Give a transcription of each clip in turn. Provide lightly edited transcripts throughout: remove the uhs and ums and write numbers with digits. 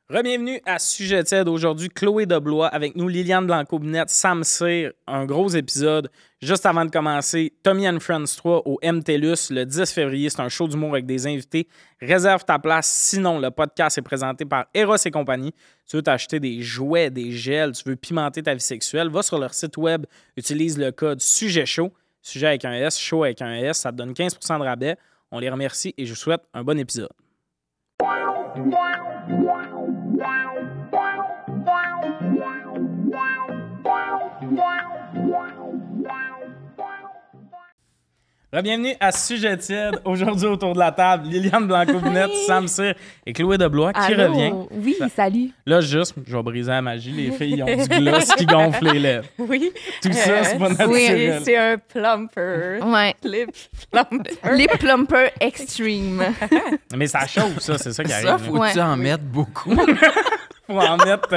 Re-bienvenue à Sujet TED. Aujourd'hui, Chloé Deblois avec nous, Liliane Blanco-Binette, Sam Cyr. Un gros épisode. Juste avant de commencer, Tommy and Friends 3 au MTLUS le 10 février. C'est un show d'humour avec des invités. Réserve ta place. Sinon, le podcast est présenté par Eros et compagnie. Tu veux t'acheter des jouets, des gels, tu veux pimenter ta vie sexuelle, va sur leur site web, utilise le code Sujet Chaud. Sujet avec un S, chaud avec un S. Ça te donne 15% de rabais. On les remercie et je vous souhaite un bon épisode. Bienvenue à Sujet TED. Aujourd'hui, autour de la table, Liliane Blanco-Binette, Sam Cyr et Chloé Deblois qui revient. Oui, salut. Là, juste, je vais briser la magie. Les filles ont du gloss qui gonfle les lèvres. Oui. Tout ça, c'est pas naturel. Oui, c'est un plumper. Ouais. Lip plumper. Les plumpers extreme. Mais ça chauffe, ça. C'est ça qui arrive. Ça, faut-tu en mettre beaucoup? Faut en mettre...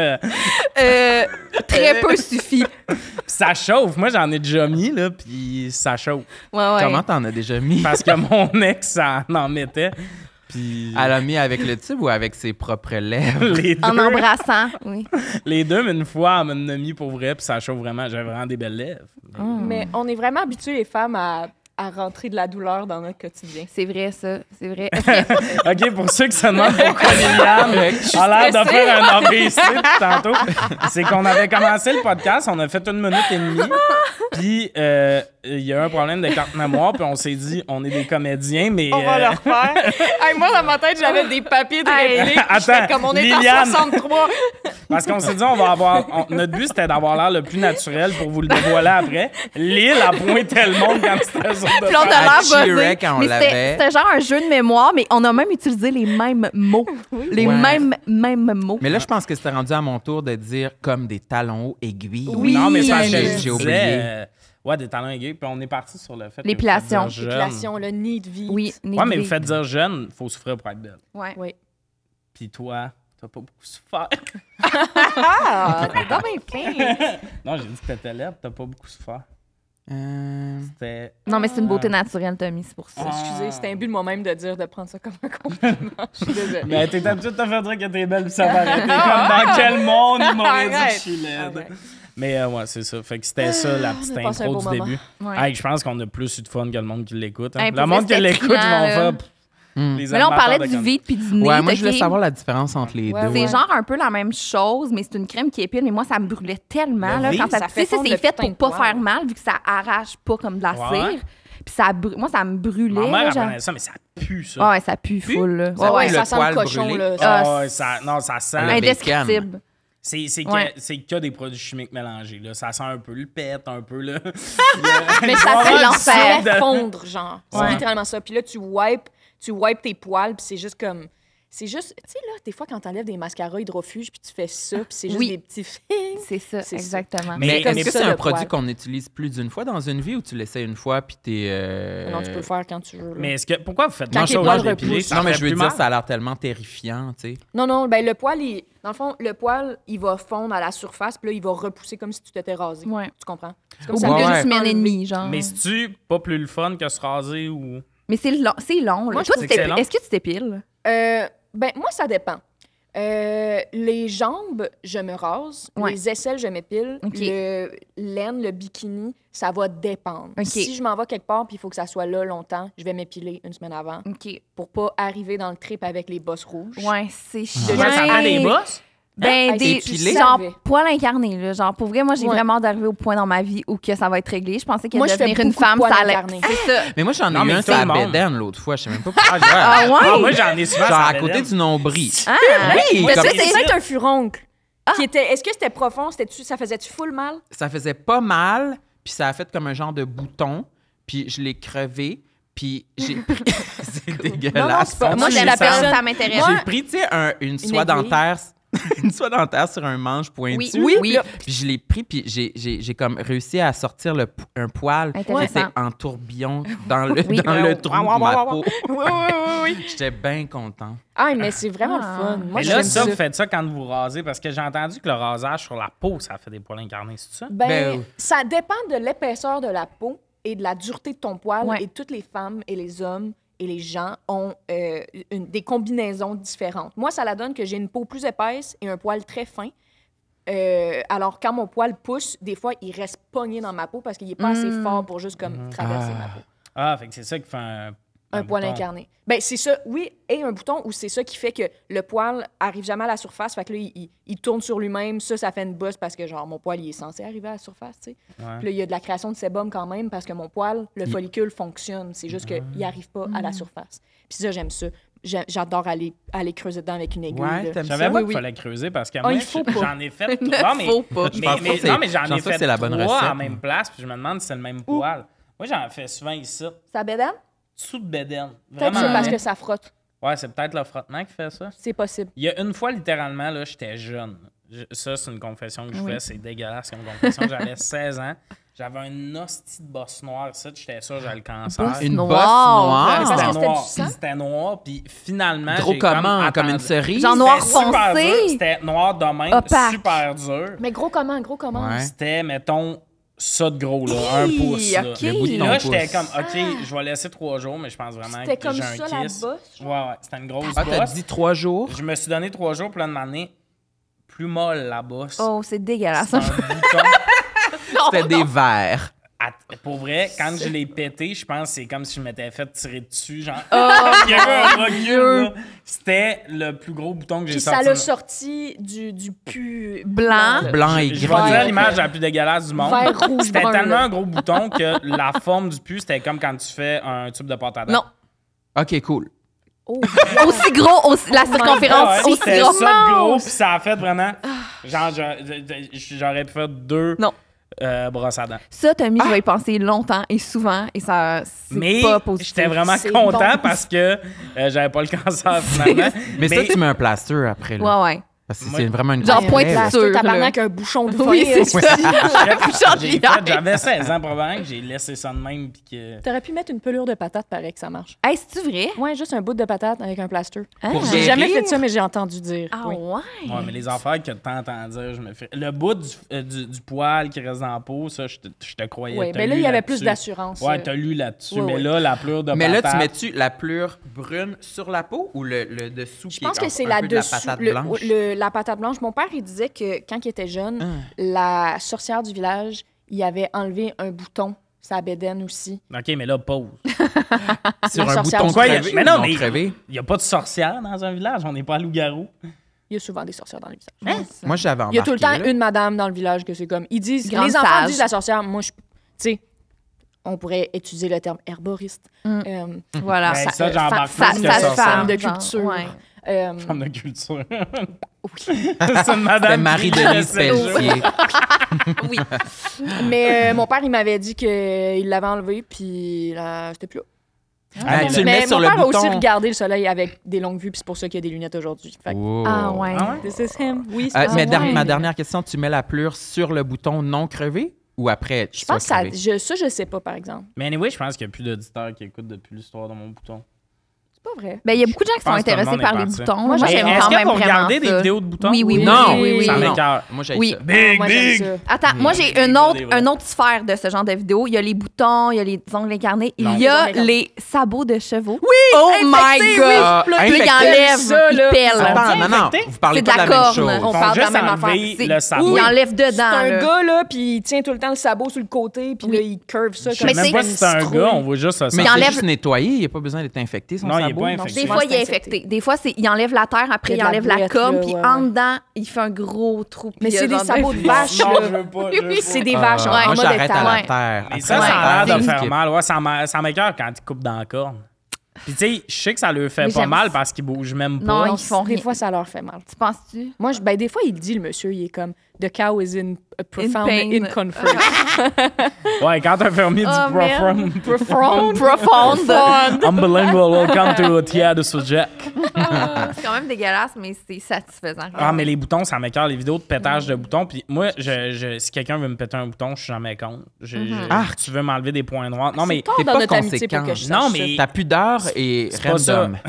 Très peu suffit. Ça chauffe. Moi, j'en ai déjà mis, là, puis ça chauffe. Ouais. Comment t'en as déjà mis? Parce que mon ex, ça en mettait. Puis... Elle a mis avec le tube ou avec ses propres lèvres? Les deux. En embrassant, oui. Les deux, mais une fois, elle m'en a mis pour vrai, puis ça chauffe vraiment. J'avais vraiment des belles lèvres. Mais on est vraiment habitués, les femmes, à rentrer de la douleur dans notre quotidien. C'est vrai, ça. C'est vrai. OK, pour ceux qui se demandent pourquoi Liliane a l'air de faire un AVC depuis tantôt, c'est qu'on avait commencé le podcast, on a fait 1 minute et demie, puis il y a eu un problème de carte mémoire, puis on s'est dit, on est des comédiens, mais... On va le refaire. Hey, moi, dans ma tête, j'avais des papiers de réplique. Attends, comme on est Liliane. en 63. Parce qu'on s'est dit, on va avoir... notre but, c'était d'avoir l'air le plus naturel pour vous le dévoiler après. Lille a pointé le monde quand c'était sur Puis on a l'air buzzé. cheerait quand on Mais l'avait. c'était genre un jeu de mémoire, mais on a même utilisé les mêmes mots. Les Ouais. mêmes mots. Mais là, je pense que c'était rendu à mon tour de dire comme des talons hauts aiguilles. Oui. Non, mais ça, j'ai j'ai oublié. oublié. Ouais, des talents aiguilles. Puis on est parti sur le fait L'épilation. que vous faites dire L'épilation, le nid de vie. Oui. jeune. Ouais, mais vous faites dire jeune, il faut souffrir pour être belle. Ouais. Oui. Puis toi, t'as pas beaucoup souffert. Ah, t'es dans mes plein. Non, j'ai dit que t'étais laide, t'as pas beaucoup souffert. C'était... Non, mais c'est une beauté naturelle, Tommy, c'est pour ça. Excusez, c'était un but de moi-même de dire de prendre ça comme un compliment. Je suis désolée. Mais t'es habitué de te faire dire que t'es belle, puis ça va arrêter. Comme dans quel monde il m'aurait dit que je suis laide. Arrête. Mais ouais, c'est ça. Fait que c'était ça, la petite on a passé un intro beau du moment. début. Ouais. Hey, je pense qu'on a plus eu de fun que le monde qui l'écoute. Hein. Hey, Le pour monde vrai, qui l'écoute, ils c'était vont trippant, faire... Mais là, on parlait du vide puis du nez. Ouais, moi, je voulais ok? savoir la différence entre les Ouais, deux. C'est ouais. genre un peu la même chose, mais c'est une crème qui épile. Mais moi, ça me brûlait tellement. Le Là, vide, quand ça tu fait sais, fondre c'est le fait putain pour de pas poil. faire mal, vu que ça arrache pas comme de la Ouais. cire. Puis moi, ça me brûlait. Ma mère là, genre... apprenait ça, mais ça pue, ça. Ouais, ça pue full. Là. Ça Ouais, pue ça le sent poil le cochon, brûlé. là. Ah, ouais, non, ça sent... Le indescriptible. C'est Ouais. que des produits chimiques mélangés. Là. Ça sent un peu le pet, un peu le... Mais ça ça fait fait l'enfer. l'enfer fondre, genre. C'est Ouais. littéralement ça. Puis là, tu wipes tes poils, puis c'est juste comme... C'est juste... Tu sais, là, des fois, quand t'enlèves des mascaras hydrofuges, puis tu fais ça, puis c'est juste Oui. des petits... C'est ça, C'est ça. exactement. Mais- Mais est-ce que ça, c'est un le produit poil. qu'on utilise plus d'une fois dans une vie ou tu l'essaies une fois puis t'es... Non, tu peux le faire quand tu veux. Là. Mais est-ce que... Pourquoi vous faites Quand pas les ça au poils lieu de l'épiler? repoussent. Ça Non, mais fait je veux plus dire, mal? ça a l'air tellement terrifiant, tu sais. Non, ben le poil, dans le fond, le poil, il va fondre à la surface, puis là, il va repousser comme si tu t'étais rasé. Ouais. Tu comprends? C'est comme Au ça. bout Ouais, d'une ouais. semaine et demie, genre. Mais c'est-tu pas plus le fun que se raser ou... Mais c'est long. Là. Moi, je Toi, trouve que c'est long. est-ce que tu t'épiles? Ben, moi, ça dépend. Les jambes, je me rase. Ouais. Les aisselles, je m'épile. OK. Le laine, le bikini, ça va dépendre. OK. Si je m'en vais quelque part puis il faut que ça soit là longtemps, je vais m'épiler 1 semaine avant OK. pour pas arriver dans le trip avec les bosses rouges. Ouais, c'est chiant. Déjà, ça fait des bosses? Ben, Hein? des Hey, tu genre savais. poils incarnés, là. Genre, pour vrai, moi, j'ai Ouais. vraiment d'arriver au point dans ma vie où que ça va être réglé. Je pensais que Moi, je fais devenir une beaucoup de femme, poils ça allait... incarnés. C'est ça. Mais moi, j'en ai Non, eu mais un tout sur le la monde. bédaine l'autre fois. Je sais même pas pourquoi. Ah ouais? Ah, moi, j'en ai souvent Genre ça à côté du nombril. Ah, Oui, Mais comme- ça, c'est peut-être un furoncle. Est-ce que c'était profond? Ça faisait-tu full mal? Ça faisait pas mal, puis ça a fait comme un genre de bouton, puis je l'ai crevé, puis j'ai pris... c'est dégueulasse. c'est pas- moi, Tu j'ai les la sens? personne, ça m'intéresse. J'ai pris, tu sais, une soie aiguille. dentaire... une soie dentaire sur un manche pointu. Oui. Puis je l'ai pris, puis j'ai comme réussi à sortir un poil. Intéressant. C'était en tourbillon dans le, Oui. dans le trou de ma peau. Oui. J'étais bien content. Ah, mais c'est vraiment le Ah. fun. Moi, Mais là, j'aime ça, vous faites ça quand vous rasez, parce que j'ai entendu que le rasage sur la peau, ça fait des poils incarnés, c'est ça? Ben, Ben, ça dépend de l'épaisseur de la peau et de la dureté de ton poil. Ouais. Et toutes les femmes et les hommes et les gens ont des combinaisons différentes. Moi, ça la donne que j'ai une peau plus épaisse et un poil très fin. Alors, quand mon poil pousse, des fois, il reste pogné dans ma peau parce qu'il n'est pas assez fort pour juste comme traverser ma peau. Ah, fait que c'est ça qui fait un poil bouton. incarné. Ben c'est ça, oui, et un bouton, ou c'est ça qui fait que le poil arrive jamais à la surface. Fait que là, il tourne sur lui-même. Ça fait une bosse parce que, genre, mon poil, il est censé arriver à la surface, tu sais. Ouais. Puis là, il y a de la création de sébum quand même parce que mon poil, le follicule fonctionne. C'est juste qu'il n'arrive pas à la surface. Puis ça, j'aime ça. J'adore aller creuser dedans avec une aiguille. Ouais, là. t'aimes Je savais ça? pas Oui, qu'il oui. fallait creuser parce que Ah, moi, il faut pas. j'en ai fait Ne trois, mais, faut pas. Je pense pas que non, mais j'en je pense ai pas que fait c'est la bonne trois à la recette. même place, puis je me demande si c'est le même poil. Moi, j'en fais souvent ici, Ça bédane? sous de bédaine. Peut-être que c'est Vraiment. parce que ça frotte. Ouais, c'est peut-être le frottement qui fait ça. C'est possible. Il y a une fois, littéralement, là, j'étais jeune. Ça, c'est une confession que je fais. C'est dégueulasse comme confession. J'avais 16 ans. J'avais une hostie de bosse noire ici. J'étais sûr que j'avais le cancer. Bosse Une noire. bosse noire. Parce que C'était c'était noir. du sang? C'était noir. Puis finalement, Gros j'ai comment? Comme une attendu. cerise? Genre noir C'était super foncé. dur. C'était noir de même. Opaque. Super dur. Mais gros comment? Ouais. C'était, mettons, ça de gros, là. Un pouce, là. ok. Le bout de Puis ton là, pouce. j'étais comme, OK, je vais laisser 3 jours, mais je pense vraiment C'était que comme j'ai ça, un la kiss. bosse, Ouais, c'était une grosse Ah, t'as bosse. dit 3 jours? Je me suis donné 3 jours, puis là, de m'amener plus molle, la bosse. Oh, c'est dégueulasse. C'est un bouton. C'était des verres. Pour vrai, quand je l'ai pété, je pense que c'est comme si je m'étais fait tirer dessus. Genre, Oh, il y avait un recul, là. C'était le plus gros bouton que j'ai Puis sorti. ça l'a sorti du pu Blanc. Blanc et Je vais gris. dire l'image la plus dégueulasse du monde. Vert, rouge, C'était brun, tellement là. un gros bouton que la forme du pu, c'était comme quand tu fais un tube de pâte à dents. Non. OK, cool. Oh, Aussi gros, la circonférence Ah ouais, aussi c'était gros. ça de gros, puis ça a fait vraiment... Genre, j'aurais pu faire 2 Non. brosses à dents. Ça, Tommy, je vais y penser longtemps et souvent, et ça, c'est Mais pas positif. j'étais vraiment C'est content bon. parce que j'avais pas le cancer finalement. Mais ça, tu mets un plaster après. Là. Ouais, ouais. Parce que Moi- c'est vraiment une Genre crève. pointe là, sûre, c'était tabarnak là. un bouchon de Oui, feuille. c'est ça. J'ai fait- J'avais 16 ans probablement que j'ai laissé ça de même puis que... T'aurais pu mettre une pelure de patate, pareil que ça marche. Hey, c'est-tu vrai? Ouais, juste un bout de patate avec un plaster. Hein? Pour J'ai guérir? jamais fait ça, mais j'ai entendu dire. Ah oui. ouais? Ouais, mais les affaires que t'entends dire, je me fais... Le bout du poil qui reste dans la peau, ça, je te croyais. Oui, T'as mais là, lu il y avait là-dessus. plus d'assurance. Ouais, t'as lu là-dessus. Ouais, mais ouais. là, la pleure de Mais là, patate... tu mets-tu la pleure brune sur la peau ou le dessous Je qui pense est que c'est un la peu de la dessous, patate blanche? la patate blanche. Mon père, il disait que quand il était jeune, la sorcière du village, il avait enlevé un bouton, sa bédaine aussi. OK, mais là, pause. Sur La un sorcière bouton du Quoi, crevé mais ou non, non mais crevé? il n'y a pas de sorcière dans un village. On n'est pas à loup-garou. Il y a souvent des sorcières dans le village. Moi, j'avais Il y a tout le temps embarqué, là. une madame dans le village que c'est comme. Ils disent. Grande les enfants sage. disent la sorcière. Moi, tu sais, on pourrait utiliser le terme herboriste. Voilà. Ben, ça, j'embarque ça- plus que ça- ça. femme de genre, culture. ouais. Femme de culture. C'est une madame. C'était qui Marie-Denise laissait jouer. Pelletier. Oui. Mais mon père, il m'avait dit qu'il l'avait enlevé, puis là, c'était plus là. Ah, tu le Mais mets sur mon le père a bouton. aussi regardé le soleil avec des longues vues, puis c'est pour ça qu'il y a des lunettes aujourd'hui. Fait que, Oh. Ah ouais. Ah ouais? This is him. Oui, c'est Mais ça. ma dernière question, tu mets la pleure sur le bouton non crevé ou après Je pense que ça, crevé? je sais pas, par exemple. Mais anyway, je pense qu'il n'y a plus d'auditeurs qui écoutent depuis l'histoire de mon bouton. C'est pas vrai. Ben, il y a beaucoup de gens qui sont pense que tout le intéressés monde par est les parti. boutons. Moi, Moi, j'aime j'aime Est-ce quand que même vous vraiment regardez des ça. vidéos de boutons? Oui, oui, oui. Non. oui, oui, Ça oui. m'écoeure. Moi, j'ai Oui. ça. Big, Moi, j'aime big! ça. Attends, moi j'ai Des une autre sphère de ce genre de vidéo. Il y a les boutons, il y a les ongles incarnés, Non. il y a Les ongles les sabots de chevaux. Oui! Oh my god! Ah, Puis là, infecté. il enlève, Ça, il là. pelle. Attends, non, non, infecté? vous parlez C'est de pas de la la même corne. chose. On Ils font parle de la juste même enlever affaire. le sabot. Il enlève C'est dedans. un là. gars, là, puis il tient tout le temps le sabot sur le côté, puis là, il curve ça. Je sais Mais même c'est- pas si c'est un gars, on voit juste ça. Mais Il c'est enlève- juste nettoyé, il n'y a pas besoin d'être infecté, son Non, il est sabot. pas Non, infecté. Des Souvent, fois, il est c'est infecté. Des fois, il enlève la terre, après, Il y il a de la enlève la boîte, com, là, puis ouais, en ouais. dedans, il fait un gros trou. Mais puis c'est il y a des genre sabots de des- vache, Non, là. je veux pas. je veux pas. C'est des vaches Ouais. en Moi, mode j'arrête à la étal. terre. Mais Après ça la a l'air terre, de faire skip. mal. Ouais, ça m'écoeure quand ils coupent dans la corne. Puis tu sais, je sais que ça leur fait Mais pas j'aime mal ça. parce qu'ils bougent même Non, pas. ils font Des rien. fois, ça leur fait mal. Tu penses-tu? Moi, des fois, il dit, le monsieur, il est comme « The cow is in a profound pain. incomfort. Ouais, quand un fermier dit Oh, merde. profound. Profonde. Unbelievable, welcome to Tia de Jack. C'est quand même dégueulasse, mais c'est satisfaisant. Ah, mais les boutons, ça m'écoeure. Les vidéos de pétage de boutons. Puis moi, si quelqu'un veut me péter un bouton, je suis jamais contre. Tu veux m'enlever des points noirs. Non, mais T'es dans pas notre amitié pour que conséquent. je sache Non, ça. mais- Ta pudeur est C'est pas ça. random.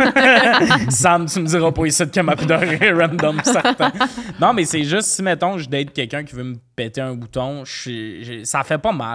Sam, tu me diras pas ici que ma pudeur est random, certain. Non, mais c'est juste si, mettons, je date quelqu'un qui veut me péter un bouton, ça fait pas mal.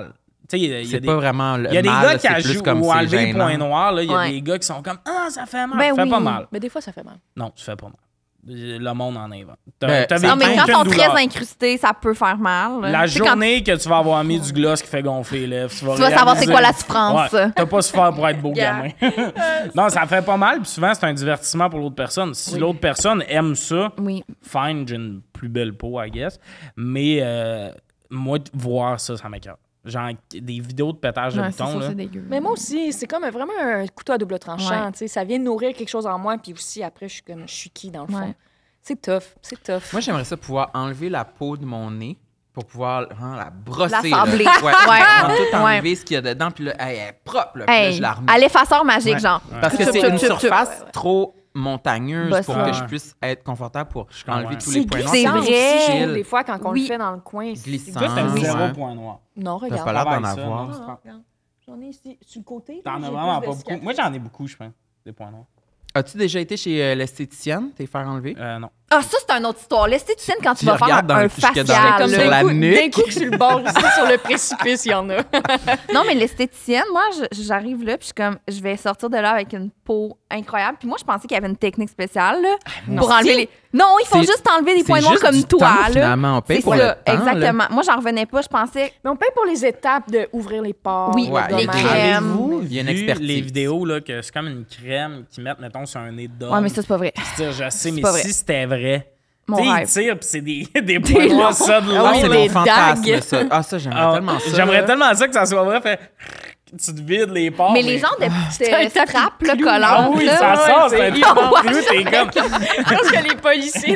sais, il y a C'est des... pas vraiment le Il y a des mal, gars là, qui c'est plus ajoutent comme ou c'est enlever les gênant. points noirs. Là. Il y a Ouais. des gars qui sont comme « Ah, ça fait mal. Ben ça fait oui. pas mal. Mais des fois, ça fait mal. » Non, ça fait pas mal. Le monde en invente. Ben, T'as Non, mais vécu quand ils aucune sont très douleur. incrustés, ça peut faire mal. La Tu sais, quand journée que tu vas avoir mis du gloss qui fait gonfler les lèvres, tu vas savoir c'est réaliser- quoi la souffrance. Ouais, t'as pas souffert pour être beau Yeah. gamin. Non, ça fait pas mal, puis souvent, c'est un divertissement pour l'autre personne. Si l'autre personne aime ça, Oui. fine, j'ai une plus belle peau, I guess. Mais moi, voir ça, ça m'écoeure. Genre, des vidéos de pétage de Ouais, c'est boutons, sûr, là. c'est dégueu. Mais moi aussi, c'est comme vraiment un couteau à double tranchant. Ouais. Tu sais, ça vient nourrir quelque chose en moi, puis aussi, après, je suis qui, dans le fond? Ouais. C'est tough, c'est tough. Moi, j'aimerais ça pouvoir enlever la peau de mon nez pour pouvoir la brosser. L'assembler. Là. Ouais. Ouais. Vraiment tout enlever Ouais. ce qu'il y a dedans, puis là, elle est propre, là, puis là, Hey, je la remets. à l'effaceur magique, Ouais. genre. Parce que Tup, c'est tup, une tup, tup. surface trop montagneuse Bossy. pour que Ouais. je puisse être confortable pour enlever comprends. tous les points noirs. C'est glissant vrai. aussi, je Chill. trouve, des fois, quand on Oui. le fait dans le coin. Glissant. Toi, t'as Oui. zéro Ouais. point noir. Non, T'as regarde. pas l'air d'en Travaille ça, avoir. non? Ah, regarde. J'en ai ici, sur le côté. T'en là, as j'ai vraiment plus pas de beaucoup. cicatrices. Moi, j'en ai beaucoup, je pense, des points noirs. As-tu déjà été chez l'esthéticienne, t'es faire enlever? Non. Ah, ça, c'est une autre histoire. L'esthéticienne, quand tu Tu vas faire regardes dans un le- jusque dans- facial. Comme sur d'un la coup, nuque. d'un coup que sur le bord, ici, sur le précipice, il y en a. Non, mais l'esthéticienne, moi, j'arrive là, puis je suis comme, je vais sortir de là avec une peau incroyable. Puis moi, je pensais qu'il y avait une technique spéciale là, pour enlever les. Non, ils font C'est- juste enlever des c'est points noirs juste comme du toi. temps, là. finalement. On paye C'est pour ça, le temps, là. exactement. Moi, j'en revenais pas. Je pensais. Mais on paye pour les étapes d'ouvrir les pores. Oui, Ouais, les gommage. crèmes. Avez-vous Il y a une vu expertise. les vidéos là, que c'est comme une crème qu'ils mettent, mettons, sur un nez d'homme? Ouais, mais ça, c'est pas vrai. Puis tu sais, je sais, mais pas vrai. si c'était vrai... Mon Tu sais, rêve. ils tirent, puis c'est des points noirs, ça de Ah long. oui, c'est là. les mon fantasme, dagues. ça. Ah, ça, j'aimerais Ah, tellement ça. J'aimerais là. tellement ça que ça soit vrai. Fait... Tu te vides les pores. Mais les gens de C'est un tapis strap, là, clou. Ah collantes, oui, là. ça sort, c'est un c'est tapis hyper- clou, t'es comme... Je pense que les policiers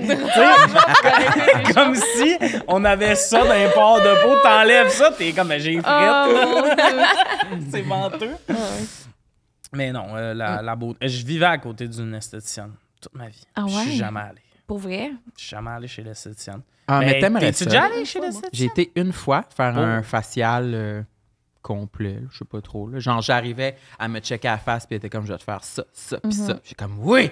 de Comme si on avait ça dans un port de peau, t'enlèves ça, t'es comme, ben, j'ai frette. C'est venteux. Mais non, la beauté. Je vivais à côté d'une esthéticienne toute ma vie. Ah Je suis ouais? jamais allé. Pour vrai? Je suis jamais allé chez l'esthéticienne. Ah, mais t'aimerais t'es-tu ça. déjà allé chez J'ai l'esthéticienne? été une fois faire Oh. un facial complet, là, je sais pas trop. Là. Genre, j'arrivais à me checker à la face, puis elle était comme, je vais te faire ça, ça, puis ça. J'ai comme, oui!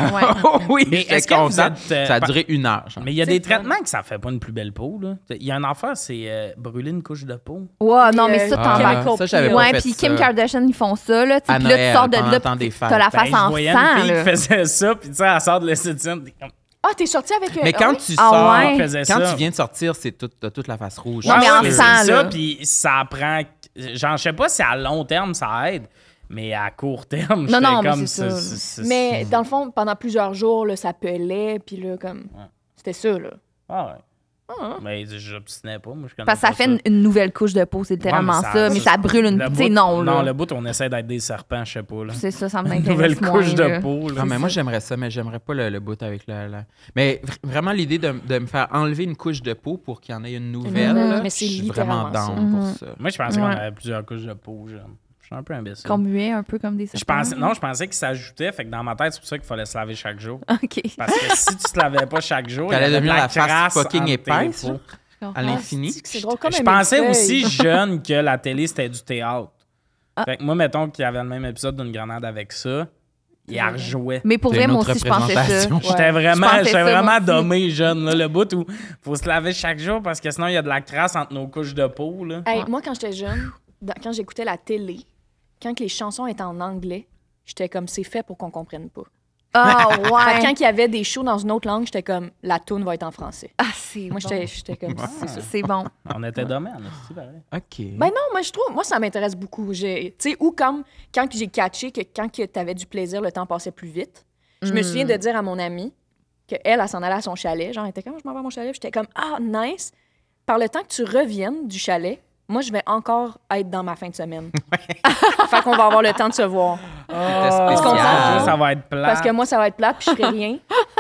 oui! Mais J'étais est-ce que vous content. êtes, Ça a duré 1 heure. Genre. Mais il y a C'est des fun. traitements que ça fait pas une plus belle peau. Là. Il y a une affaire, c'est brûler une couche de peau. Ouais, non, mais ça, Ah, t'en Ah, vas. ça, j'avais pas Ouais, fait puis ça. Kim Kardashian, ils font ça, là. Tu sais, À puis là, tu Noël, sors de pendant là, le temps des puis fêtes. t'as la Ben, face je en voyais sang, une fille là. qui faisait ça, puis tu sais, elle sort de l'esthéticienne, t'es comme... Ah, t'es sorti avec. Mais quand oui? tu Ah sors, ouais? Elle faisait quand ça. tu viens de sortir, c'est t'as toute la face rouge. Non, mais en c'est sang, ça, là. puis ça prend... Genre, je sais pas si à long terme, ça aide, mais à court terme, Non, non, j'étais mais comme... c'est ça. Mais dans le fond, pendant plusieurs jours, là, ça pelait, puis là, comme. C'était ça, là. Ah ouais. Mais j'obstinais pas, moi, je connais Parce que ça pas fait une nouvelle couche de peau, c'est littéralement Ouais, ça. Mais ça brûle une. le Tu sais, bout- non, Non, là. le bout, on essaie d'être des serpents, je sais pas, là. C'est ça, ça Une m'intéresse nouvelle moins, couche là. de peau, là. Non, mais moi, j'aimerais ça, mais j'aimerais pas le bout avec la... Mais vraiment, l'idée de me faire enlever une couche de peau pour qu'il y en ait une nouvelle, Mhm. là, Mais je c'est suis vraiment littéralement ça. down pour ça. Moi, je pensais qu'on Ouais. avait plusieurs couches de peau, jeune. Je suis un peu imbécile. Qu'on muait un peu comme des Je serpents. pensais qu'il s'ajoutait, fait que dans ma tête, c'est pour ça qu'il fallait se laver chaque jour. OK. Parce que si tu te lavais pas chaque jour, T'allais il y avait de devenir la face crasse fucking entre tes épaisse, peaux. À l'infini. C'est drôle comme Je un pensais millefeuille. aussi jeune que la télé, c'était du théâtre. Ah. Fait que moi, mettons qu'il y avait le même épisode d'une grenade avec ça, il en rejouait. Mais pour C'est vrai, une moi autre aussi, je pensais ça. représentation. J'étais vraiment, Je pensais ça, moi vraiment aussi. dommé jeune, là, le bout où faut se laver chaque jour parce que sinon il y a de la crasse entre nos couches de peau. Là. Hey, moi, quand j'étais jeune, quand j'écoutais la télé, quand les chansons étaient en anglais, j'étais comme, c'est fait pour qu'on comprenne pas. Ah, Fait que ouais. quand il y avait des shows dans une autre langue, j'étais comme, la tune va être en français. Ah, c'est Moi, bon. j'étais comme, c'est ça. C'est bon. On était dommés, en esti, pareil. OK. Ben non, moi, je trouve, moi, ça m'intéresse beaucoup. Tu sais, ou comme quand j'ai catché que quand tu avais du plaisir, le temps passait plus vite. Je me souviens de dire à mon amie qu'elle, elle s'en allait à son chalet. Genre, elle était comme, je m'en vais à mon chalet. Puis j'étais comme, ah, nice. Par le temps que tu reviennes du chalet, moi, je vais encore être dans ma fin de semaine. Fait qu'on va avoir le temps de se voir. C'était Tu comprends? spécial. Ça va être plat. Parce que moi, ça va être plate, puis je ferai rien.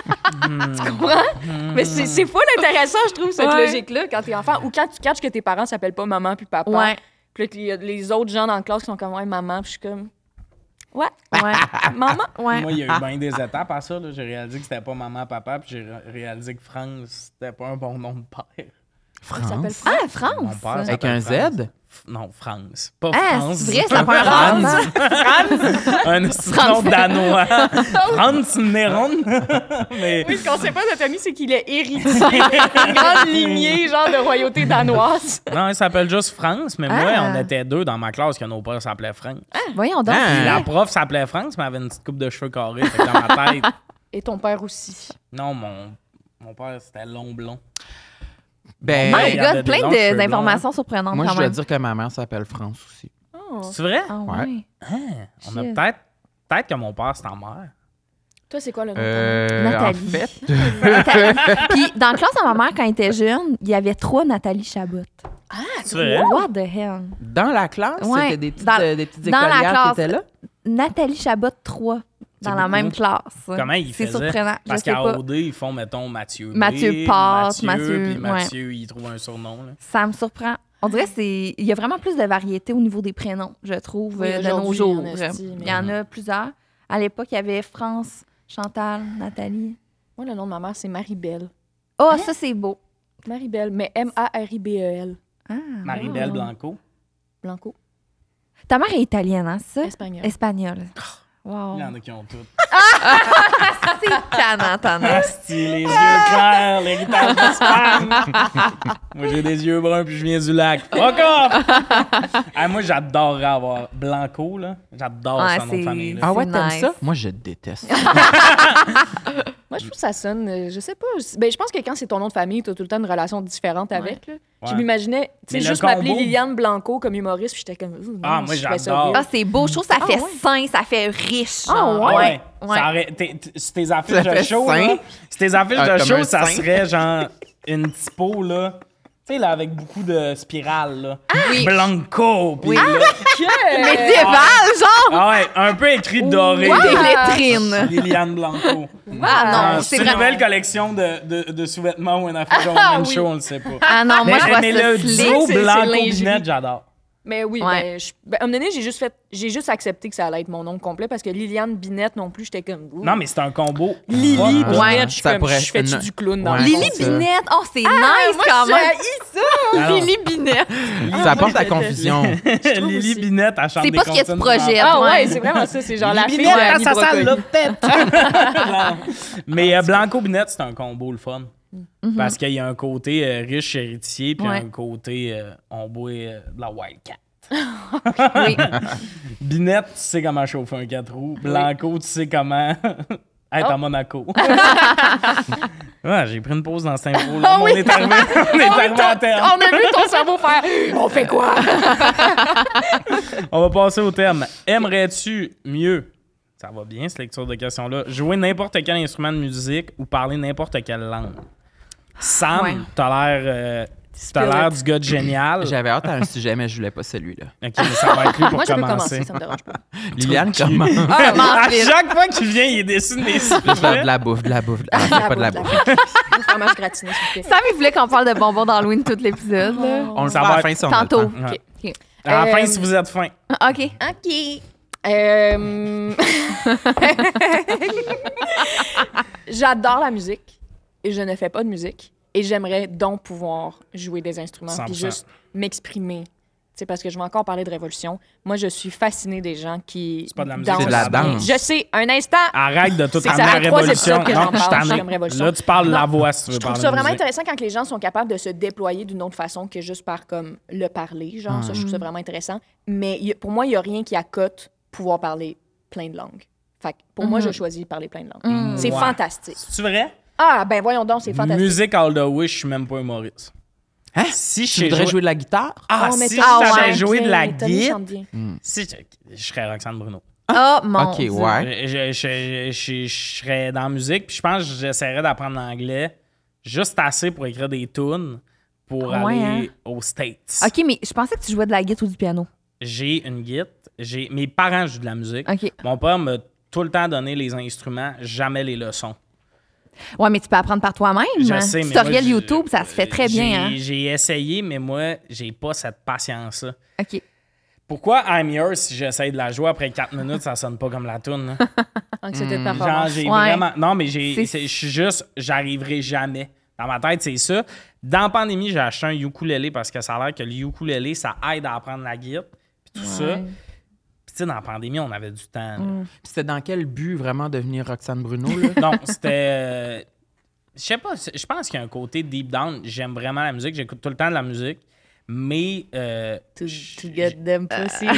Tu comprends? Mais c'est full intéressant, je trouve, cette Ouais. logique-là, quand t'es enfant. Ou quand tu catches que tes parents s'appellent pas maman puis papa. Ouais. Puis là, il y a les autres gens dans la classe qui sont comme, ouais, maman. Puis je suis comme, ouais, Ouais. maman. Ouais. Moi, il y a eu bien des étapes à ça. Là. J'ai réalisé que c'était pas maman, papa, puis j'ai réalisé que France, c'était pas un bon nom de père. Il s'appelle France? Ah, Mon France! père Avec s'appelle un France. Z? Non, France. Pas Ah, France. c'est vrai, c'est la première fois. Un nom danois. Franz Néron. Mais Oui, ce qu'on sait pas de Tommy, c'est qu'il est héritier d'une grande lignée, genre de royauté danoise. non, il s'appelle juste France, mais moi, Ah. on était deux dans ma classe que nos pères s'appelaient France. Voyons donc. Ah. Puis la prof s'appelait France, mais elle avait une petite coupe de cheveux carrés. Fait que dans ma tête. Et ton père aussi. Non, mon père, c'était long blond. Ben, My il y avait God, des plein longs cheveux blonds, d'informations surprenantes moi, quand je dois même. dire que ma mère s'appelle France aussi. Oh. C'est vrai? Ah Ouais. ouais. On a Shit. peut-être que mon père, c'est en mère. Toi, c'est quoi le nom de ton Nathalie. En fait, Puis dans la classe de ma mère, quand elle était jeune, il y avait 3 Nathalie Chabot. C'est vrai? What the hell? dans la classe, Ouais, c'était des petites, des petites dans la écolières qui classe. étaient là. Nathalie Chabot 3 C'est dans la beaucoup. même classe. Comment ils C'est faisaient? surprenant. Parce je sais qu'à pas. OD, ils font, mettons, Mathieu B, Mathieu Pate, Mathieu, puis ouais. Mathieu, il trouve un surnom. Là. Ça me surprend. On dirait qu'il y a vraiment plus de variété au niveau des prénoms, je trouve, Oui, de nos aujourd'hui, jours. il y en a, si, mais- Il y en a plusieurs. À l'époque, il y avait France, Chantal, Nathalie. Moi, le nom de ma mère, c'est Marie-Belle. Oh, ça, c'est beau. Marie-Belle, mais M-A-R-I-B-E-L. Ah, Marie-Belle wow. Blanco. Blanco. Ta mère est italienne, hein, ça? Espagnol. Espagnole. Wow. Il y en a qui ont toutes. C'est canant, Tana. Asti, les yeux clairs, l'héritage d'Espagne. Moi, j'ai des yeux bruns puis je viens du lac. Fuck off! Ah, moi, j'adorerais avoir Blanco, là. J'adore Ouais, son nom de c'est- famille. Là. Ah ouais, C'est t'aimes nice. ça? Moi, je déteste. Moi, je trouve que ça sonne, je sais pas. Ben, je pense que quand c'est ton nom de famille, t'as tout le temps une relation différente avec. Là. Je Ouais. m'imaginais, tu Mais sais, le juste m'appeler combo- Liliane Blanco comme humoriste, puis j'étais comme. Non, Ah, moi, je ferais ça j'adore. weird. Ah, c'est beau. Je trouve que ça Ah, fait ouais. sain, ça fait riche. Ah, genre. ouais? Ouais. Ça aurait- sur tes affiches Ça de fait show, sain. là, sur tes affiches Ah, de comme show, un ça sain. serait genre une typo, là. Tu sais, là, avec beaucoup de spirales, là. Oui. Blanco, puis Oui. là- Médiéval, genre. Ah ouais, un peu écrit doré. Des là. lettrines. Liliane Blanco. Ah non, c'est c'est une vraiment... nouvelle collection de sous-vêtements ou une affiche de one-man oui. show, on le sait pas. Ah non, moi, je vois mais ça le slick. duo c'est lingerie. Blanco-Binette, j'adore. Mais oui, Ouais. à un moment donné, j'ai juste accepté que ça allait être mon nom complet parce que Liliane Binette non plus, j'étais comme. ouh. Non, mais c'est un combo. Lily fun, Binette, là. Ouais. je suis Ça comme. pourrait- Je fais-tu non. du clown dans Ouais. le Lily fond, ça? Binette. Oh, c'est nice Moi, quand même. j'ai ça! Alors, Lily Binette. Ça porte moi, à je confusion. trouve Lily aussi. Binette, elle chante C'est des pas ce que tu comptines projettes. Ah ouais, Ouais. c'est vraiment ça. C'est genre la Lily fille Binette, de à Annie sa Brocoli. salopette. Mais Blanco-Binette, c'est un combo, le fun. Parce qu'il y a un côté riche héritier, puis Ouais. un côté on boit de la Wildcat. Oui. Binette, tu sais comment chauffer un 4 roues. Blanco, tu sais comment être à Monaco. Ouais, j'ai pris une pause dans cette info-là. Ah On oui. est arrivé, à terme. On a vu ton cerveau faire. On fait quoi? On va passer au terme. Aimerais-tu mieux, ça va bien cette lecture de questions-là, jouer n'importe quel instrument de musique ou parler n'importe quelle langue? Sam, Ouais. t'as l'air du gars de génial. J'avais hâte à un sujet, mais je voulais pas celui-là. Ok, mais ça va être lui pour Moi, je peux commencer. commencer, ça me dérange pas. Liliane, comment? À chaque fois qu'il vient, il est déçu de mes Je vais faire de la bouffe, de la bouffe. Ah, c'est pas de la bouffe. Un fromage gratiné, s'il vous plaît. Sam, il voulait qu'on parle de bonbons d'Halloween tout l'épisode. là. On le Ça fera va à la fin être si on a le Tantôt. temps. Ouais. OK. À la fin, Euh, si vous êtes fin. OK. OK. J'adore la musique et je ne fais pas de musique. Et j'aimerais donc pouvoir jouer des instruments 100%. puis juste m'exprimer. Tu sais, parce que je vais encore parler de révolution. Moi, je suis fascinée des gens qui C'est pas de la musique, dansent c'est de la bien. danse. Je sais, un instant. Arrête de tout C'est que amener ça à fait 3 révolution. épisodes que j'en Non, je parle, t'en je suis ai- comme révolution. Là, tu parles de la Non, voix si tu veux Je trouve parler ça de vraiment musique. intéressant quand les gens sont capables de se déployer d'une autre façon que juste par comme le parler. Genre, ça, je trouve ça vraiment intéressant. Mais pour moi, il n'y a rien qui accote pouvoir parler plein de langues. Fait que pour moi, je choisis de parler plein de langues. C'est Ouais. fantastique. C'est vrai? Ah, ben voyons donc, c'est fantastique. Musique all the way, je suis même pas humoriste. Hein? Si Tu voudrais jouer de la guitare? Ah, Oh, mais si Tommy je savais chante jouer de bien, la Tommy guitare, chante bien. si je serais Roxane Bruno. Oh, mon OK, Dieu. ouais. Je serais dans la musique, puis je pense que j'essaierais d'apprendre l'anglais juste assez pour écrire des tunes pour Ouais, aller hein? aux States. OK, mais je pensais que tu jouais de la guitare ou du piano. J'ai une guitare, mes parents jouent de la musique. OK. Mon père m'a tout le temps donné les instruments, jamais les leçons. Ouais, mais tu peux apprendre par toi-même. Je sais, mais Tutoriel moi, YouTube, ça se fait très bien. Hein? J'ai essayé, mais moi, j'ai pas cette patience-là. OK. Pourquoi I'm Yours, si j'essaye de la jouer après 4 minutes, ça sonne pas comme la tune? Là? Anxiété de Genre, performance. j'ai Ouais. vraiment... Non, mais C'est- je suis juste... J'arriverai jamais Dans ma tête, c'est ça. Dans la pandémie, j'ai acheté un ukulélé parce que ça a l'air que le ukulélé, ça aide à apprendre la guitare. Puis tout ça. Puis tu sais, dans la pandémie, on avait du temps. Puis c'était dans quel but vraiment devenir Roxane Bruno? Là? Non, c'était... je sais pas, je pense qu'il y a un côté deep down. J'aime vraiment la musique. J'écoute tout le temps de la musique. Mais... To get them pussies.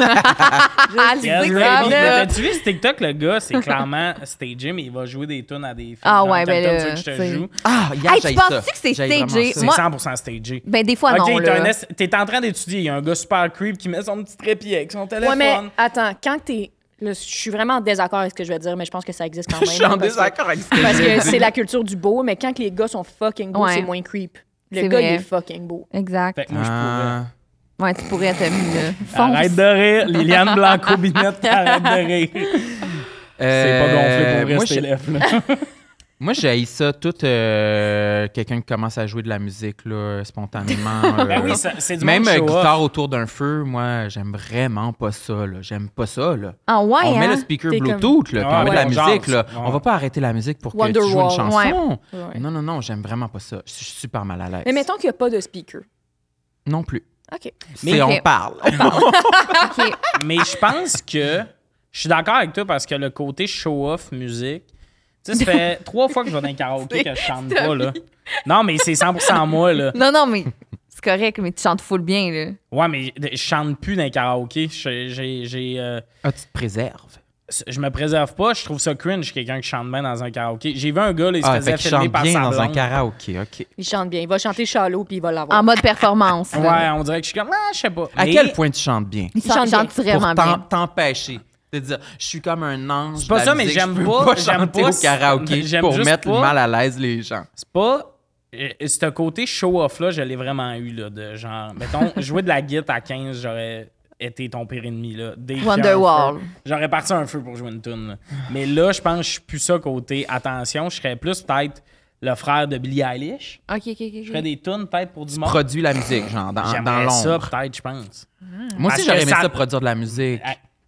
Yes, baby. Mais t'as-tu vu ce TikTok, le gars, c'est clairement stagé, mais il va jouer des tunes à des filles. Ah genre, ouais, ben Captain, là, tu veux que je te t'sais. joue. Ah, hier, Hey, j'ai tu ça. penses-tu que c'est J'ai vraiment stagé? ça. C'est Moi- 100% stagé. Ben, des fois, OK, non, là. t'es en train d'étudier. Il y a un gars super creep qui met son petit trépied avec son téléphone. Ouais, mais attends, quand t'es... Là, je suis vraiment en désaccord avec ce que je vais dire, mais je pense que ça existe quand même. Je suis en parce que- désaccord avec ce que Parce j'ai que dit. c'est la culture du beau, mais quand les gars sont fucking beaux, Ouais. c'est moins creep. Le C'est gars, vrai. il est fucking beau. Exact. Fait que moi, je pourrais. Ah. Ouais, tu pourrais te mis là. Arrête de rire. Liliane Blanco-Binette, arrête de rire. C'est pas gonflé pour vrai, moi, tes lèvres. là. Moi, j'ai ça tout quelqu'un qui commence à jouer de la musique là, spontanément. Ben oui, c'est du Même monde show-off. guitare autour d'un feu, moi, j'aime vraiment pas ça. Là. J'aime pas ça. Là. Ah ouais, On met hein? le speaker T'es Bluetooth, là, puis on met de la on musique. jase. Là. Ouais. On va pas arrêter la musique pour que tu joues une Wonderwall. chanson. Ouais. Non, j'aime vraiment pas ça. Je suis super mal à l'aise. Mais mettons qu'il n'y a pas de speaker. Non plus. OK. C'est ok. on parle. OK. Mais je pense que je suis d'accord avec toi parce que le côté show-off musique, tu sais, ça fait 3 fois que je vais dans un karaoké que je chante pas, là. Non, mais c'est 100% moi, là. Non, mais c'est correct, mais tu chantes full bien, là. Ouais, mais je chante plus dans un karaoké. Ah, tu te préserves. Je me préserve pas. Je trouve ça cringe, quelqu'un qui chante bien dans un karaoké. J'ai vu un gars, là, il se Ah, faisait fait qu'il filmer chante par bien sa dans un blonde. karaoké, OK. Il chante bien. Il va chanter Shallow, puis il va l'avoir. En mode performance. là. Ouais, on dirait que je suis comme, je sais pas. À Mais quel point tu chantes bien? Il chante chante vraiment Pour bien. t'empêcher de dire je suis comme un ange. C'est pas de la ça, mais musique, j'aime je peux pas- j'aime chanter pas au si- karaoké j'aime pour juste mettre pas- mal à l'aise les gens. C'est pas. Ce côté show-off-là, je l'ai vraiment eu, là, de genre, mettons, jouer de la guitare à 15, j'aurais été ton pire ennemi, là. Dès qu'il y a un Wonderwall. feu, j'aurais parti un feu pour jouer une tune, là. Mais là, je pense que je suis plus ça côté attention. Je serais plus peut-être le frère de Billie Eilish. OK. Je ferais des tunes peut-être pour du monde. Produis la musique, genre, dans J'aimerais ça, l'ombre. peut-être, je pense. Moi Parce aussi, j'aurais que aimé ça- ça produire de la musique.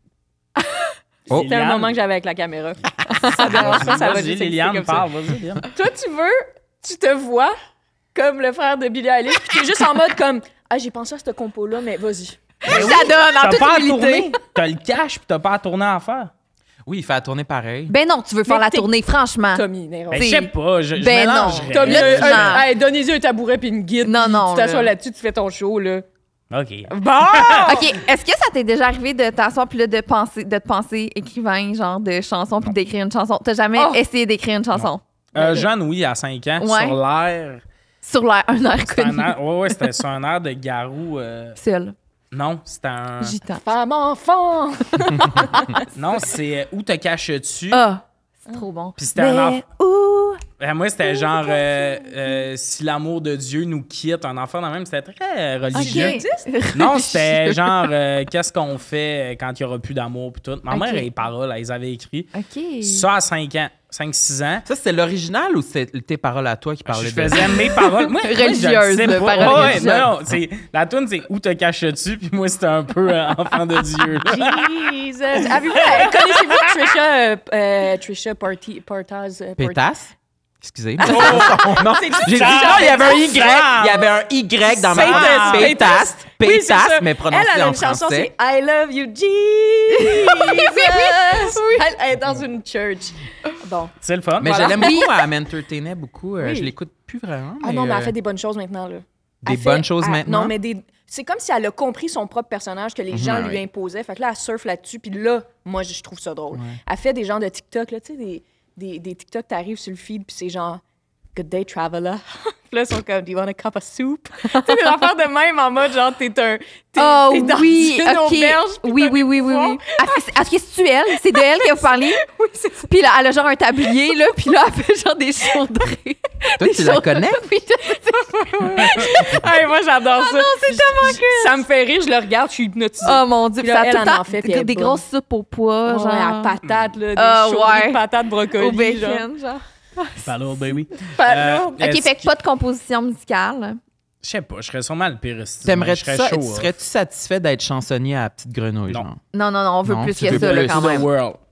Oh. C'était un Liliane. moment que j'avais avec la caméra. Ça dérange pas, ça va Vas-y, juste exister Liliane, comme ça. parle, vas-y, Liliane. Toi, tu te vois comme le frère de Billie Eilish, puis t'es juste en mode comme « Ah, j'ai pensé à ce compo-là, mais vas-y. Je la donne en T'as toute pas à humilité. tourner. T'as le cash, puis t'as pas à tourner à faire. Oui, il fait la tournée pareil. Ben non, tu veux faire Mais la t'es- tournée, franchement. » Tommy, Néron. Ben, je sais pas, je Ben non. mélangerais. Tommy, Là, tu mens. hey, donnez-y un tabouret puis une guide. Non, puis non, Tu t'assois là. là-dessus, tu fais ton show, là. OK. Bon! OK, est-ce que ça t'est déjà arrivé de t'asseoir puis là, de te penser écrivain, genre de chanson, puis d'écrire une chanson? T'as jamais Oh! essayé d'écrire une chanson? Jeanne, oui, à 5 ans, Ouais. sur l'air. Sur un air C'était connu. ouais, c'était sur un air de Garou. Seul. Non, c'était un. Gitan. Femme enfant! Non, c'est Où te caches-tu? Ah, c'est trop bon. Puis c'était un Mais enfant. où? Moi, c'était genre Si l'amour de Dieu nous quitte, un enfant de même, c'était très religieux. OK. Non, c'était genre Qu'est-ce qu'on fait quand il n'y aura plus d'amour? Puis tout. Ma Ok. mère, les paroles, elle les avait écrites. OK. Ça à 5 ans, 5-6 ans. Ça, c'est l'original ou c'est tes paroles à toi qui parlaient Je de... faisais mes paroles. Moi, Religieuse, je le sais là, pas. paroles Ouais, religieuses. non, la tune c'est Où te caches-tu? Puis moi, c'était un peu Enfant de Dieu. là. Jesus! Connaissez-vous Trisha Partaz? Pétasse? Excusez. Oh! non, j'ai dit ça, non, il y avait un Y. ça. Il y avait un Y dans ma Pétasse. Pétasse. Oui, c'est Pétasse, ça. mais prononcé Elle a en une chanson, français. c'est I love you, Jesus! Elle est dans une church. Bon. C'est le fun. Mais Voilà. je l'aime beaucoup, elle m'entertainait beaucoup. Oui. Je l'écoute plus vraiment. Ah non, mais elle euh, fait des bonnes choses maintenant, là. des Elle fait- bonnes choses elle- maintenant? Non, mais c'est comme si elle a compris son propre personnage que les gens Ouais, lui ouais. imposaient. Fait que là, elle surfe là-dessus. Puis là, moi, je trouve ça drôle. Elle fait des genres de TikTok, là, tu sais, des TikTok, t'arrives sur le feed, puis c'est genre Good day, traveler. Puis là, ils sont comme Do you want a cup of soup? Tu sais, des affaires de même en mode genre, t'es Oh dans oui, une OK. auberge. puis Oui. fond. Est-ce que c'est elle? C'est de elle que vous parlez? Oui, c'est ça. Puis là, elle a genre un tablier, là, puis là, elle fait genre des chaudrées. Toi, Des tu la chaudrées. connais? Oui, je sais. Hey, moi, j'adore ça. non, c'est tellement cool. Ça me fait rire, je le regarde, je suis hypnotisée. Oh mon Dieu, Puis puis là, ça a elle tout le en temps en fait, puis elle est des bonne. grosses soupes au pois, Ouais, genre. à patate, là, des Ah, chaudrées ouais. de patates brocoli. Au genre. bacon, genre. Pardon, baby. Pardon. OK, Est-ce fait que pas de composition musicale. Je sais pas, je serais sûrement le pire. T'aimerais-tu Je serais ça? chaud. Serais-tu satisfait d'être chansonnier à la petite grenouille? Non. Genre? Non, on veut Non, plus tu qu'il y ait veux ça, là, plus. quand To the même. world.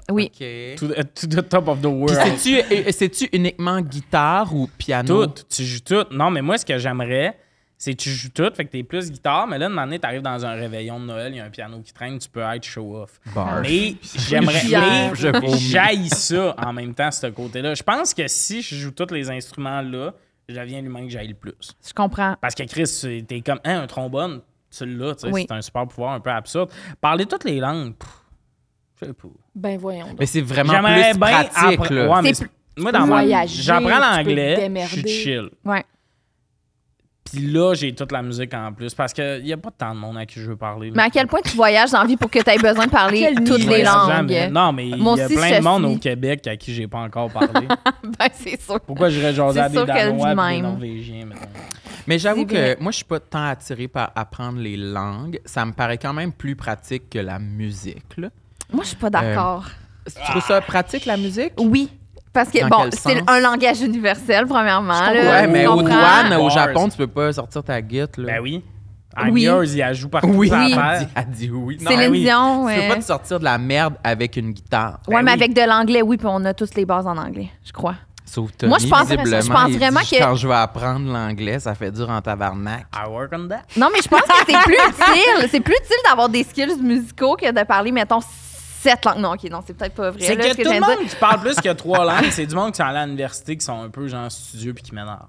Oui. OK. To the top of the Puis world. c'est-tu uniquement guitare ou piano? Tout. Tu joues tout. Non, mais moi, ce que j'aimerais, c'est que tu joues tout, fait que t'es plus guitare, mais là, de moment donné, t'arrives dans un réveillon de Noël, il y a un piano qui traîne, tu peux être show-off. Barf. Mais j'aimerais. Fier. Mais Je vomis. j'haïs ça en même temps, ce côté-là. Je pense que si je joue tous les instruments-là, je deviens l'humain que j'haïs le plus. Je comprends. Parce que Chris, t'es comme, un trombone, celui-là, tu sais, Oui. c'est un super pouvoir un peu absurde. Parler toutes les langues, je sais pas. Ben voyons donc. Mais c'est vraiment J'aimerais plus bien pratique, appre- là. Ouais, mais C'est moi, dans ma... voyager, j'apprends tu peux te l'anglais, je démerder. suis chill. Ouais. Puis là, j'ai toute la musique en plus parce qu'il n'y a pas tant de monde à qui je veux parler. Mais à quel point tu voyages dans la vie pour que tu aies besoin de parler Quel toutes niveau. les langues? Jamais. Non, mais il Moi y a aussi, plein je de monde suis. au Québec à qui j'ai pas encore parlé. Ben, c'est sûr. Pourquoi j'irais jaser C'est à des sûr qu'elle Danois vit et des même. Norvégiens, mettons. Mais j'avoue C'est que vrai. moi, je suis pas tant attirée par apprendre les langues. Ça me paraît quand même plus pratique que la musique, là. Moi, je suis pas d'accord. Tu trouves ça pratique, la musique? Oui. Parce que, Dans bon, quel c'est sens? un langage universel, premièrement. Je là, comprends. Ouais, tu mais aux comprends. douanes, au Bars. Japon, tu peux pas sortir ta guitare, là. Ben oui. Oui. Agniers, il la joue partout Oui, à Oui. terre. elle dit oui. Non, Céline oui. Dion, tu peux ouais. pas te sortir de la merde avec une guitare. Ouais, Ben mais oui. avec de l'anglais, oui, puis on a tous les bases en anglais, je crois. Sauf Tommy, Moi, je pense visiblement, il vraiment dit, que- quand je vais apprendre l'anglais, ça fait dur en tabarnak. I work on that. Non, mais je pense que c'est plus utile. C'est plus utile d'avoir des skills musicaux que de parler, mettons, 7 langues. Non, OK, non, c'est peut-être pas vrai. C'est là, que ce tout je le viens de dire. monde qui parle plus que 3 langues, c'est du monde qui sont allés à l'université, qui sont un peu genre studieux puis qui m'énervent.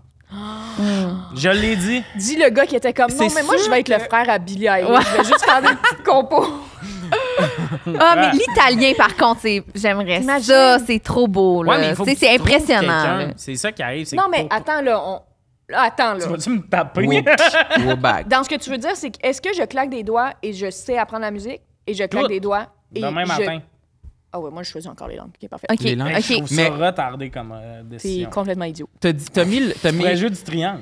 Je l'ai dit. Dis le gars qui était comme, non, C'est mais moi, sûr je vais être le frère à Billie Eilish. Je vais juste faire des petites compos. Ah, mais l'italien, par contre, j'aimerais T'imagines? ça. C'est trop beau, là. Ouais, mais il faut Tu sais, que c'est tu trouves impressionnant. quelqu'un. là. C'est ça qui arrive. c'est Non, que mais pour- attends, là, attends, là. Tu vas-tu me taper? Whoop, whoop back. Dans ce que tu veux dire, c'est que est-ce que je claque des doigts et je sais apprendre la musique et je claque Tout. des doigts et Demain je... matin. Ah ouais, moi, je choisis encore les langues. OK, parfait. OK, Les langues. Hey, je OK. trouve Mais- ça retardé comme C'est décision. complètement idiot. T'as mis le... Tu pourrais jouer du triangle.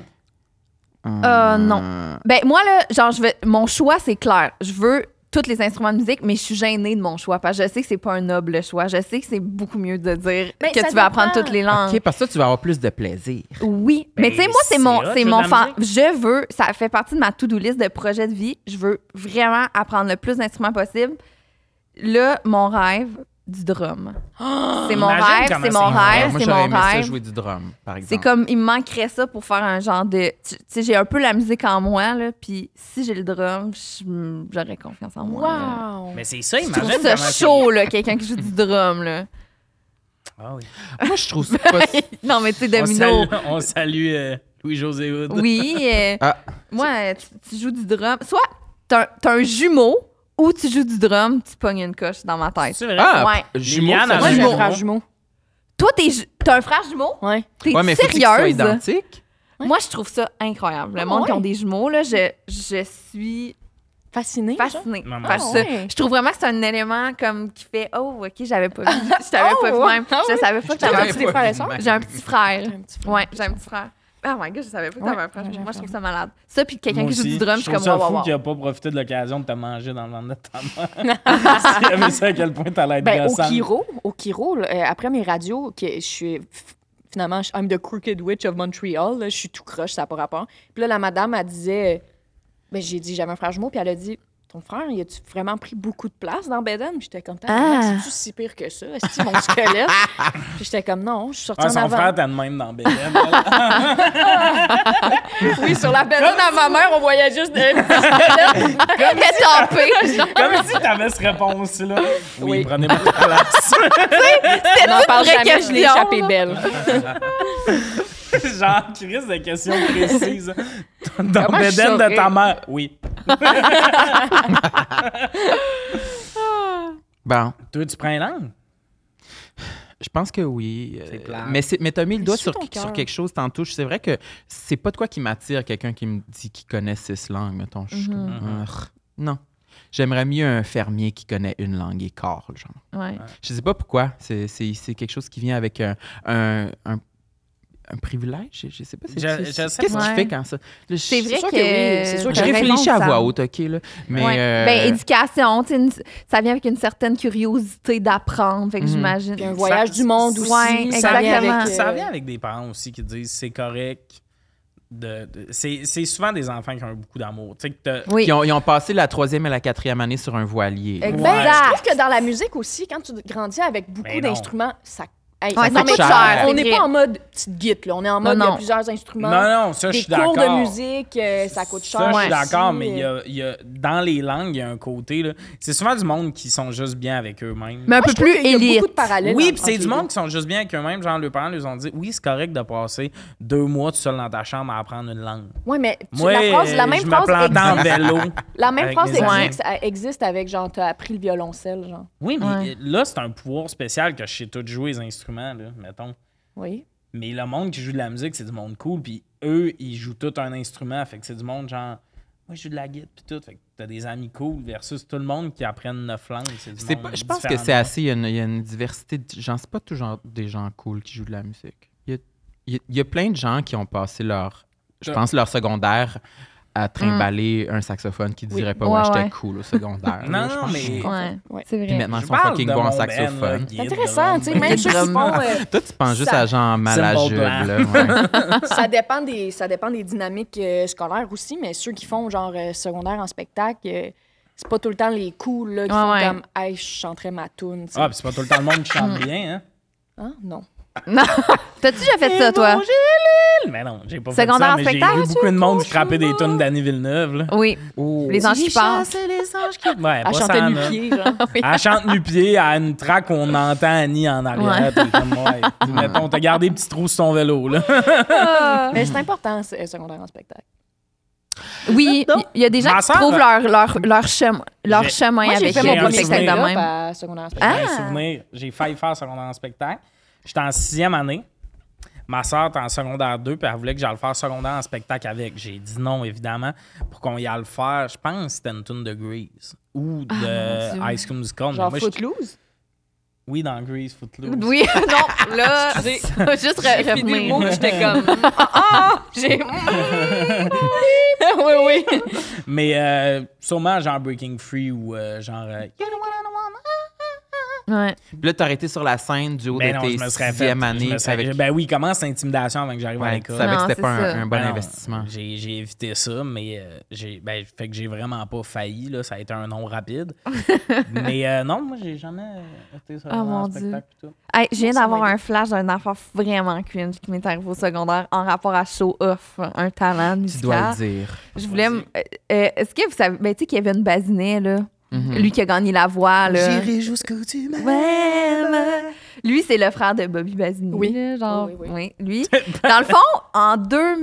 Non. Ben, moi, là, genre, mon choix, c'est clair. Je veux tous les instruments de musique, mais je suis gênée de mon choix parce que je sais que c'est pas un noble choix. Je sais que c'est beaucoup mieux de dire Mais que ça tu vas apprendre dépend. toutes les langues. OK, parce que ça, tu vas avoir plus de plaisir. Oui, Ben, mais tu sais, moi, c'est c'est mon, hot, c'est jouer mon de la je veux, ça fait partie de ma to-do list de projets de vie. Je veux vraiment apprendre le plus d'instruments possible. Là, mon rêve, du drum. C'est mon Imagine rêve, comment c'est c'est mon hot. rêve, Moi, c'est j'aurais mon aimé ça rêve. jouer du drum, par exemple. C'est comme, il me manquerait ça pour faire un genre de... Tu sais, j'ai un peu la musique en moi, là, puis si j'ai le drum, j'aurais confiance en moi. là. Wow! Mais c'est ça, Je imagine trouve ça comment chaud, là, quelqu'un qui joue du drum, là. Ah oui. Moi, je trouve ça pas... Non, mais tu sais, On Domino... salue, on salue Louis-José Hood. Oui, Ah. moi, tu joues du drum. Soit t'as un jumeau ou tu joues du drum, tu pognes une coche dans ma tête. C'est vrai? Ah, Ouais. jumeau, Liliane, ça elle Moi, a j'ai jumeau. un frère jumeau. Toi, t'as un frère jumeau? Ouais. T'es Ouais, mais faut-tu qu'ils soient sérieuse? identiques? Moi, je trouve ça incroyable. Le Ah, monde qui ouais. ont des jumeaux, là, je suis Fasciné. fascinée Maman. par Ah, ça. ouais. Je trouve vraiment que c'est un élément comme qui fait « Oh, OK, j'avais pas vu. Je t'avais Oh, pas vu même. ah Je oui. savais pas que T'avais t'avais un des petit frères et sœurs? J'ai un petit frère. Un petit frère. Ouais, j'ai un petit frère. Oh my God, je savais pas que t'avais Ouais, un frère. ouais, j'ai un Moi, je frère. trouve ça malade. Ça, puis quelqu'un Moi qui joue aussi. du drum, je suis trouve comme ça wow, fou wow, qu'il wow. a pas profité de l'occasion de te manger dans le ventre de ta mère. S'il avait su à quel point t'allais être Ben, gossante. au Kiro, là, après mes radios, que je suis finalement, I'm the Crooked Witch of Montreal, là, je suis tout croche, ça n'a pas rapport. Puis là, la madame, elle disait, ben, j'ai dit, j'avais un frère jumeau, puis elle a dit, ton frère, il a-tu vraiment pris beaucoup de place dans Beden? Puis j'étais comme, c'est-tu si pire que ça? Est-ce que mon squelette? Puis j'étais comme, non, je suis sortie Ah, en son avant. frère était de même dans BN. Oui, sur la Beden à ma mère, on voyait juste des Étampé. Comme si t'avais cette réponse-là. Oui, Oui. prenez beaucoup de place. On n'en parle vraie jamais, je l'ai question, échappé là. belle. Genre, crise de questions précises. Dans Comment je Bédaine de ta saurais? mère. Oui. Bon, Toi, tu prends une langue? je pense que oui. C'est plate. Mais t'as mis le doigt suis sur, ton cœur. sur quelque chose tantôt. C'est vrai que c'est pas de quoi qui m'attire quelqu'un qui me dit qu'il connaît 6 langues, mettons. Je suis comme, non. J'aimerais mieux un fermier qui connaît une langue et quart, genre. Ouais. Je sais pas pourquoi. C'est quelque chose qui vient avec un privilège. Je sais pas. Je sais Qu'est-ce pas. qui fait quand ça? C'est vrai sûr que, que oui, c'est sûr que Je t'as raison, réfléchis à Sam. voix haute, OK? Là. Mais, Ouais. Ben, éducation, tu sais, ça vient avec une certaine curiosité d'apprendre. Fait que j'imagine. Puis un voyage du monde aussi. Ouais, ça vient exactement. avec, Ça vient avec des parents aussi qui disent c'est correct c'est souvent des enfants qui ont eu beaucoup d'amour. Tu sais, que Oui. Ils ont passé la 3e et la 4e année sur un voilier. Ben, Exact. je trouve que dans la musique aussi, quand tu grandis avec beaucoup Ben non. d'instruments, ça. Ouais, ça ça coûte coûte cher. cher, On c'est n'est vrai. pas en mode petite guite, là. On est en mode Non, il y non. a plusieurs instruments. Non, ça, je Des suis d'accord. cours de musique, ça coûte cher. Ça, je suis aussi. d'accord, mais il y a, dans les langues, il y a un côté, là, c'est souvent du monde qui sont juste bien avec eux-mêmes. Mais un Moi, peu je trouve plus qu'il y a élite. beaucoup de parallèles. Oui, entre- puis c'est entre du les monde deux. qui sont juste bien avec eux-mêmes. Genre, leurs parents leur ont dit, oui, c'est correct de passer 2 mois tout seul dans ta chambre à apprendre une langue. Ouais, mais Moi, la même je me phrase plantais en vélo. La même avec phrase mes amis. existe avec genre t'as appris le violoncelle, genre. Oui, mais Ouais. là, c'est un pouvoir spécial que je sais tout jouer les instruments, là, mettons. Oui. Mais le monde qui joue de la musique, c'est du monde cool. Puis eux, ils jouent tout un instrument. Fait que c'est du monde genre, moi, je joue de la guitare, puis tout. Fait que t'as des amis cool versus tout le monde qui apprennent 9 langues. C'est du monde Je pense que différent. c'est assez. Il y a une diversité de gens. C'est pas toujours des gens cool qui jouent de la musique. Il y a plein de gens qui ont passé leur secondaire à trimballer un saxophone qui dirait pas Ouais, j'étais ouais. cool au secondaire. Non, là, je non, pense. mais- Ouais, Ouais. c'est Puis vrai. maintenant, ils Je sont parle fucking de bons en mon saxophone. band, là, C'est guide, intéressant, tu sais, drum. même ceux qui Drum. font. Toi, tu penses juste Ça- à genre mal à Simple jube, plan. là. Ouais. Ça dépend des dynamiques scolaires aussi, mais ceux qui font genre secondaire en spectacle, c'est pas tout le temps les cools là, qui Ouais, font ouais. comme hey, je chanterais ma toune. Ah, puis c'est pas tout le temps le monde qui chante bien, hein? Hein? Non. Non. T'as-tu déjà fait ça, toi? Mais non, j'ai pas Secondaire fait ça, en mais j'ai spectacle, vu beaucoup de monde scraper des tunes d'Annie Villeneuve, là. Oui. Les anges qui passent. Ouais, Elle pas chantait ça, là. nu-pied, genre. Elle chante nu-pied à une track où on entend Annie en arrière. Ouais. T'es comme, ouais. Mettons, t'as gardé petit trou sur ton vélo, là. Mais c'est important, secondaire en spectacle. Oui, il y a des gens Ma qui sœur- trouvent leur chemin J'ai- Moi, j'ai avec fait j'ai mon un premier souvenir spectacle de stand-up même. à secondaire en J'ai spectacle. un souvenir. J'ai failli faire secondaire en spectacle. J'étais en 6e année. Ma soeur était en secondaire 2, puis elle voulait que j'aille faire secondaire en spectacle avec. J'ai dit non, évidemment, pour qu'on y aille le faire. Je pense que c'était une tune de Grease ou de mon Dieu. High School Musical. mais Genre moi, Footloose. Oui, dans Grease, Footloose. Oui, non, là, Excusez. juste J'ai fini le mot, revenir. j'étais comme j'ai oui oui. Mais sûrement genre Breaking Free ou genre... Ouais. Puis là, t'as arrêté sur la scène du haut Ben de non, tes je me serais 6e fait... année. avec... Ben oui, comment c'est intimidation avant que j'arrive à Ouais, tu l'école? savais que Non, c'était pas c'est ça. un bon Ben non, investissement. J'ai évité ça, mais fait que j'ai vraiment pas failli. Là, ça a été un non rapide. Mais non, moi, j'ai jamais été sur Oh, un mon spectacle. Pis tout. Hey, je viens Ça d'avoir m'a un flash d'un affaire vraiment cringe qui m'est arrivé au secondaire en rapport à Show Off, un talent Tu dois musical. le dire. Je voulais. Est-ce que vous savez. Ben, tu sais, Kevin Bazinet, là. Mhm. Lui qui a gagné la voix, là. jusqu'où tu m'aimes. Ouais, lui, c'est le frère de Bobby Bazinet. Oui. là, genre, Oui, oui, oui. Lui, dans le fond, en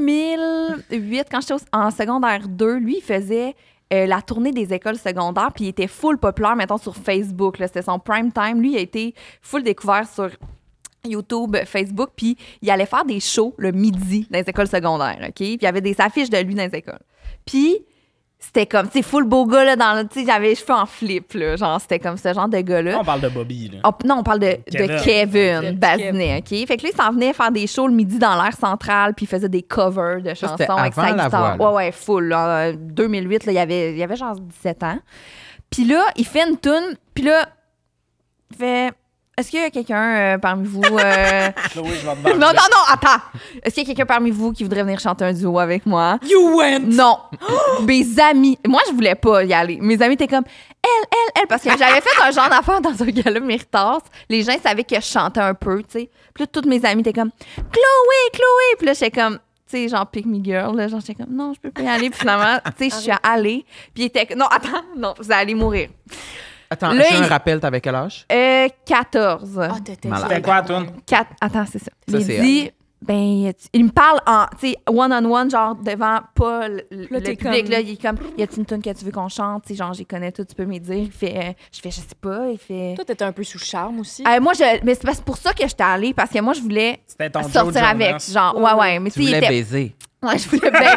2008, quand j'étais en secondaire 2, lui, il faisait la tournée des écoles secondaires, puis il était full populaire, mettons, sur Facebook. Là, c'était son prime time. Lui, il a été full découvert sur YouTube, Facebook, puis il allait faire des shows le midi dans les écoles secondaires, OK? Puis il y avait des affiches de lui dans les écoles. Puis c'était comme, tu sais, full beau gars, là, dans le, tu sais, j'avais les cheveux en flip, là, genre, c'était comme ce genre de gars-là. On parle de Bobby. Là. Oh, non, on parle de Kevin De Bazinet, OK? Fait que là, il s'en venait faire des shows le midi dans l'air central, puis il faisait des covers de Ça, chansons c'était avec sa avant la guitare. voix, là. Ouais, full. Là, en 2008, là, il y avait genre 17 ans. Puis là, il fait une toune, puis là, il fait... Est-ce qu'il y a quelqu'un parmi vous... Chloé, je vais te Non, attends! Est-ce qu'il y a quelqu'un parmi vous qui voudrait venir chanter un duo avec moi? You went. Non. Mes amis. Moi, je voulais pas y aller. Mes amis étaient comme elle, parce que j'avais fait un genre d'affaire dans un gala Méritas. Les gens savaient que je chantais un peu, tu sais. Puis là, toutes mes amies étaient comme Chloé. Puis là, j'étais comme, tu sais, genre pick me girl. Là, genre, j'étais comme non, je peux pas y aller. Puis finalement, tu sais, je suis allée. Puis il était non, attends, non, vous allez mourir. Attends, Là, j'ai un il- rappel, t'avais quel âge? 14. Ah, t'étais Malade. C'était quoi, toi? Attends, c'est ça. Ça, Il c'est dit, ben, il me parle en, tu sais, one-on-one, genre devant pas le t'es public. comme- Là, il est comme, y a-t-il une tune que tu veux qu'on chante? Tu sais, genre, j'y connais tout, tu peux me dire. Il fait, je fais, je sais pas. Il fait. Toi, t'étais un peu sous charme aussi. Moi, mais c'est pour ça que j'étais allée, parce que moi, je voulais C'était ton Joe sortir Jonas. avec. Genre, ouais. Mais Tu tu sais, il voulais était. baiser. Ouais, je voulais baiser.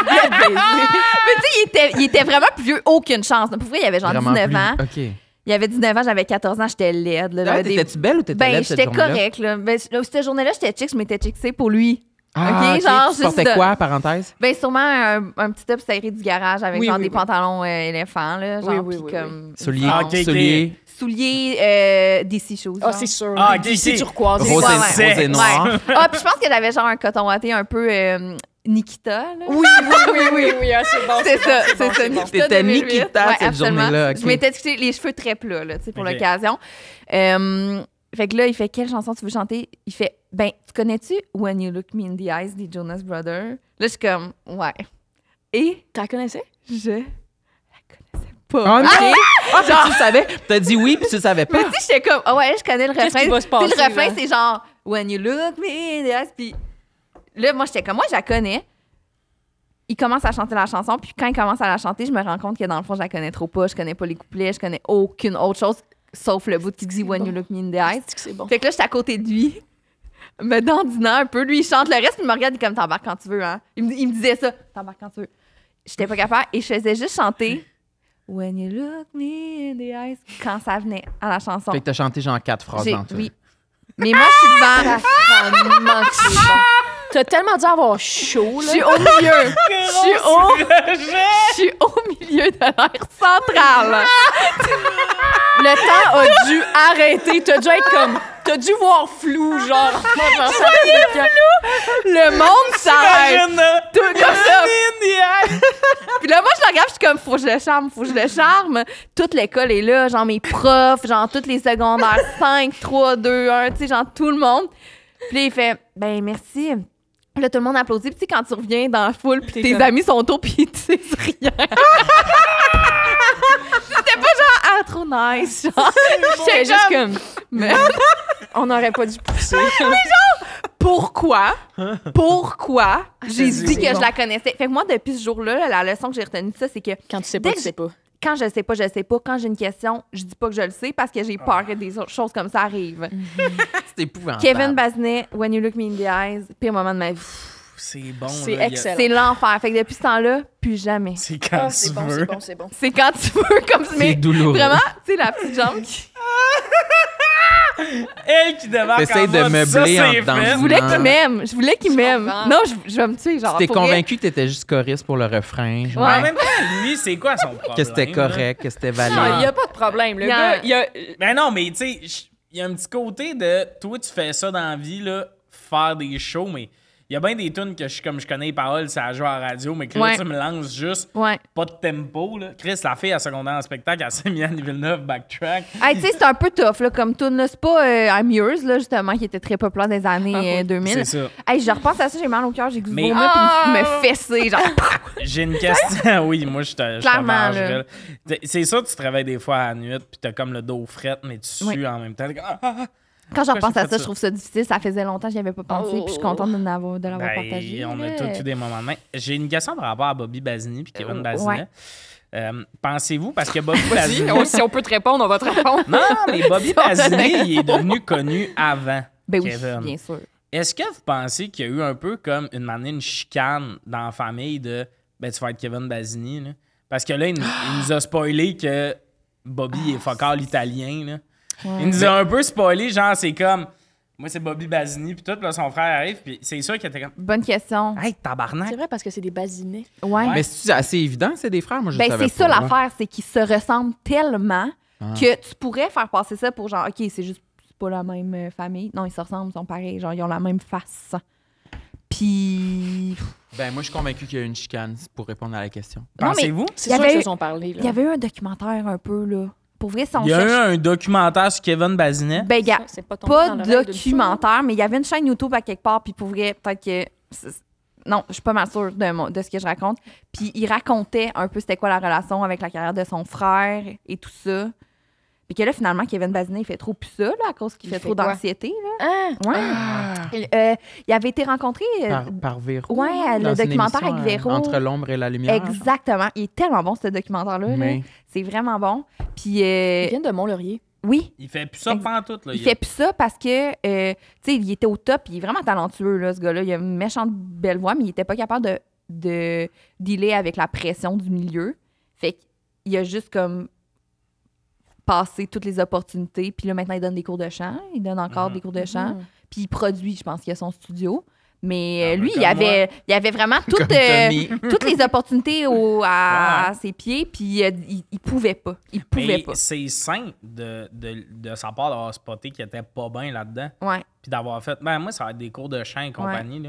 Mais tu sais, il était vraiment plus vieux, aucune chance. Pour vrai, il avait genre Vraiment 19 plus- ans. OK. Il avait 19 ans, j'avais 14 ans, j'étais laide. Là, Ah, j'avais des- t'étais-tu belle ou t'étais Ben, laide cette j'étais journée-là? correcte. Là. Ben, cette journée-là, j'étais chic, je m'étais chicksée pour lui. Ah, OK, genre, tu juste portais de- quoi, parenthèse? Ben, sûrement un petit top serré du garage avec Oui, genre oui, des oui. pantalons éléphants, là. Genre, Oui, oui, puis oui, comme. Souliers, Ah, ok, ok. souliers, Souliers DC shoes. Ah, genre. c'est sûr. Ah, Des ok, DC ok. turquoise. rose Ouais, et, ouais. rose et noir. Ah, puis je pense que j'avais genre un coton watté un peu Nikita, là. Oui, ah, c'est bon. C'est ça, c'est ça. bon. Nikita T'étais 2008. Nikita cette absolument. journée-là, ok. Je m'étais tissé les cheveux très plats, là, tu sais, pour Ok. l'occasion. Fait que là, il fait quelle chanson tu veux chanter? Il fait, ben, tu connais-tu When You Look Me in the Eyes des Jonas Brothers? Là, je suis comme, ouais. Et T'as connaissais? je la connaissais pas. Oh non! Ok? Ah, puis tu savais. T'as dit oui, puis tu savais Mais pas. tu sais, j'étais comme, ah ouais, je connais le refrain. Qu'est-ce qui va se Tu sais, passer, le refrain, là? c'est genre, When You Look Me in the Eyes. Puis là, moi, j'étais comme, moi, je la connais. Il commence à chanter la chanson, puis quand il commence à la chanter, je me rends compte que dans le fond, je la connais trop pas. Je connais pas les couplets, je connais aucune autre chose, sauf le bout qui dit When You Look Me in the Eyes. C'est que c'est bon. Fait que là, j'étais à côté de lui, me dandinant un peu. Lui, il chante le reste, puis il me regarde, il est comme t'embarques quand tu veux, hein. Il me disait ça, t'embarques quand tu veux. J'étais pas capable, et je faisais juste chanter When You Look Me in the Eyes quand ça venait à la chanson. Fait que t'as chanté genre 4 phrases dans tout. Oui. Mais moi, je suis devant. Vraiment que c'est bon. T'as tellement dû avoir chaud, Je là. suis au milieu. Je suis au milieu de l'air central. Le temps a dû arrêter. T'as dû être comme... T'as dû voir flou, genre. Le monde s'arrête. Tout comme ça. Puis là, moi, je le regarde, je suis comme, faut que je le charme. Toute l'école est là, genre mes profs, genre toutes les secondaires 5, 3, 2, 1, tu sais, genre tout le monde. Puis là, il fait, ben merci. Là, tout le monde applaudit. Puis tu sais, quand tu reviens dans la foule, puis tes comme- amis sont autour, puis tu sais rien. C'était pas genre, ah, trop nice. Genre, J'étais juste comme... mais On n'aurait pas dû pousser. pourquoi j'ai c'est dit que bon. je la connaissais? Fait que moi, depuis ce jour-là, la leçon que j'ai retenue de ça, c'est que Quand tu sais pas, Dès tu que sais pas. quand je sais pas, je sais pas. Quand j'ai une question, je dis pas que je le sais parce que j'ai peur que des autres choses comme ça arrivent. C'est épouvantable. Kevin Bazinet, When You Look Me in the Eyes, pire moment de ma vie. C'est bon. C'est là, excellent. C'est l'enfer. Fait que depuis ce temps-là, plus jamais. C'est quand Ah, tu c'est bon, veux. c'est bon, c'est bon. C'est quand tu veux, comme ça. C'est Mais douloureux. vraiment, tu sais, la petite jambe qui... Elle qui débarque T'essayes en de mode, ça, meubler en c'est dedans. fait. Je voulais Non. qu'il m'aime. Je voulais qu'il m'aime. comprends. Non, je vais me tuer, genre. T'es pour vrai. convaincu que t'étais juste choriste pour le refrain, genre, Ouais. En même temps, lui, c'est quoi son problème? que c'était là? correct, que c'était Non, valide. il n'y a pas de problème. Le Il y a- gars, il y a... Ben non, mais tu sais, il y a un petit côté de toi, tu fais ça dans la vie, là, faire des shows, mais il y a bien des tunes que je connais les paroles, ça joue à la radio, mais que là, Ouais. tu me lances juste Ouais. pas de tempo, là. Chris, la fille à secondaire en spectacle, elle s'est mise à Villeneuve, backtrack. Hey, tu sais, c'est un peu tough, là, comme tune, là. C'est pas I'm Yours, là, justement, qui était très populaire des années 2000. C'est ça. Hey, je repense à ça, j'ai mal au cœur, j'ai goût de Mais- vomir puis me fesser, genre. J'ai une question. Oui, moi, je te Clairement, mangerais, là. là. C'est ça, tu te réveilles des fois à la nuit, puis t'as comme le dos fret, mais tu sues Oui. en même temps. T'es comme, ah. Quand je Pourquoi repense j'ai à fait ça, ça? je trouve ça difficile. Ça faisait longtemps que j'y avais pas pensé, puis je suis contente de l'avoir Ben, partagé. on là. a tous eu des moments de main. J'ai une question par rapport à Bobby Basini puis Kevin Bazinet. ouais. Pensez-vous, parce que Bobby Si, Basini... si on peut te répondre, on va te répondre. Non, mais Bobby Si on a Basini, l'info. il est devenu connu avant Ben oui, Kevin. bien sûr. Est-ce que vous pensez qu'il y a eu un peu comme une chicane dans la famille de ben tu vas être Kevin Basini, là? Parce que là, il nous a spoilé que Bobby est focal italien, là. Il nous a un peu spoilé, genre c'est comme moi c'est Bobby Basini puis tout, puis là son frère arrive puis c'est sûr qu'il était comme Bonne question. hey tabarnak. C'est vrai parce que c'est des basinets. Ouais. Mais c'est assez évident, c'est des frères, moi je Ben, savais c'est ça pas, ouais. l'affaire, c'est qu'ils se ressemblent tellement Ah. que tu pourrais faire passer ça pour genre, OK, c'est juste c'est pas la même famille. Non, ils se ressemblent, ils sont pareils. Genre, ils ont la même face. Puis. Ben moi je suis convaincu qu'il y a une chicane pour répondre à la question. Non, mais Pensez-vous? C'est Il y sûr avait qu'ils eu- se sont parlé. Là. Il y avait eu un documentaire un peu, là. Pour vrai, si on Il y a eu cherche. un documentaire sur Kevin Bazinet. Ben, gars, C'est pas tombé pas dans l'oreille d'une documentaire, mais il y avait une chaîne YouTube à quelque part, puis pour vrai, peut-être que. Non, je suis pas mal sûre de ce que je raconte. Puis il racontait un peu c'était quoi la relation avec la carrière de son frère et tout ça. Puis que là, finalement, Kevin Bazinet, il fait trop plus ça, là, à cause qu'il Il fait fait trop quoi? d'anxiété, là. Ah! Ouais. Il avait été rencontré. Par Véro. ouais, là, le dans une documentaire émission, avec Véro. Entre l'ombre et la lumière. Exactement. Il est tellement bon, ce documentaire-là. là. Mais C'est vraiment bon. Puis, Ils viennent de Mont-Laurier. oui, Il fait plus ça pantoute là. il fait plus ça parce que, tu sais, il était au top. Il est vraiment talentueux, là, ce gars-là. Il a une méchante belle voix, mais il était pas capable de dealer avec la pression du milieu. Fait qu'il a juste comme passé toutes les opportunités. Puis là, maintenant, il donne des cours de chant. Il donne encore des cours de chant. Puis il produit, je pense qu'il a son studio. Mais Ah, lui, comme il avait vraiment Comme Tommy. toutes les opportunités à ses pieds, puis il pouvait pas. Il pouvait Mais pas. c'est sain de sa part d'avoir spoté qu'il était pas bien là-dedans. Ouais. Puis d'avoir fait ben moi ça va être des cours de chant et compagnie là.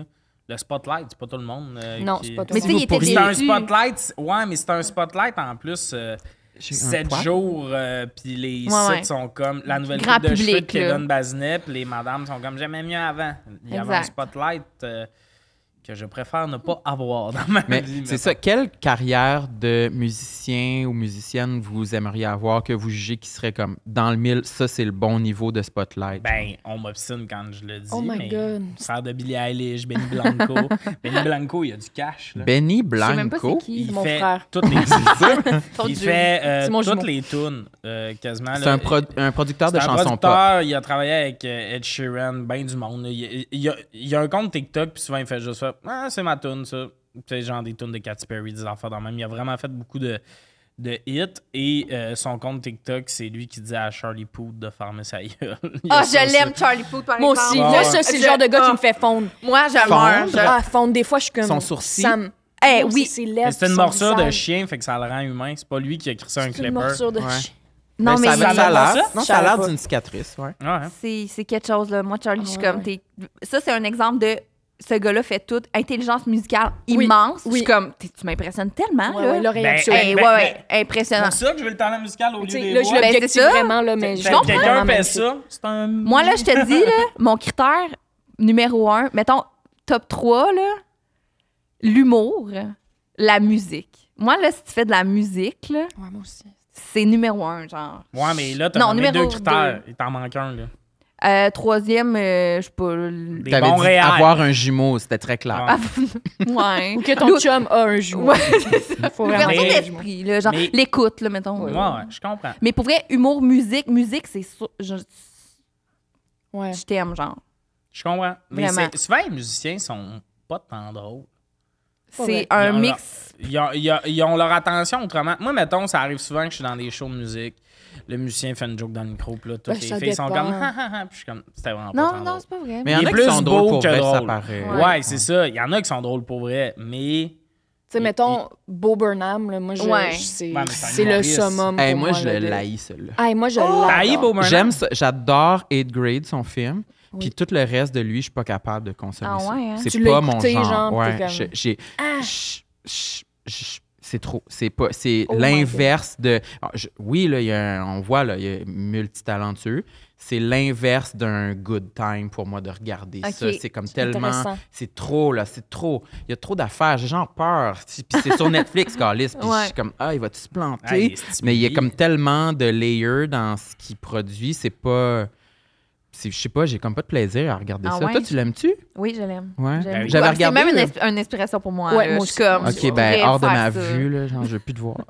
Le spotlight, c'est pas tout le monde. Non, qui... c'est pas tout Mais le tu sais, il monde. était C'est un déçu. spotlight. Ouais, mais c'est un spotlight en plus. J'ai un 7 poil. jours, puis les Ouais, sites ouais. sont comme la nouvelle Grand coupe de cheveux de public, là. Kevin Bazinet, puis les madames sont comme j'aimais mieux avant. Il y avait un Exact. spotlight que je préfère ne pas avoir dans ma Mais vie. c'est ça. Quelle carrière de musicien ou musicienne vous aimeriez avoir que vous jugez qui serait comme dans le mille, ça, c'est le bon niveau de spotlight? Ben, on m'obstine quand je le dis. Oh my mais God. Frère de Billie Eilish, Benny Blanco. Benny Blanco, il a du cash. Là. Benny Je sais même pas Blanco. c'est qui. Il mon fait frère. toutes les Ton il Dieu. fait C'est mon toutes jumeau. les tunes quasiment. C'est là. un producteur de C'est un chansons pop. producteur, il a travaillé avec Ed Sheeran, ben du monde. Il y a un compte TikTok, puis souvent il fait juste ça. Ah, c'est ma tune, ça. Tu sais, genre des tunes de Katy Perry, des affaires dans le même. Il a vraiment fait beaucoup de hits. Et son compte TikTok, c'est lui qui dit à Charlie Puth de fermer sa gueule. Il y a Ah, ça je l'aime, aussi. Charlie Puth, par Moi exemple. aussi. Ouais, Là, ouais. ça, c'est le genre de gars qui me fait fondre. Moi, je Fondre. meurs. Ah, fondre, des fois, je suis comme... Son sourcil. Ça me- Eh, Moi oui. aussi, ses lèvres, Mais c'est une son morsure de visage. chien, fait que ça le rend humain. C'est pas lui qui a écrit ça un C'est une clipper. morsure de Ouais. chien. Non, mais ça a ça l'air. va, ça? Non, Je ça a savais l'air pas. d'une cicatrice, ouais. Ouais. c'est quelque chose, là. Moi, Charlie, je suis Ouais, comme... ouais. Ça, c'est un exemple de... Ce gars-là fait tout. Intelligence musicale Oui, immense. oui. Je suis comme... Tu m'impressionnes tellement, Ouais, là. ouais, l'oreille Ben, absolue. Hey, Ben, ouais, C'est impressionnant. pour ça que je veux le talent musical au lieu Tu sais, des là, je voix. Ben, l'objective c'est ça. vraiment, là, mais je Fait trouve que quelqu'un vraiment fait magnifique. ça, c'est un... Moi, là, je te dis, là, mon critère numéro 1, mettons, top 3, là, l'humour, la musique. Moi, là, si tu fais de la musique, là, Ouais, moi aussi. c'est numéro 1, genre. Ouais, mais là, t'as Non, nommé numéro 2 critères. 2. Il t'en manque un, là. Troisième, je sais pas... Des T'avais bons dit réels. avoir un jumeau, c'était très clair. Ah. Ouais. Ou que ton L'autre- chum a un jour. Ouais, c'est ça. Faut vraiment... Ouverture Mais- d'esprit, là, genre, mais- l'écoute, là, mettons. Ouais, je comprends. Mais pour vrai, humour, musique, c'est ça. Ouais. Je t'aime, genre. Je comprends. Mais Vraiment. souvent, les musiciens sont pas tant drôles. Pas C'est vrai. un Ils ont mix. Ils ont leur attention autrement. Moi, mettons, ça arrive souvent que je suis dans des shows de musique. Le musicien fait une joke dans le micro, puis là, toutes Ben, les ça filles sont dépend. comme... Ha, ha, ha. Puis je suis comme... C'était vraiment pas Non, tant non, drôle. c'est pas vrai. Mais il y en Il est a qui plus sont beau drôles pour que vrai, ça drôle. paraît. Ouais, c'est ça. Il y en a qui sont drôles pour vrai, mais... Tu sais, mettons, Bo Burnham, là, moi, Ouais. c'est Ouais, mais c'est un c'est le humoriste. summum Hey, pour moi, je là, le de- laïs, celui-là. Hey, moi, je T'as haï l'adore. Bo Burnham? J'aime ça. J'adore 8th Grade, son film. Oui. Puis tout le reste de lui, je suis pas capable de consommer Ah ça. ouais, hein? C'est Tu pas l'as mon écouté, genre. genre, Ouais, t'es comme- j'ai... Ah! C'est trop. C'est Oh my l'inverse de... oui, là, on voit, là, il est multitalentueux. C'est l'inverse d'un good time pour moi de regarder Ok. ça. C'est comme tellement... intéressant. C'est trop, là. C'est trop. Il y a trop d'affaires. J'ai genre peur. Puis c'est sur Netflix, Carlis. Puis Ouais. je suis comme, il va-tu se planter? Ah, il est stylé. Mais il y a comme tellement de layers dans ce qu'il produit. C'est pas... Je sais pas, j'ai comme pas de plaisir à regarder Ah ça. ouais? Toi, tu l'aimes-tu? Oui, je l'aime. Ouais. J'aime beaucoup. J'avais Ah, regardé... C'est même là. une inspiration pour moi. Ouais, là. moi Je suis aussi. comme, OK, je ben pourrais hors de faire ma ça. vue, là, genre, je veux plus te voir.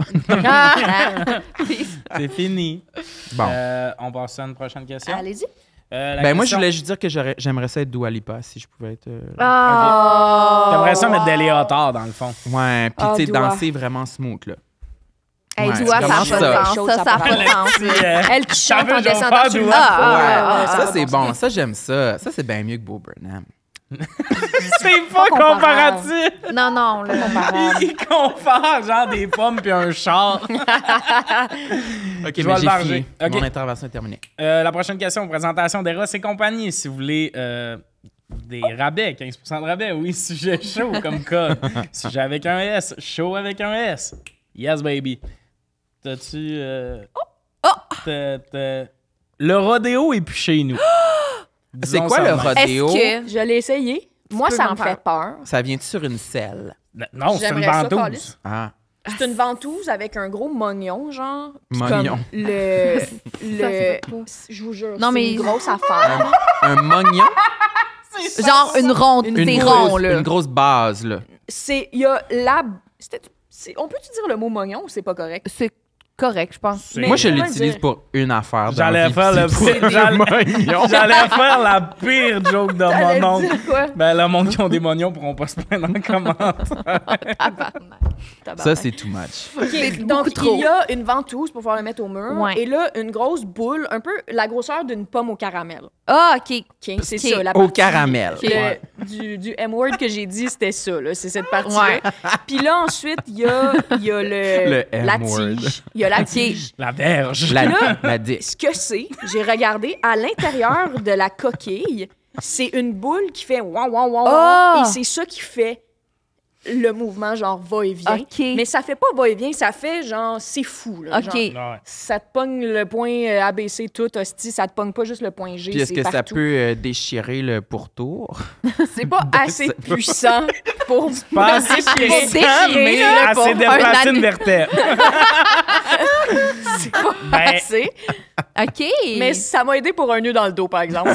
C'est fini. Bon. On passe à une prochaine question. Allez-y. La Moi, je question- voulais juste dire que j'aimerais ça être Dua Lipa, si je pouvais être... Ah! T'aimerais ça mettre des léotards, dans le fond. Ouais, puis Ah, tu sais, Dua. danser vraiment smooth, là. Hey, Ouais, Dua, c'est ça n'a vraiment pas de ça. sens. Ça n'a pas de sens. Elle qui chante veux, en je vais descendant faire sur le Dua. micro. Ah, ça ça, va c'est pas bon. Ça, j'aime ça. Ça, c'est bien mieux que Bo Burnham. C'est pas comparable. comparatif. Non, non, là. Il compare genre des pommes puis un char. OK, Je vais mais le j'ai varger. fini. OK. Mon intervention est terminée. La prochaine question, présentation d'Eros et compagnie. Si vous voulez des rabais, 15% de rabais, oui, sujet chaud comme code. Sujet avec un S, chaud avec un S. Yes, baby. T'as-tu... Le rodéo est plus chez nous. C'est Disons quoi ça le de même. rodéo? Est-ce que... Je l'ai essayé. Moi, peux ça m'en me fait peur. Ça vient-tu sur une selle? Non, c'est une J'aimerais ça, ventouse. Carlis. Ah. C'est une ventouse avec un gros mognon, genre. Puis Mognon. Comme le... fait pas. Je vous jure, Non, c'est mais- une grosse affaire. Un mognon? Genre une ronde, Une c'est grosse- rond, là. Une grosse base, là. Il y a la... On peut-tu dire le mot mognon ou c'est pas correct? C'est correct, je pense. Mais Moi, je comment l'utilise dire? pour une affaire. dans J'allais la vie, faire puis le c'est pour j'allais- mognon. J'allais faire la pire joke de T'allais mon oncle. dire quoi? Ben, le monde qui ont des mognons pourront pas se plaindre en commentaire. Ça, c'est too much. C'est Donc, beaucoup trop. il y a une ventouse pour pouvoir le mettre au mur. Ouais. Et là, une grosse boule, un peu la grosseur d'une pomme au caramel. Ah, OK. OK? C'est Ok. ça, la Au partie. caramel. Du M-word que j'ai dit, c'était ça, là. C'est cette partie-là. Ouais. Puis là, ensuite, il y a Le la M-word. tige. Il y a la tige. La verge. La, Là, la disque. Ce que c'est, j'ai regardé à l'intérieur de la coquille, c'est une boule qui fait wow, wow, wow, Ah! wow, et c'est ça qui fait le mouvement genre va-et-vient. OK. Mais ça fait pas va-et-vient, ça fait genre c'est fou. Là, OK. genre, Ouais. ça te pogne le point ABC tout, hostie, ça te pogne pas juste le point G, Puis est-ce c'est que ça partout. peut déchirer le pourtour? C'est pas assez puissant pour Pas assez pour puissant, déchirer, mais là, pour assez déplacer un une vertèbre. c'est pas Ben, assez. OK. Mais ça m'a aidé pour un nœud dans le dos, par exemple.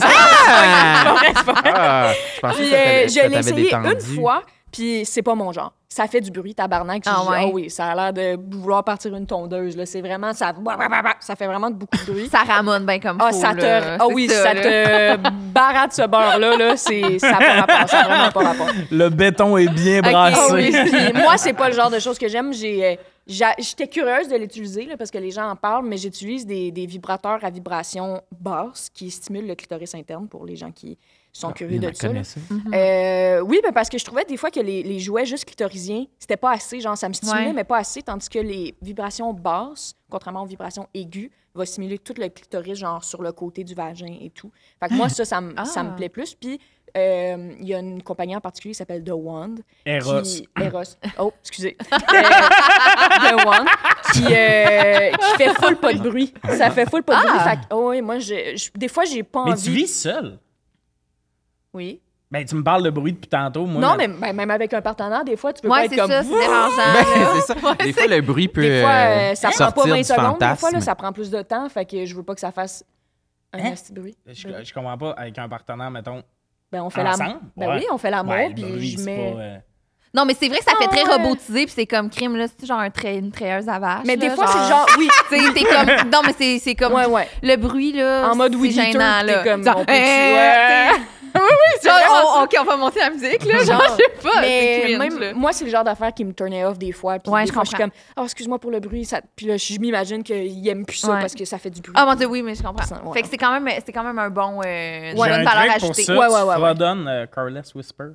Ah! Je pensais Puis que ça je l'ai t'avait essayé détendu. une fois, puis c'est pas mon genre. Ça fait du bruit, tabarnak. Ah Je dis, ouais? ah oui, ça a l'air de vouloir partir une tondeuse. Là. C'est vraiment, ça fait vraiment beaucoup de bruit. Ça ramone bien comme Ah, faut, ça te, là. ah C'est oui, ça, ça là. te barate ce beurre-là. Là, ça n'a pas rapport. Ça n'a vraiment pas rapport. le béton est bien Ok, brassé. Ah oui, puis moi, c'est pas le genre de choses que j'aime. J'étais curieuse de l'utiliser là, parce que les gens en parlent, mais j'utilise des vibrateurs à vibration basse qui stimulent le clitoris interne pour les gens qui sont curieux de ça. Là. Oui, ben parce que je trouvais des fois que les jouets juste clitorisiens, c'était pas assez. Genre, ça me stimulait, Ouais. mais pas assez. Tandis que les vibrations basses, contrairement aux vibrations aiguës, va stimuler tout le clitoris, genre sur le côté du vagin et tout. Fait que moi, ça me plaît plus. Puis, il y a une compagnie en particulier qui s'appelle The Wand. Eros. Eros. Oh, excusez. The Wand. Qui fait full pas de bruit. Ça fait full pas de bruit. Fait que, oh oui, moi, des fois, j'ai pas Mais envie. tu vis seul. Oui. Ben, tu me parles de bruit depuis tantôt. Moi, Non, mais même avec un partenaire, des fois, tu peux Ouais, pas être c'est comme... ça, c'est dérangeant. Ben, là. c'est ça. Des fois, le bruit peut Des fois, ça prend pas sortir 20 du secondes. Des fantasme. fois, là, ça prend plus de temps. Fait que je veux pas que ça fasse un Hein? petit bruit. Je comprends pas. Avec un partenaire, mettons, Ben, on fait ensemble. Ben Ouais. oui, on fait l'amour, Ouais, le puis bruit, je c'est mets... pas, Non, mais c'est vrai que ça fait Ah très ouais. robotisé, puis c'est comme crime, là. C'est genre une treilleuse à vache. Mais des là, fois, c'est genre... Oui, Tu sais, t'es comme. Non, mais c'est comme. ouais, ouais. Le bruit, là. En mode c'est Weed Eater, gênant, puis t'es là. comme, Genre, on peut-tu- ouais. c'est Genre, vraiment OK, on va monter la musique, là. Genre, Genre, je sais pas. mais c'est cringe, même là. moi, c'est le genre d'affaire qui me turnait off des fois. Puis Ouais, des je fois, je suis comprends. comme, oh, excuse-moi pour le bruit. Puis là, je m'imagine qu'il aime plus ça Ouais. parce que ça fait du bruit. Ah, mon Dieu, oui, mais je comprends. Ça, ouais. Fait que c'est quand même un bon. J'ai une bonne un valeur truc pour ajoutée. ça. Ouais, tu ouais, ouais, ouais. fredonnes Careless Whisper.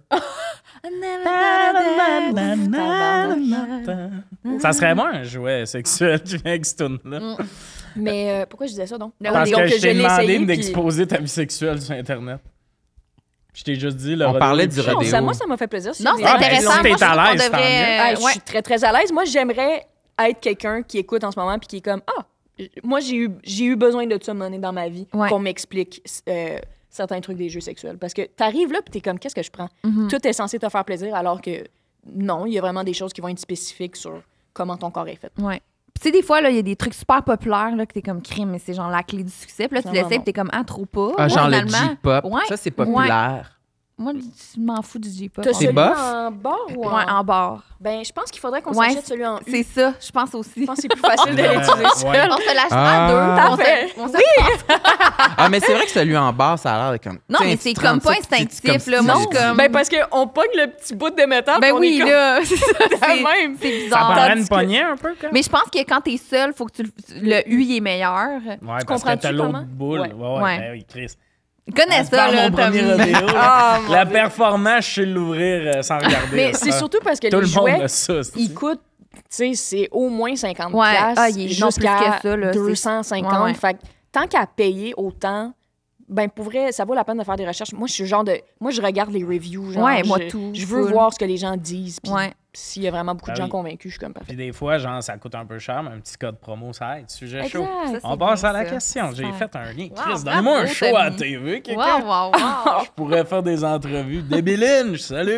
Ça serait bon un jouet sexuel qui vient avec ce tune-là. Mais pourquoi je disais ça, donc? Non, Parce Donc, que je t'ai l'ai demandé essayé, puis- d'exposer ta vie sexuelle sur Internet. Je t'ai juste dit... le On rodéo parlait est du plus rodéo. cher. Moi, ça m'a fait plaisir. Non, c'est Ah, ben, intéressant. si Moi, t'es je trouve à qu'on l'aise, tant devrait. Je suis très, très à l'aise. Moi, j'aimerais être quelqu'un qui écoute en ce moment puis qui est comme, moi, j'ai eu besoin de ça mener dans ma vie, Ouais. qu'on m'explique certains trucs des jeux sexuels. Parce que t'arrives là puis t'es comme, qu'est-ce que je prends? Mhm. Tout est censé te faire plaisir alors que non, il y a vraiment des choses qui vont être spécifiques sur comment ton corps est fait. Ouais. Puis tu sais, des fois, il y a des trucs super populaires, là, que t'es comme crime, mais c'est genre la clé du succès. Puis là, tu Non, l'essayes, non. puis t'es comme, trop pas. Ah, genre le finalement. J-pop. Ouais. Ça, c'est populaire. Moi, je m'en fous du J-pop. T'as C'est celui bof? en bar ou Ouais, en bar. Ben, je pense qu'il faudrait qu'on Ouais, s'achète celui en U. C'est ça, je pense aussi. Je pense que c'est plus facile de Ouais. l'utiliser Ouais. seul. On se lâche Ah. à deux. Parfait. On se- Ah, mais c'est vrai que celui en bas, ça a l'air de comme. Non, tu sais, mais tu c'est te comme rends pas ça, puis instinctif, comme si là. tu Moi, je l'avais suis comme- dit. Ben, parce qu'on pogne le petit bout de métal Ben puis on oui, est comme... là. C'est ça, c'est- même. c'est Ça bizarre. prendrait une Tandis que- poignée un peu, quand même. Mais je pense que quand t'es seul, faut que le U il est meilleur. Ouais, parce que comprends-tu t'as l'autre comment? boule. Ouais. Ouais, ben oui, Chris. Tu connais Ah, ça, c'est pas là, mon premier Tommy. rodéo. Ah, mon La Dieu. performance, je sais l'ouvrir sans regarder. Mais là. c'est surtout parce que Tout les le monde jouets, a ça. c'est- ils coûtent, tu sais, c'est au moins 50 Ouais. piastres Ah, il est non plus jusqu'à que ça, là. 250. Ouais, ouais. Fait que tant qu'à payer autant, ben pour vrai, ça vaut la peine de faire des recherches. Moi, je suis le genre de... Moi, je regarde les reviews. Genre, Ouais, moi, je, tout, Je veux full. voir ce que les gens disent. Puis Ouais. s'il y a vraiment beaucoup de Ah gens oui. convaincus, je suis comme parfait. Puis des fois, genre, ça coûte un peu cher, mais un petit code promo, ça aide. Sujet chaud. Ça, On c'est passe bien, à la ça. question. J'ai Super. fait un lien. Wow, Chris, donne-moi un bravo, show à la Tommy. TV, quelqu'un. Wow, wow, wow. Je pourrais faire des entrevues. Debbie Lynch, salut!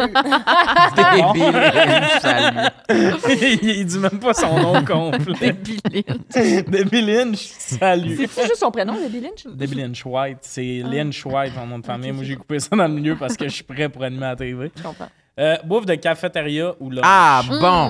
Débile, salut. Il dit même pas son nom complet. Debbie Lynch, salut. C'est juste son prénom, Debbie Lynch? Debbie Lynch White, c'est Lynch White, mon nom de famille. Moi, j'ai coupé ça dans le milieu parce que je suis prêt pour animer à la TV. Je comprends. Bouffe de cafétéria ou lunch? Ah, bon.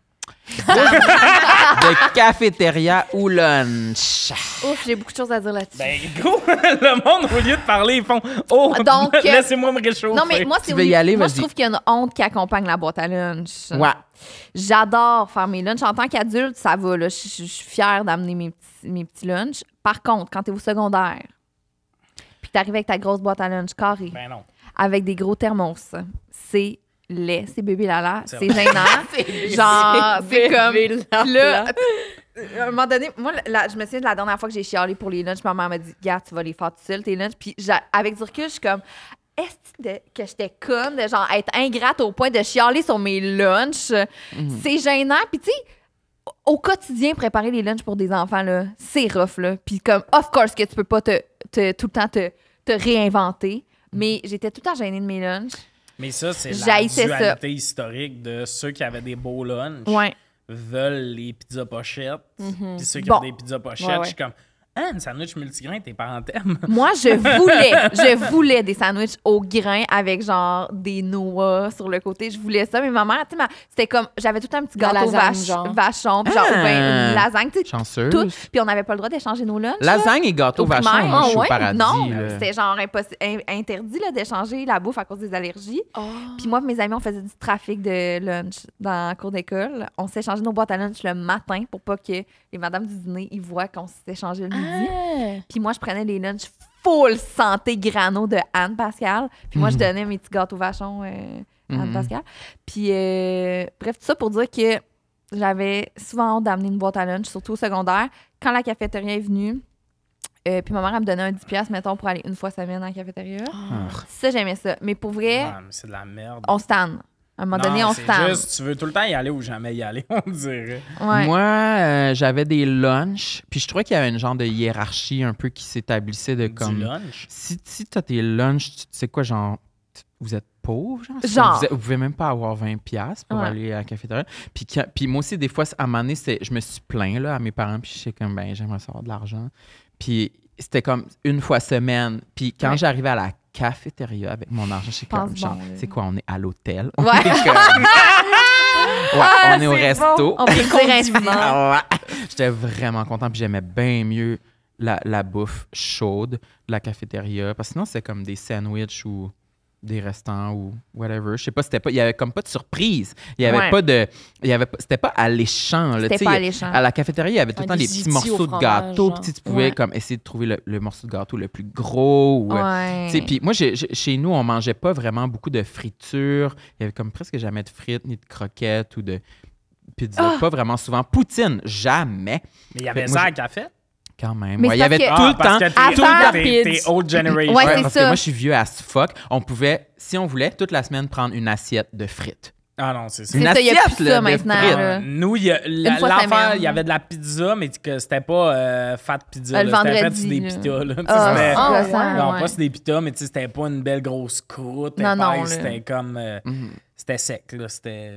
De cafétéria ou lunch. Ouf, j'ai beaucoup de choses à dire là-dessus. Ben, go! Le monde, au lieu de parler, ils font « Oh, Donc, laissez-moi me réchauffer. » Non, mais moi, c'est Tu veux y aller, moi, vas-y. je trouve qu'il y a une honte qui accompagne la boîte à lunch. Ouais. J'adore faire mes lunchs. En tant qu'adulte, ça va. Là. Je suis fière d'amener mes petits lunchs. Par contre, quand tu es au secondaire, puis tu arrives avec ta grosse boîte à lunch carrée, Ben non. avec des gros thermos, c'est laid, c'est bébé lala, C'est c'est gênant. Genre, c'est comme... Bébé Là, lala. à un moment donné, moi, je me souviens de la dernière fois que j'ai chialé pour les lunchs, ma mère m'a dit, gars, tu vas les faire tout seul, tes lunchs. Puis avec du recul, je suis comme, que j'étais conne de genre être ingrate au point de chialer sur mes lunchs. C'est gênant. Puis tu sais, au quotidien, préparer les lunchs pour des enfants, là, c'est rough. Là. Puis comme, of course que tu peux pas tout le temps te réinventer. Mais j'étais tout le temps gênée de mes lunchs. Mais ça, c'est la J'haïssais dualité historique de ceux qui avaient des beaux lunchs Ouais. veulent les pizzas pochettes. Puis ceux qui Bon. ont des pizzas pochettes, Ouais, ouais. je suis comme, un sandwich multigrain, tes parents t'aiment. Moi, je voulais des sandwichs au grain avec genre des noix sur le côté. Je voulais ça. Mais ma mère, tu sais, c'était comme, j'avais tout un petit La gâteau lasagne, genre. vachon, puis genre, ou ben, une lasagne, tu sais, Chanceuse. tout. Puis on n'avait pas le droit d'échanger nos lunchs. là. Lasagne et gâteau Au vachon, primaire. moi, je suis Ah au ouais? paradis. Non, là. c'était genre interdit là, d'échanger la bouffe à cause des allergies. Puis moi et mes amis, on faisait du trafic de lunch dans la cour d'école. On s'échangeait nos boîtes à lunch le matin pour pas que les madames du dîner ils voient qu'on s'échangeait le midi. Puis moi, je prenais les lunchs full santé grano de Anne Pascal. Puis moi, je donnais mes petits gâteaux vachons à Anne Pascal. Puis bref, tout ça pour dire que j'avais souvent honte d'amener une boîte à lunch, surtout au secondaire. Quand la cafétéria est venue, puis ma mère, elle me donnait un 10$, mettons, pour aller une fois semaine à la cafétéria. Ça, j'aimais ça. Mais pour vrai, Ouais, mais c'est de la merde. on se tanne. À un moment donné, Non, on se c'est tanne. juste, tu veux tout le temps y aller ou jamais y aller, on dirait. Ouais. Moi, j'avais des lunchs, puis je trouvais qu'il y avait une genre de hiérarchie un peu qui s'établissait de comme... Du lunch. Si t'as tes lunchs, tu sais quoi, genre, vous êtes pauvre, genre? Genre. Vous pouvez même pas avoir 20$ pour Ouais. aller à la cafétéria. Puis moi aussi, des fois, à un moment donné, je me suis plaint là, à mes parents, puis je sais comme, ben, j'aimerais savoir de l'argent. Puis c'était comme une fois semaine. Puis quand Ouais. j'arrivais à la cafétéria avec mon argent, je sais comme, Pense genre, bon, là. c'est quoi, on est à l'hôtel? Ouais. On est comme- Ouais, on est au resto. On peut dire infiniment. Ah ouais. J'étais vraiment content, puis j'aimais bien mieux la bouffe chaude de la cafétéria, parce que sinon, c'était comme des sandwichs ou des restants ou whatever. Je sais pas, il y avait comme pas de surprise. Il y avait Ouais. pas de... C'était pas alléchant. Là, C'était tu sais, pas alléchant. À la cafétéria, il y avait tout le temps Des des petits zitis morceaux au de fromage, gâteau, genre. puis tu pouvais Ouais. comme essayer de trouver le morceau de gâteau le plus gros. Ou, Ouais. tu sais, puis moi, chez nous, on mangeait pas vraiment beaucoup de friture. Il y avait comme presque jamais de frites, ni de croquettes ou de pizza. Pas vraiment souvent. Poutine, jamais. Mais il y avait Fait que ça moi, à la café? Mais Quand même. c'est Ouais, il y parce avait que- tout le parce temps. que Avant- t'es old generation. Ouais, Ouais, c'est parce ça. que moi, je suis vieux as fuck. On pouvait, si on voulait, toute la semaine prendre une assiette de frites. Ah non, c'est ça. C'est ça, il y a assiette, plus là, ça de maintenant. frites. là. Nous, Une fois l'affaire, semaine. il y avait de la pizza, mais que c'était pas fat pizza. Le là. C'était fait vendredi, sur des là. pitas. Là. Tu sais, Ah, c'était- c'est Ah, gossant, ouais. non, ouais. pas sur des pitas, mais tu sais, c'était pas une belle grosse croûte. Non, non, épaisse, là. c'était comme. Mhm. C'était sec, là.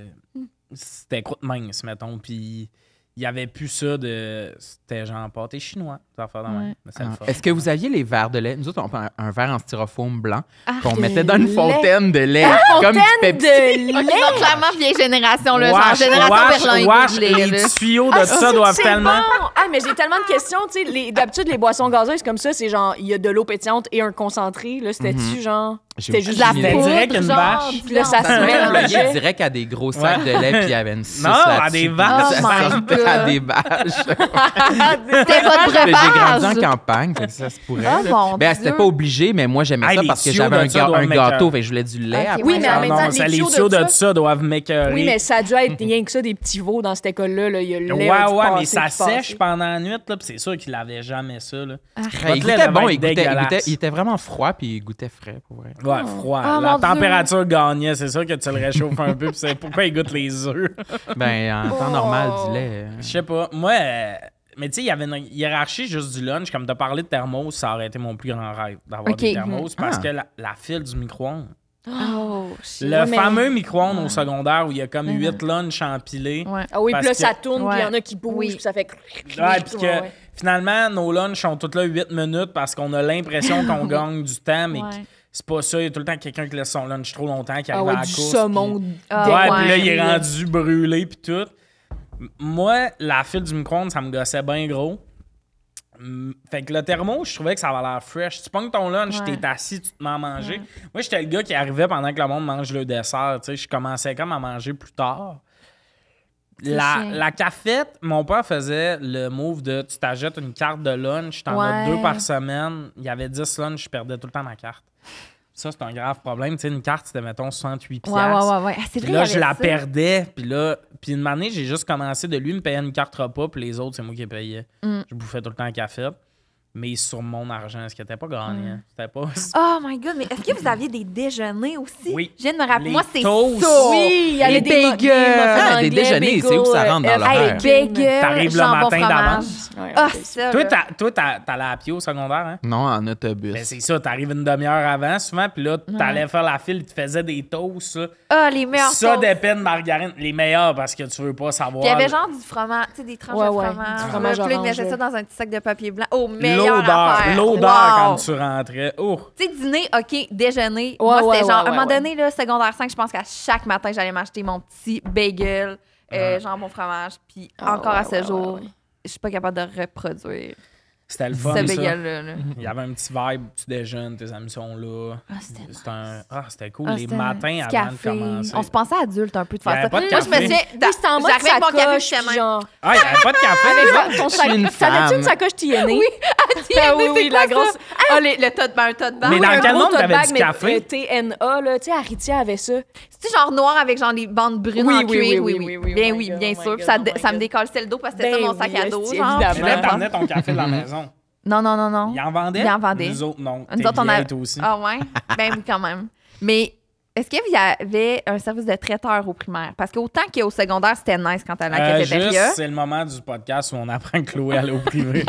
C'était croûte mince, mettons. Puis il y avait plus ça de. C'était genre pâté chinois. Ça faire dans Ouais. même. Mais c'est le fun. Est-ce que vous aviez les verres de lait? Nous autres, on prend un verre en styrofoam blanc qu'on de mettait dans une lait. fontaine de lait. Comme du Pepsi. de Ok, non, clairement, vieille génération, là. Genre, Wash, génération Berlin, wash, goût de lait, les là. tuyaux de ça doivent c'est tellement. Bon. Ah, mais j'ai tellement de questions. Tu sais, d'habitude, les boissons gazeuses comme ça, c'est genre, il y a de l'eau pétillante et un concentré. Là, c'était-tu genre. C'était juste De la du C'était lait. poudre, direct une genre, vache. Puis là, ça Ça se se mélangeait. mélangeait direct à des gros sacs Ouais. de lait, puis il y avait une sauce Non, à là-dessus, des puis vaches. ça Oh my sortait à God. des vaches. C'était votre J'ai grandi en breuvage. campagne, fait que ça se pourrait. Ah, là. mon Ben, Dieu. c'était pas obligé, mais moi, j'aimais Hey, ça les parce que tuyaux j'avais de ça doivent un m'écœurer. gâteau, fait que je voulais du lait Ok, après. Oui, ouais. mais en Ah même non, temps, c'est les les tuyaux tuyaux de de ça doivent m'écœurer. Oui, mais ça a dû être rien que ça, des petits veaux dans cette école-là. Là. Il y a le lait Ouais, du ouais, mais passé ça qui passait. sèche pendant la nuit, là, puis c'est sûr qu'il avait jamais ça, là. Ouais, il Votre lait goûtait devait bon, être dégueulasse. il était vraiment froid, puis il goûtait frais, pour vrai. Ouais, froid. Oh, la mon Dieu. température gagnait, c'est sûr que tu le réchauffes un peu, puis c'est pourquoi il goûte les œufs. Ben, en temps normal, du lait. Je sais pas. Moi, mais tu sais, il y avait une hiérarchie juste du lunch. Comme tu as parlé de thermos, ça aurait été mon plus grand rêve d'avoir Ok. des thermos parce Ah. que la file du micro-ondes. Oh, shit. Le Ouais, mais- fameux micro-ondes au secondaire où il y a comme Mais 8 lunchs empilés. Ouais. Ah oui, Parce puis là, que- ça tourne, puis il y en Ouais. a qui bougent, Oui. puis ça fait. Ouais, puis que Ouais. finalement, nos lunchs sont tous là 8 minutes parce qu'on a l'impression qu'on gagne du temps, mais Ouais. c'est pas ça. Il y a tout le temps quelqu'un qui laisse son lunch trop longtemps, qui Ah arrive ouais, à la du course. saumon. Ah, Ouais, ouais. puis là, il est Ouais. rendu brûlé, puis tout. Moi, la file du micro-ondes, ça me gossait bien gros. Fait que le thermo, je trouvais que ça avait l'air fresh. Tu pognes ton lunch, Ouais. t'es assis, tu te mets à manger. Moi, j'étais le gars qui arrivait pendant que le monde mange le dessert. Tu sais, je commençais comme à manger plus tard. chiant. La cafette, mon père faisait le move de tu t'achètes une carte de lunch, t'en as Ouais. 2 par semaine. Il y avait 10 lunchs, je perdais tout le temps ma carte. Ça, c'est un grave problème. Tu sais, une carte, c'était, mettons, 68$. Ouais, ouais, ouais. Ah, c'est Puis vrai. là, il y je avait la ça. perdais. Puis une année, j'ai juste commencé de lui me payer une carte repas, puis les autres, c'est moi qui les payais. Mm. Je bouffais tout le temps un café. mais sur mon argent, ce qui n'était pas gagnant. C'était pas... Oh my God, mais est-ce que vous aviez des déjeuners aussi? Oui. Je viens de me rappeler. Les Moi, c'est toasts. ça. Oui, il y avait Les des bagels. Des déjeuners, c'est où ça rentre dans Hey, l'horaire? bagel, T'arrives le jambon matin fromage. d'avance. Ah, ça, Toi, là. t'allais à pied au secondaire, hein? Non, en autobus. Ben, c'est ça, t'arrives une demi-heure avant, souvent, puis là, t'allais faire la file, ils te faisaient des toasts, ça. Ah, les meilleurs Ça, toasts. d'épais de margarine, les meilleurs, parce que tu veux pas savoir. Puis il y avait genre du fromage, tu sais, des tranches de Ouais, fromage. du fromage Puis là, ils orange, mettaient ça là. dans un petit sac de papier blanc. Oh, meilleure affaire. L'odeur Wow. quand tu rentrais. Oh! Tu sais, dîner, OK, déjeuner. Moi, c'était ouais, genre, à un ouais, moment ouais. donné, là, secondaire 5, je pense qu'à chaque matin, j'allais m'acheter mon petit bagel, jambon fromage. Puis encore à ce jour, je suis pas capable de reproduire C'était le fun, ce ça. bagel-là. là. Il y avait un petit vibe, tu déjeunes, tes amis sont là. Ah, c'était C'était cool. Ah, les c'était matins petit avant café. de commencer. On se pensait adulte un peu de Il y faire avait ça. pas de Moi, je me café. souviens, Oui, c'était en mode j'arrivais avec mon café, sacoche, j'étais puis même. genre... Ah, il n'y avait pas de café. Avec ton sac... une T'avais-tu femme. une sacoche TNA? Oui, Ah oui, la grosse... Ah, le tote bag, un tote bag. Mais dans un quel gros monde tote t'avais bag, du mais, café? TNA, là, tu sais, Aritia avait ça. C'est-tu genre noir avec genre les bandes brunes Oui, en oui, cuir? oui, Oui, oui, oui. oui, Bien oh my oui, God, bien oh sûr. my Puis ça, God, oh my ça me God. décalçait le dos parce que c'était Ben ça mon sac oui, à dos. esti, genre. évidemment. Mais là, t'emmenais ton café de la maison. Non, non, non, non. Ils en vendaient? Ils en vendaient. Nous autres, non. Nous autres, on a... Toi aussi. Ah ouais? Ben oui, quand même. Mais est-ce qu'il y avait un service de traiteur au primaire? Parce qu'autant qu'au secondaire, c'était nice quand t'allais à la cafétéria. Juste, c'est le moment du podcast où on apprend que Chloé allait au privé.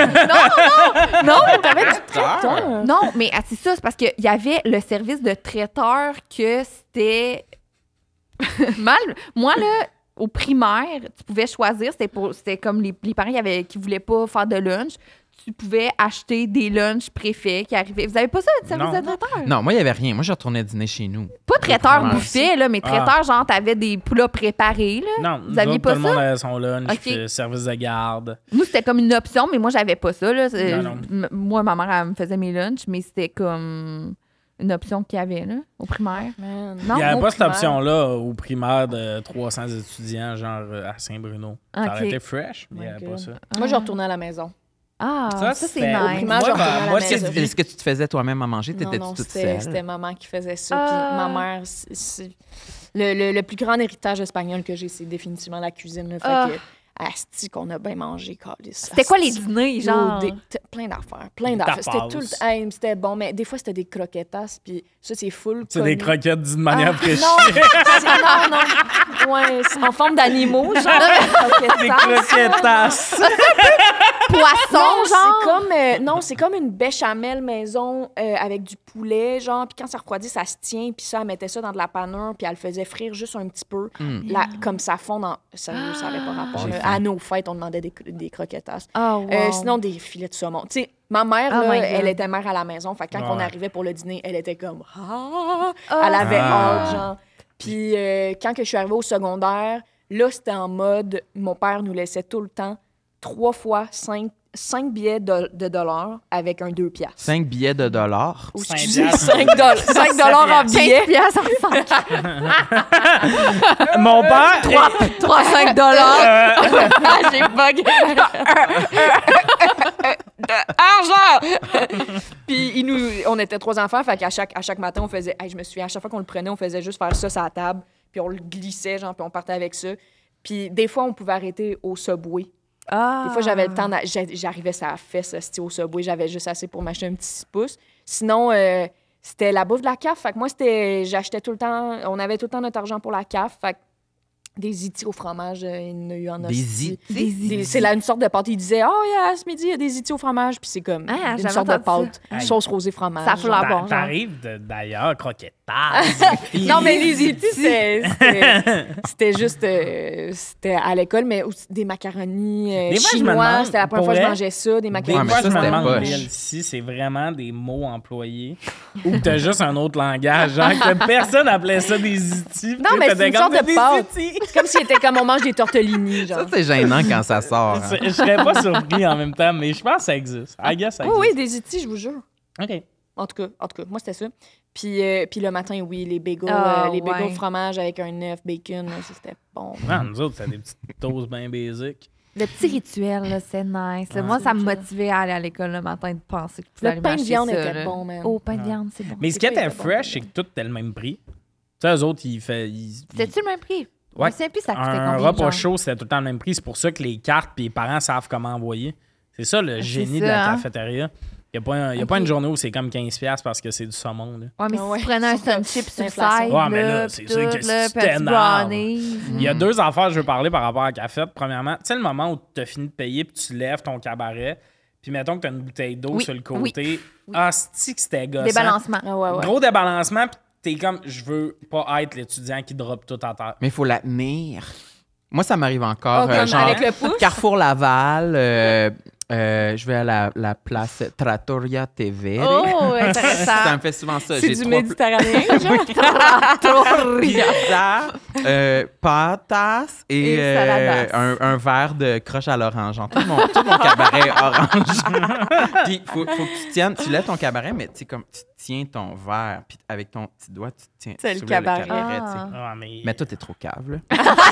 Non, T'avais du traiteur. non, mais c'est ça, c'est parce qu'il y avait le service de traiteur que c'était mal. Moi, là, au primaire, tu pouvais choisir, c'était comme les parents qui voulaient pas faire de lunch. Tu pouvais acheter des lunchs préfets qui arrivaient. Vous avez pas ça, le service Non. de traiteur? Non, moi, il n'y avait rien. Moi, je retournais dîner chez nous. Pas traiteur primaire. buffet, là, mais traiteur, genre, t'avais des plats préparés, là. Non, Vous aviez autres, pas tout ça? le monde avait son lunch, Ok. puis service de garde. Nous, c'était comme une option, mais moi, j'avais pas ça, là. Non. Moi, ma mère, elle me faisait mes lunchs, mais c'était comme une option qu'il y avait, là, au primaire. Man. Non, Il n'y avait au pas cette primaire. option-là au primaire de 300 étudiants, genre à Saint-Bruno. Ça Ok. aurait été fresh, mais il n'y avait My pas God. ça. Moi, je retournais à la maison. Ah, ça, c'est c'était- nice. Au primaire, je Moi, retournais à la moi, maison. Est-ce que tu te faisais toi-même à manger? Non, T'étais-tu non, toute c'était seule? maman qui faisait ça. Ah. Puis ma mère, le plus grand héritage espagnol que j'ai, c'est définitivement la cuisine. Là. Fait Ah. que, asti qu'on a bien mangé, calice. C'était quoi les Asti. dîners, genre? Plein d'affaires, Des C'était tapas. tout le temps. Hey, c'était bon, mais des fois, c'était des croquetas, puis ça, c'est full. C'est des connu. croquettes d'une manière Ah, fraîchie. non. Ouais, c'est en forme d'animaux, genre. Des croquettes. Poisson, Non, genre? c'est comme non, c'est comme une béchamel maison avec du poulet, genre. Puis quand ça refroidit, ça se tient. Puis ça, elle mettait ça dans de la panure, puis elle le faisait frire juste un petit peu, comme ça fond dans. Sérieux, ça n'avait pas rapport. J'ai là. faim. À nos fêtes, on demandait des croquetas. Oh, wow. Sinon, des filets de saumon. Tu sais, ma mère, Oh là, my God. elle était mère à la maison. Fait que quand on Ouais. arrivait pour le dîner, elle était comme Oh. elle avait Ah. hâte, genre. Puis quand que je suis arrivée au secondaire, là, c'était en mode, mon père nous laissait tout le temps 3 fois 5 billets de dollars avec un 2 piastres. 5 billets de dollars. Ou, 5 excusez, piastres. 5 dollars en 15 billets. piastres en 5. Mon père. 3, 5 dollars. J'ai bugué. Argent! Puis on était 3 enfants, fait qu'à chaque matin, on faisait, hey, je me souviens, à chaque fois qu'on le prenait, on faisait juste faire ça sur la table, puis on le glissait, genre, puis on partait avec ça. Puis des fois, on pouvait arrêter au Subway. Ah. Des fois, j'avais le temps, j'arrivais sur la fesse, c'était au Subway, j'avais juste assez pour m'acheter un petit 6 pouces. Sinon, c'était la bouffe de la CAF, fait que moi, j'achetais tout le temps, on avait tout le temps notre argent pour la CAF, fait que des itis au fromage, il y en a eu en hostie. C'est là une sorte de pâte. Il disait, oh, yeah, ce midi, il y a des itis au fromage. Puis c'est comme Ah, une j'avais sorte de entendu pâte. ça. Sauce rosée fromage. Ça fout la genre. bon, genre. T'arrives d'ailleurs, croquettes. Non, mais les itis, c'était juste c'était à l'école, mais aussi des macaronis Des fois, je me chinois. demande, C'était la première pour fois que je vrai, mangeais ça, des Des macaronis. mais fois, ça, je me c'était demande, poche. Bill, si c'est vraiment des mots employés ou que t'as juste un autre langage. Genre que personne appelait ça des itis. Non, mais c'est une sorte de pâte. Itis. C'est comme si c'était comme on mange des tortellini, genre. Ça, c'est gênant quand ça sort. hein. Je serais pas surpris en même temps, mais je pense que ça existe. I guess ça Oui, existe. oui, des itis, je vous jure. OK. En tout cas, moi, c'était ça. Puis le matin, oui, les bagels, Ah, les bagels ouais. fromage avec un œuf, bacon, là, ça, c'était bon. Non, nous autres, c'était des petites toasts bien basiques. Le petit rituel, là, c'est nice. là. Moi, ça me motivait à aller à l'école le matin de penser que tu pouvais Le aller pain de m'acheter viande ça, était là. bon, man. Oh, pain de viande, c'est bon. Mais ce qui C'est était pas, il était bon, fresh, c'est que tout était le même prix. Tu sais, eux autres, C'était-tu le même prix? Ouais. Je sais plus ça coûtait Un combien, repas genre? chaud, c'était tout le temps le même prix. C'est pour ça que les cartes et les parents savent comment envoyer. C'est ça le génie ça, de la hein. cafétéria. Il n'y a pas une journée où c'est comme 15$ parce que c'est du saumon. Là. Ouais, mais Ah ouais. si tu prenais un Sauf que sun chip sur le l'inflation. side, Ouais, mais là, là, c'est pis sûr tout, que là, si tu petit t'énerves. brownies. Il y a 2 affaires que je veux parler par rapport à la cafette. Premièrement, tu sais, le moment où tu as fini de payer puis tu lèves ton cabaret, puis mettons que tu as une bouteille d'eau Oui, sur le côté. oui. Asti que c'était gossant. Débalancement. Ah ouais, ouais. Gros débalancement, puis t'es comme, je veux pas être l'étudiant qui drop tout à terre. Mais il faut la tenir. Moi, ça m'arrive encore. Oh, comme genre, avec le pouce? Carrefour Laval, je vais à la place Trattoria TV. Oh, Ça intéressant. me fait souvent ça. C'est J'ai du 3 méditerranéen, genre? pizza, patates Et et saladas. un verre de croche à l'orange. Genre, tout mon cabaret est orange. Puis faut que tu tiennes, tu lèves ton cabaret, mais tu sais, comme tu tiens ton verre, puis avec ton petit doigt, tu tiens. C'est tu le soulèves cabaret. tu sais. Ah, mais... Mais toi, t'es trop cave, là.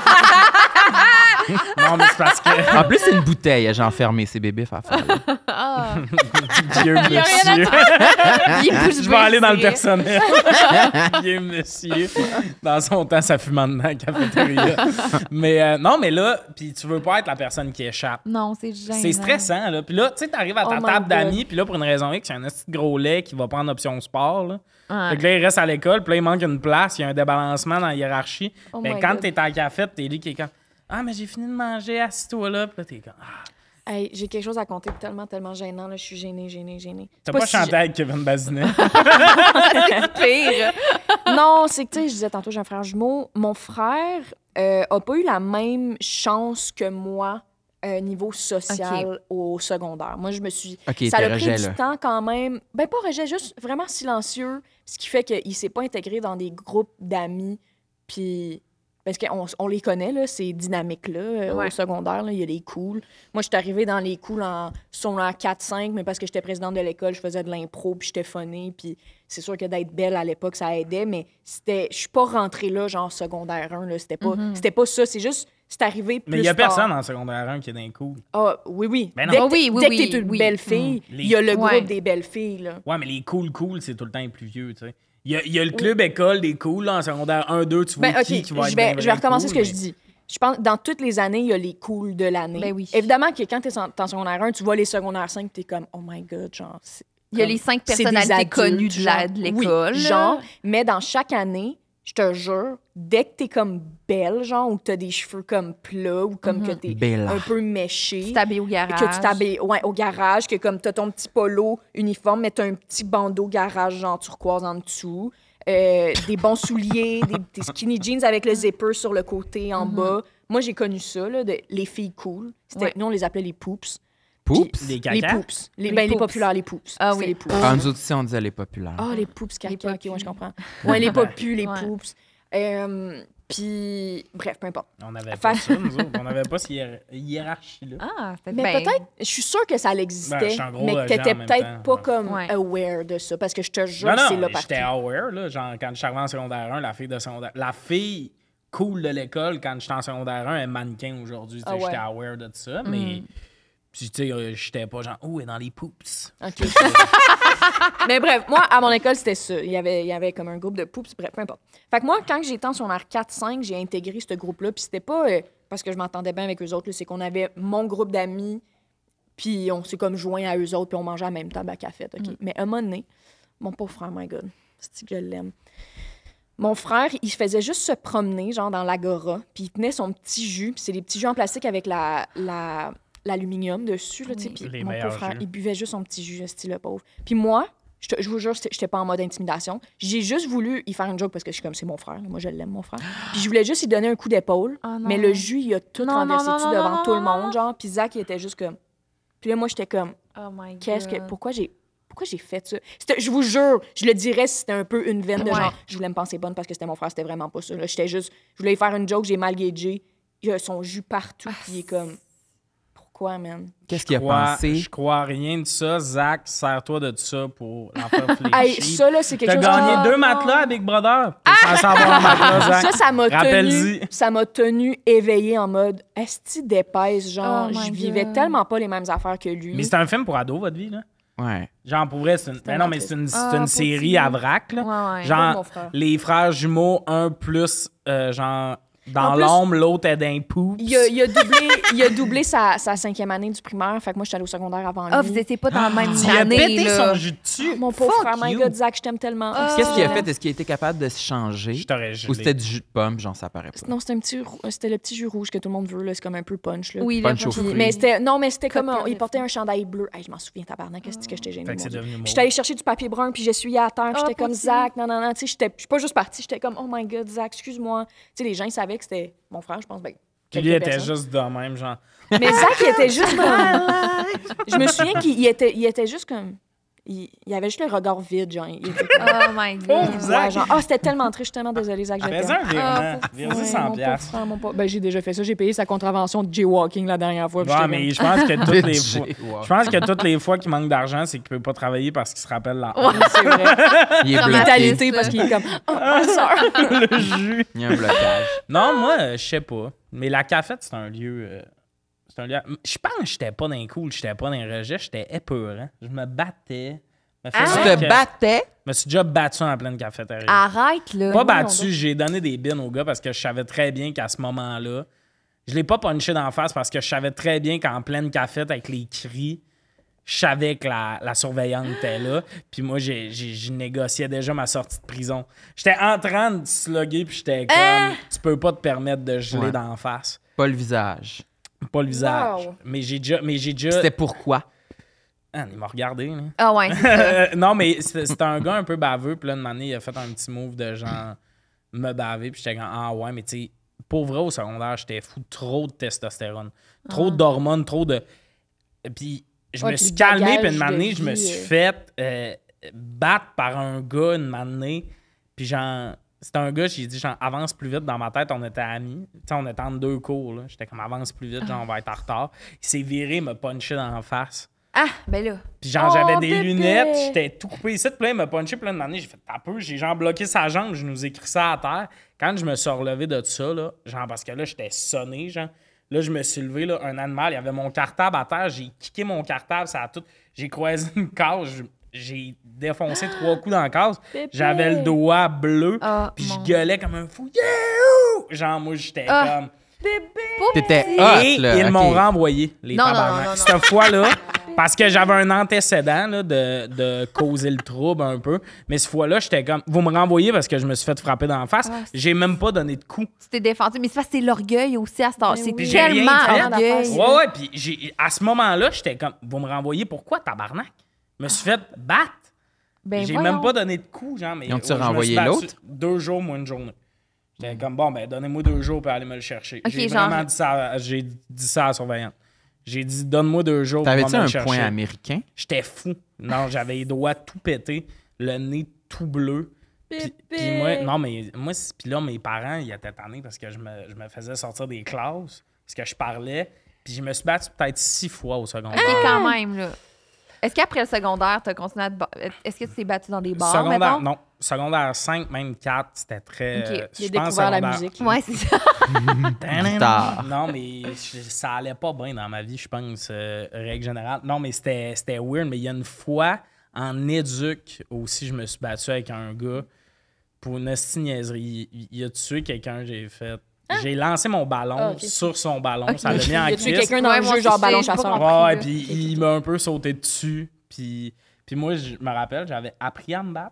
Non, mais c'est parce que... En plus, c'est une bouteille, j'ai enfermé ces bébés à faire. là. Ah. Vieux y a rien à monsieur. Il est bouche Je vais aller dans le bée, personnel. Vieux monsieur. Dans son temps, ça fume en dedans, la cafétéria. Mais non, mais là, puis tu veux pas être la personne qui échappe. Non, c'est gênant. C'est stressant, là. Puis là, tu sais, t'arrives à ta Oh my table God. d'amis, puis là, pour une raison X, il y a un petit gros lait qui va prendre option sport, là. Ouais. Fait que là, il reste à l'école, puis là, il manque une place, il y a un débalancement dans la hiérarchie. Oh Mais my quand God. t'es à la cafette, t'es lui qui est comme « Ah, mais j'ai fini de manger, assis-toi là. » Puis là, t'es comme « Ah, Hey, j'ai quelque chose à compter tellement gênant. Là. Je suis gênée. t'as C'est pas si chanté avec Kevin Bazinet? Pire. Non, c'est que, tu sais, je disais tantôt, j'ai un frère jumeau. Mon frère a pas eu la même chance que moi niveau social au secondaire. Moi, je me suis... OK, ça t'es a pris rejet, du là. temps quand même. Ben, pas rejet, juste vraiment silencieux, ce qui fait qu'il s'est pas intégré dans des groupes d'amis, puis... Parce qu'on les connaît, là, ces dynamiques-là, Ouais. au secondaire. Là, il y a les cools. Moi, je suis arrivée dans les cools en secondaire 4-5, mais parce que j'étais présidente de l'école, je faisais de l'impro, puis j'étais phonée. Puis c'est sûr que d'être belle à l'époque, ça aidait, mais je suis pas rentrée là, genre secondaire 1. Là, c'était pas ça. C'est juste, c'est arrivé plus Mais il y a tard. personne en secondaire 1 qui est d'un coup. Ah, oui. Ben non. Dès que Ah t'es- oui, oui, dès que oui, t'es une oui. belle fille, Mm. il y a le Ouais. groupe des belles filles, là. Ouais, mais les cool, c'est tout le temps les plus vieux, tu sais. Il y a le club école des cools, là, en secondaire 1, 2, tu vois Ben, OK, qui va être je bien vais recommencer cool, ce que je dis. Je pense dans toutes les années, il y a les cools de l'année. Ben oui. Évidemment que quand t'es en secondaire 1, tu vois les secondaires 5, t'es comme, oh my God, genre. Il y a les 5 c'est des personnalités adultes, connues genre. de l'école. Oui, genre, mais dans chaque année, je te jure, dès que t'es comme belle, genre, ou que t'as des cheveux comme plats, ou comme que t'es Bella. un peu méché. Tu t'habilles au garage. Que tu t'habilles au garage, que comme t'as ton petit polo uniforme, mais t'as un petit bandeau garage, genre turquoise en dessous. Des bons souliers, des skinny jeans avec le zipper sur le côté en bas. Moi, j'ai connu ça, là, les filles cool. Ouais. Nous, on les appelait les poops. Poups? Les Les caca. poops. Les poops. populaires, les poops. Ah C'était oui. les poops. Ah, nous autres aussi, on disait les populaires. Ah, les poops caca, Les ok, ouais, popus. je comprends. Ouais, les popus, les Ouais. poops. Puis, bref, peu importe. On n'avait pas ça, nous autres. On n'avait pas cette hiérarchie-là. Ah, c'était Mais bien. peut-être, je suis sûre que ça Ben, je existait, suis un gros mais que rejet t'étais en même peut-être temps, pas comme Ouais. aware de ça, parce que je te jure, Non, c'est non, là partout. j'étais aware, là. Genre, quand je suis arrivé en secondaire 1, la fille cool de l'école, quand j'étais en secondaire 1, elle est mannequin aujourd'hui. Tu sais, Ah ouais. J'étais aware de ça, mais... Puis, tu sais, j'étais pas genre, oh, elle est dans les poops. OK. Mais bref, moi, à mon école, c'était ça. Il y avait comme un groupe de poops, bref, peu importe. Fait que moi, quand j'étais en secondaire 4-5, j'ai intégré ce groupe-là, puis c'était pas parce que je m'entendais bien avec eux autres, là, c'est qu'on avait mon groupe d'amis, puis on s'est comme joint à eux autres, puis on mangeait à la même table à café, OK? Mais à un moment donné, mon pauvre frère, my God, c'est que je l'aime. Mon frère, il faisait juste se promener, genre, dans l'agora, puis il tenait son petit jus, puis c'est des petits jus en plastique avec l'aluminium dessus, là, tu sais, Oui. puis Les mon meilleurs pauvre frère, jus. il buvait juste son petit jus, style le pauvre. Puis moi, je vous jure, j'étais pas en mode intimidation. J'ai juste voulu y faire une joke parce que je suis comme, c'est mon frère, là, moi je l'aime, mon frère. Puis je voulais juste lui donner un coup d'épaule, Ah non. mais le jus, il a tout Non, renversé non, dessus non, devant non, tout le non, monde, genre, puis Zach, il était juste comme... Puis là, moi, j'étais comme, Oh my pourquoi j'ai fait ça? Je vous jure, je le dirais si c'était un peu une veine de Ouais. genre, je voulais me penser bonne parce que c'était mon frère, c'était vraiment pas ça. Là, j'étais juste, je voulais lui faire une joke, j'ai mal gagé, il a son jus partout, puis il est comme, pourquoi, man? Qu'est-ce qu'il a pensé? Je crois rien de ça. Zach, sers-toi de ça pour l'en faire Hey, fléchir. ça, là, c'est quelque T'as chose gagné qui- 2 matelas à Big Brother. T'es censé avoir un matelas, Zach. Ça m'a Rappelle-y. tenu éveillée en mode, esti d'épaisse, genre, Oh my je vivais God. tellement pas les mêmes affaires que lui. Mais c'est un film pour ados, votre vie, là? Ouais. Genre, pour vrai, c'est une... Mais non, mais c'est une, Ah, c'est une pour série ti. à vrac, là. Ouais, ouais. Mon Genre, frère. les frères jumeaux, un plus, genre, Dans En plus, l'ombre, l'autre est d'un pouce. Il a doublé sa 5e année du primaire. Fait que moi, je suis allée au secondaire avant lui. Ah, vous étiez pas dans la même Il a année, pété là. son jus dessus. Mon pauvre Fuck frère, my you. God, Zach, je t'aime tellement. Qu'est-ce qu'il a fait? Est-ce qu'il a été capable de se changer? Je t'aurais Ou gelé. c'était du jus de pomme, genre ça paraît pas? Non, c'était le petit jus rouge que tout le monde veut. Là. C'est comme un peu punch. Là. Oui, Punch là, au fruit. Mais c'était comme... Cocktail il de portait fruits. un chandail bleu. Hey, je m'en souviens, tabarnak. Qu'est-ce que j'étais gênée, Fait que mon c'est Dieu. devenu J'étais allée chercher du papier brun, puis j'essuyais à terre. Puis j'étais comme, petit. Zach, non. Tu sais, je suis pas juste partie. J'étais comme, oh my God, Zach, excuse-moi. Tu sais, les gens, ils savaient que c'était mon frère, je pense. Ben, Puis quelques lui était personnes. juste de même, genre. Mais Zach, il était juste comme... Je me souviens qu'il était juste comme... Il avait juste le regard vide, genre. Il était comme... Oh my God. Pauvre Zach. Ouais, genre, c'était tellement triste, je suis tellement désolée, Zach. je Fais t'aime. un virement. Viens-y Ouais, 100 mon pauvre piastres. frère, mon pauvre- Ben, j'ai déjà fait ça. J'ai payé sa contravention de jaywalking la dernière fois. puis Ouais, j'étais mais comme- je pense que toutes les fois... Wow. Je pense que toutes les fois qu'il manque d'argent, c'est qu'il peut pas travailler parce qu'il se rappelle la C'est vrai. Il est Comme bloqué. Mentalité, parce qu'il est comme... Oh, ma soeur. le jus. Il y a un blocage. Non, moi, je sais pas. Mais la cafette, c'est un lieu... c'est un lieu... Je pense que j'étais pas d'un cool, j'étais pas d'un rejet, j'étais épeurant. Je me battais. Me Tu faisais te que- battais? Je me suis déjà battu en pleine cafétéria. Arrête, là. Pas voyons battu, j'ai donné des bines au gars parce que je savais très bien qu'à ce moment-là, je l'ai pas punché d'en face parce que je savais très bien qu'en pleine cafette avec les cris, je savais que la surveillante était là. Puis moi, j'ai négociais déjà ma sortie de prison. J'étais en train de slugger, puis j'étais comme, tu peux pas te permettre de geler Ouais. d'en face. Pas le visage. Pas le visage. Wow. Mais j'ai déjà... C'était pourquoi? Ah, il m'a regardé, là. Ah ouais, c'est ça. Non, mais c'était un gars un peu baveux. Puis là, une année, il a fait un petit move de genre me baver. Puis j'étais comme, ah ouais, mais tu sais, pour vrai, au secondaire, j'étais fou. Trop de testostérone. Trop d'hormones, trop de. Puis je Ouais, me puis suis le calmé. Puis bagage une année, de je me vie, suis fait battre par un gars une année. Puis genre. C'était un gars, j'ai dit, genre, avance plus vite. Dans ma tête, on était amis. Tu sais, on était en 2 cours, là. J'étais comme, avance plus vite, genre, on va être en retard. Il s'est viré, il m'a punché dans la face. Ah, ben là. Puis genre, Oh, j'avais des bébé! lunettes, j'étais tout coupé ici. Puis là, il m'a punché plein de années. J'ai fait un peu, j'ai genre bloqué sa jambe, je nous ai écrit ça à terre. Quand je me suis relevé de ça, là, genre, parce que là, j'étais sonné, genre. Là, je me suis levé, là, un animal, il y avait mon cartable à terre, j'ai kické mon cartable, ça a tout. J'ai croisé une case, j'ai défoncé 3 coups dans la case. Bébé! J'avais le doigt bleu, Ah, puis je mon- gueulais comme un fou. Yeah! Genre, moi, j'étais Ah. comme. T'étais Et hot, là. ils ok. m'ont renvoyé, les Non, non, tabarnak. non, non. Cette fois-là, parce que j'avais un antécédent là, de causer le trouble un peu. Mais cette fois-là, j'étais comme, vous me renvoyez parce que je me suis fait frapper dans la face. Ah, J'ai même pas donné de coup. Tu t'es défendu. Mais c'est parce que c'est l'orgueil aussi à ce temps. C'est oui. Puis j'ai rien tellement fait. orgueil. Ouais, puis à ce moment-là, j'étais comme, vous me renvoyez pourquoi, tabarnak? Je me suis fait battre. Ben J'ai voyons. même pas donné de coup, genre. Mais Ils ont-tu je me suis renvoyé battu l'autre? 2 jours, moins une journée. J'étais comme, bon, ben, donnez-moi 2 jours pour aller me le chercher. Ok, J'ai genre- vraiment dit ça, j'ai dit ça à la surveillante. J'ai dit, donne-moi 2 jours pour T'avais-tu me le un chercher. point américain? J'étais fou. Non, j'avais les doigts tout pétés, le nez tout bleu. Puis moi, non, mais moi, puis là, mes parents, ils étaient tannés parce que je me faisais sortir des classes, parce que je parlais. Puis je me suis battu peut-être 6 fois au secondaire. OK, quand même, là. Est-ce qu'après le secondaire, tu as continué à te Est-ce que tu t'es battu dans des bars, Secondaire, mettons? non. Secondaire 5, même 4, c'était très. Ok. Il a je pense découvert la secondaire- musique. Ouais, c'est ça. Guitare. Non, mais ça allait pas bien dans ma vie, je pense, règle générale. Non, mais c'était weird. Mais il y a une fois, en éduc aussi, je me suis battu avec un gars pour une hostie niaiserie. Il a tué quelqu'un, j'ai fait. J'ai lancé mon ballon Ah, ok. sur son ballon. Ok. Ça l'a mis en Il a tué crise. quelqu'un dans Ouais, le moi jeu, aussi, genre ballon j'ai pas chasseur. compris. Ouais, là. puis il m'a un peu sauté dessus. Puis moi, je me rappelle, j'avais appris à me battre.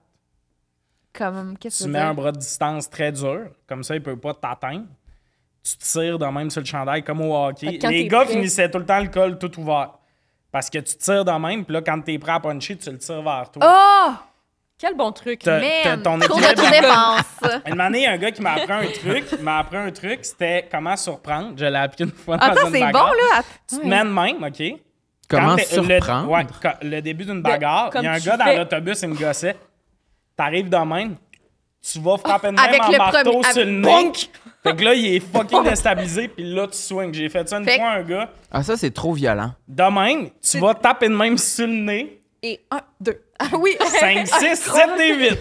Comme, qu'est-ce que Tu tu mets veux un dire? bras de distance très dur. Comme ça, il peut pas t'atteindre. Tu tires de même sur le chandail comme au hockey. Fait que quand Les t'es gars prêt- finissaient tout le temps le col tout ouvert. Parce que tu tires de même, puis là, quand t'es prêt à puncher, tu le tires vers toi. Oh! Quel bon truc. T'as- Man! ton Cours équilibre- d'autodéfense. Une année, il y a un gars qui m'a appris un truc. Il m'a appris un truc, c'était comment surprendre. Je l'ai appris une fois dans Attends, une c'est bon, bagarre. là. Tu te mets de même, OK? Comment Quand t'es- surprendre? Ouais, le début d'une bagarre, comme il y a un tu gars dans fais- l'autobus, il me gossait. T'arrives de même, tu vas frapper de même Avec en le marteau premier- sur le nez. Bonk! Fait que là, il est fucking déstabilisé, puis là, tu swings. J'ai fait ça une Fait- fois à un gars. Ah, ça, c'est trop violent. De même, tu vas taper de même sur le nez. Et 1, 2. Ah oui! 5, 6, 7 et 8.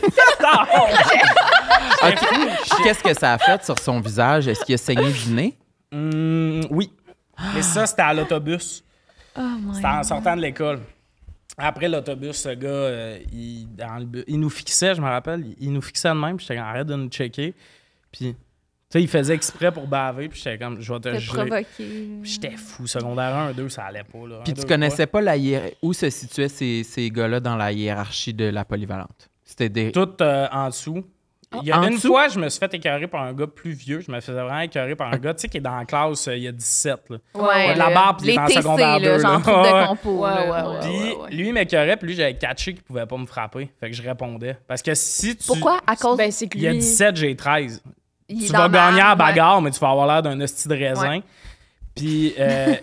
Ok. Qu'est-ce que ça a fait sur son visage? Est-ce qu'il a saigné du nez? Oui. Mais ça, c'était à l'autobus. Oh my C'était en sortant de l'école. Après l'autobus, ce gars, il nous fixait, je me rappelle, il nous fixait de même, puis j'étais comme, arrête de nous checker. Puis, sais, il faisait exprès pour baver, puis j'étais comme, je vais te Te juger. provoquer. Puis j'étais fou. Secondaire 1, 2, ça allait pas. Là. Puis 1, tu 2, connaissais pas où se situaient ces gars-là dans la hiérarchie de la polyvalente? C'était des... Tout en dessous. Il y a En une dessous? fois, je me suis fait écœurer par un gars plus vieux. Je me faisais vraiment écœurer par un gars, tu sais, qui est dans la classe, il y a 17. Là. Ouais, de la barbe, puis il est les en TC, secondaire 2, là, genre là. troupe Ouais. de compo. Ouais, là. ouais, Puis lui, il m'écœurait, puis lui, j'avais catché qu'il pouvait pas me frapper. Fait que je répondais. Parce que si tu. Pourquoi? À cause Ben, c'est que Il y a lui... 17, j'ai 13. il est Tu dans vas gagner à la ouais. bagarre, mais tu vas avoir l'air d'un hostie de raisin. Ouais. Puis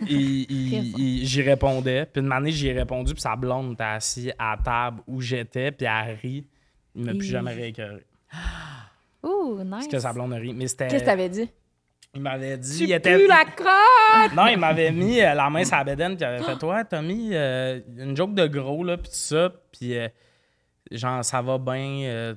j'y répondais. Puis une année, j'y ai répondu, puis sa blonde était assise à la table où j'étais, puis elle rit. Il m'a plus jamais réécœuré. Ouh, nice. Parce que sa blonde a ri. Mais c'était. Qu'est-ce que t'avais dit? Il m'avait dit. Tu il était... pues la crotte! Non, il m'avait mis la main sur la bédaine, puis il avait fait toi, t'as mis une joke de gros, là, puis tout ça. Puis genre, ça va bien.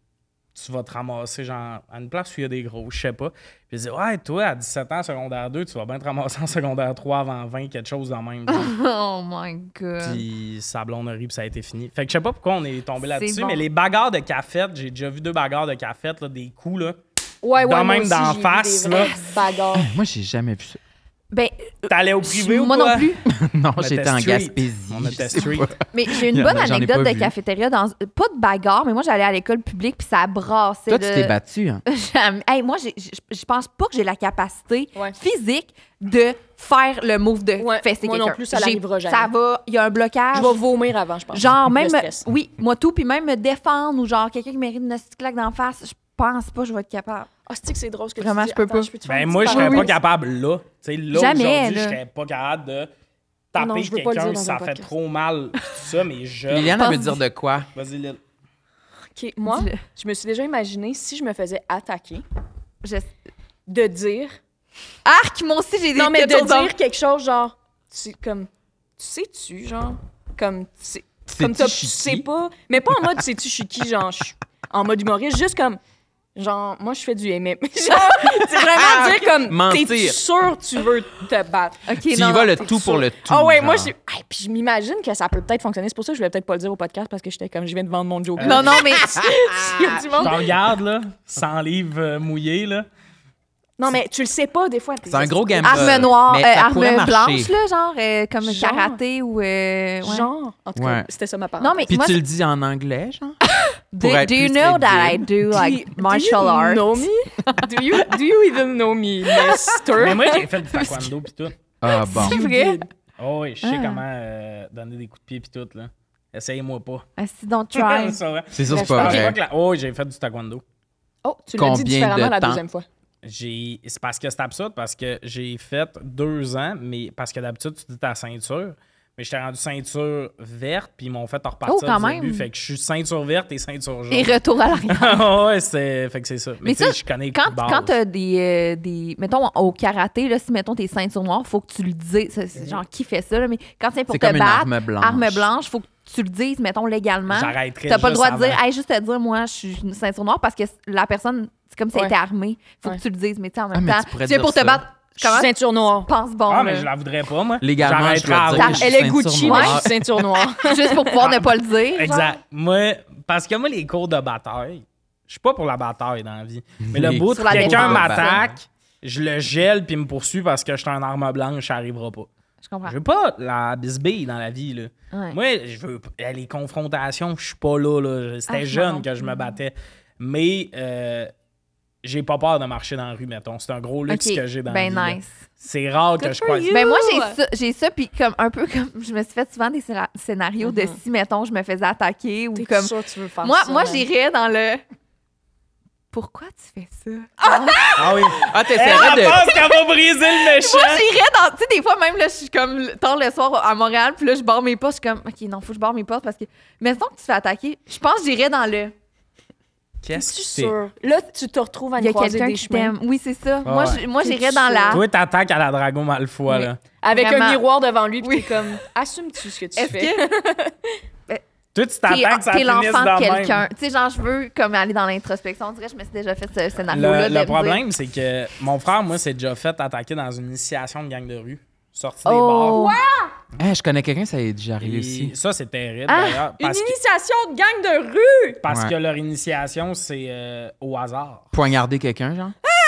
Tu vas te ramasser, genre, à une place où il y a des gros, je sais pas. Puis il dit, ouais, toi, à 17 ans, secondaire 2, tu vas bien te ramasser en secondaire 3 avant 20, quelque chose de même. Oh my God. Puis sa blonde a ri, puis ça a été fini. Fait que je sais pas pourquoi on est tombé là-dessus, bon. mais les bagarres de cafette, j'ai déjà vu 2 bagarres de cafette, là, des coups, là. Ouais, De moi même aussi, d'en j'ai vu face, des là. vraies bagarres. Moi, j'ai jamais vu ça. Ben, T'allais au privé ou moi quoi? non plus. Non, On j'étais était en street. Gaspésie. On était je sais street. pas. Mais j'ai une J'en bonne ai pas anecdote de vu. cafétéria. Pas de bagarre, mais moi, j'allais à l'école publique, puis ça brassait. Toi, tu là. t'es battu, hein? Hey, moi, je pense pas que j'ai la capacité Ouais. physique de faire le move de Ouais, fesser moi quelqu'un. non plus, ça J'ai- n'arrivera jamais. Ça va, il y a un blocage. Je vais vomir avant, je pense. Genre, Le même, stress. oui, moi tout, puis même me défendre ou genre quelqu'un qui mérite une petite claque d'en face, je pense pas que je vais être capable. Ah, c'est drôle ce que Vraiment, tu dis. je peux Attends, pas. peux-tu faire Ben une moi, je petite serais pas parenthèse? capable là. Tu sais, là, Jamais, aujourd'hui, là. je serais pas capable de Non, taper je veux pas le quelqu'un dire si dans un ça fait podcast. trop mal, pis tout ça, mais jeune. Liliane, pense- elle veut dire de quoi? Vas-y, Lil. OK, moi, Dis-le. je me suis déjà imaginé si je me faisais attaquer, Je- de dire... Arc, moi aussi, j'ai des Non, mais de quelque chose dans- dire quelque chose genre... Tu sais-tu, genre... Comme, tu Sais-tu, je sais suis qui? pas... Mais pas en mode sais-tu, je suis qui, genre... En mode humoriste, juste comme... Genre, moi, je fais du MMA. Genre, c'est vraiment dire comme... Mentir. T'es sûr tu veux te battre? Ok, Tu y non, vas non, le t'es tout pour sûr. le tout. Ah ouais, moi, genre. puis je m'imagine que ça peut peut-être fonctionner. C'est pour ça que je voulais peut-être pas le dire au podcast parce que j'étais comme, je viens de vendre mon joke. Non, non, mais Il y a du Je monde. t'en regarde, là, sans livre mouillé, là. Non, mais tu le sais pas, des fois. C'est un gros gamble. arme noire, Mais ça arme pourrait marcher. blanche, là, genre, comme Genre. karaté ou. Ouais. Genre. En tout cas, Ouais. c'était ça ma parole. Non, mais Puis moi, tu le dis en anglais, genre? do, pour être do you plus know that I crédible. do like martial arts? know me? do you even know me, mister? Mais moi, j'ai fait du taekwondo pis tout. Ah bon. C'est vrai? Oh oui, je sais Ah. comment donner des coups de pied pis tout, là. Essayez-moi pas. Ah, si, don't try. Ça va. C'est sûr, c'est Je pas pense Je sais vrai. pas que oh, oui, j'ai fait du taekwondo. Oh, tu l'as dit Combien différemment de la temps? deuxième fois. C'est parce que c'est absurde, parce que j'ai fait 2 ans, mais parce que d'habitude, tu dis ta ceinture. Mais j'étais rendu ceinture verte, puis ils m'ont fait repartir Oh, quand du début. même. Fait que je suis ceinture verte et ceinture jaune. Et retour à l'arrière. Ouais, fait que c'est ça. Mais Mais tu sais, ça, je connais les Quand, coups de base. quand t'as des. Mettons, au karaté, là, si mettons tes ceintures noires, faut que tu le dises. C'est genre qui fait ça, là, mais quand c'est pour C'est te comme une battre, arme blanche. faut que tu le dises, mettons, légalement. J'arrêterais T'as pas le juste droit de dire, avant. hey, juste te dire, moi, je suis une ceinture noire parce que la personne, c'est comme si elle Ouais. était armée. Faut Ouais. que tu le dises, mais tu sais, en Ah, même mais temps, tu pourrais tu es dire pour te ça. battre. Je suis Comment ceinture noire. pense bon, Ah, là. mais je la voudrais pas, moi. Légalement, je dois J'arrêterais dire avant. que je suis Elle est ceinture Gucci, noire. mais je suis ceinture noire. Juste pour pouvoir ne pas le dire. genre. Exact. Moi, parce que moi, les cours de bataille, je suis pas pour la bataille dans la vie. Mais le Les bout, Sur la quelqu'un défense. m'attaque, je le gèle puis il me poursuit parce que je suis un arme blanche, ça arrivera pas. Je comprends. Je veux pas la bisbille dans la vie, là. Ouais. Moi, je veux les confrontations, je suis pas là, là. C'était Ah, moi jeune non que je me plus. battais. Mais j'ai pas peur de marcher dans la rue, mettons. C'est un gros luxe Ok, que j'ai dans ben la vie. là. nice. C'est rare que Good je for crois. you. Ben moi, j'ai ça, puis comme un peu comme je me suis fait souvent des scénarios de Mhm. si, mettons, je me faisais attaquer ou T'es comme. sûr que tu veux faire Moi, ça? moi man? j'irais dans le. Pourquoi tu fais ça? Ah oui. Ah, Elle t'essaierais de... pense qu'elle va briser le Moi, méchant. j'irais dans. Tu sais, des fois, même, là, je suis comme tard le soir à Montréal, puis là, je barre mes portes. Je suis comme, OK, non, faut que je barre mes portes parce que. Mais mettons que tu te fais attaquer, je pense que j'irais dans le. Qu'est-ce Es-tu que c'est? sûr? Là, tu te retrouves à Il y a une croisée quelqu'un des qui chemins. t'aime. Oui, c'est ça. Ah Moi, ouais. moi T'es j'irais dans sûr? la. Toi, t'attaques à la Dragon Malfoy, Oui. là. Avec Vraiment. un miroir devant lui, puis Oui. t'es comme, assume-tu ce que tu Est-ce fais? Toi, tu T'es t'attends que ça t'es finisse l'enfant de de quelqu'un. même. Tu sais, genre, je veux comme aller dans l'introspection. On dirait que je me suis déjà fait ce scénario-là. Le problème, c'est que mon frère, moi, s'est déjà fait attaquer dans une initiation de gang de rue. Sorti des Oh! Eh, je connais quelqu'un, ça est déjà bars. arrivé Et aussi. ça, c'est terrible, Ah! d'ailleurs. Une Parce, que, initiation de gang de rue! parce Ouais. que leur initiation, c'est au hasard. Poignarder quelqu'un, genre?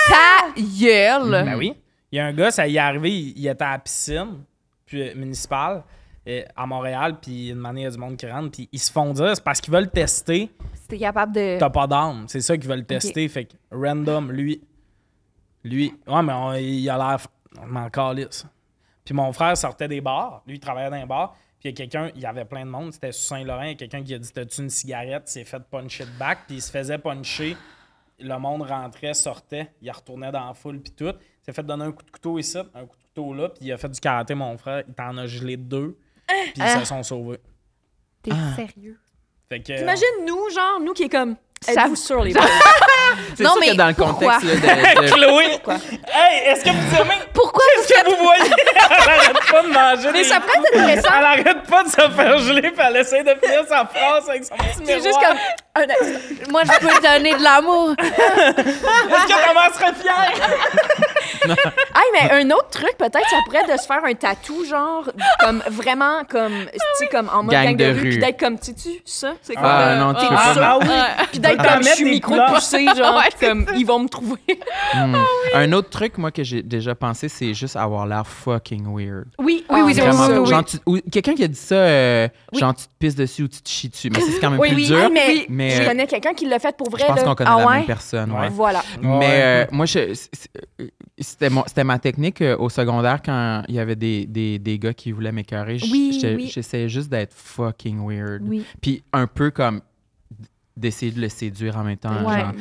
Ta gueule! Ben oui. Il y a un gars, ça y est arrivé, il était à la piscine puis, municipale à Montréal, puis une manière, il y a du monde qui rentre, puis ils se font dire, c'est parce qu'ils veulent tester, C'était capable de... t'as pas d'arme. C'est ça qu'ils veulent tester. Fait que random, lui, ouais, mais il a l'air m'en calisse. Puis mon frère sortait des bars, lui, il travaillait dans un bar, puis il y a quelqu'un, il y avait plein de monde, c'était sur Saint-Laurent, il y a quelqu'un qui a dit, t'as-tu une cigarette? Il s'est fait puncher de back, puis il se faisait puncher. Le monde rentrait, sortait, il retournait dans la foule, puis tout. Il s'est fait donner un coup de couteau ici, un coup de couteau là, puis il a fait du karaté, mon frère. Il t'en a gelé 2, puis ils se sont sauvés. T'es sérieux? Fait que, T'imagines nous, genre, nous qui est comme... Ça- Êtes-vous sur les boys? C'est Non, sûr mais que dans le pourquoi? contexte là, de Chloé! Hey, est-ce que vous aimez? Pourquoi Est-ce que vous voyez? Elle arrête pas de manger Mais des ça pourrait être intéressant. Elle arrête pas de se faire geler, puis elle essaie de finir sa phrase avec son petit C'est miroir. juste comme... un instant. Moi, je peux te donner de l'amour. Est-ce que maman serait fière? Hey, mais un autre truc, peut-être, ça pourrait de se faire un tatou, genre, comme vraiment, comme, tu sais, comme en mode gang de rue, puis d'être comme, sais-tu, ça? C'est comme, Ah, non, tu peux Ah, pas. ah oui! puis d'être T'en comme, je mettre suis des micro-poussé, genre, Ouais, c'est comme, ils vont me trouver. Un autre truc, moi, que j'ai déjà pensé, c'est juste avoir l'air fucking weird. Oui, Vraiment. oui. Genre, ou quelqu'un qui a dit ça, genre, tu te pisses dessus ou tu te chies dessus. Mais c'est quand même Oui, plus oui, dur. mais, mais, je connais quelqu'un qui l'a fait pour vrai, Je pense là. qu'on connaît Ah la ouais? même personne. Ouais. Voilà. Mais moi, c'était ma technique au secondaire quand il y avait des gars qui voulaient m'écœurer. Oui. J'essayais juste d'être fucking weird. Oui. Puis un peu comme d'essayer de le séduire en même temps. Ouais. Genre,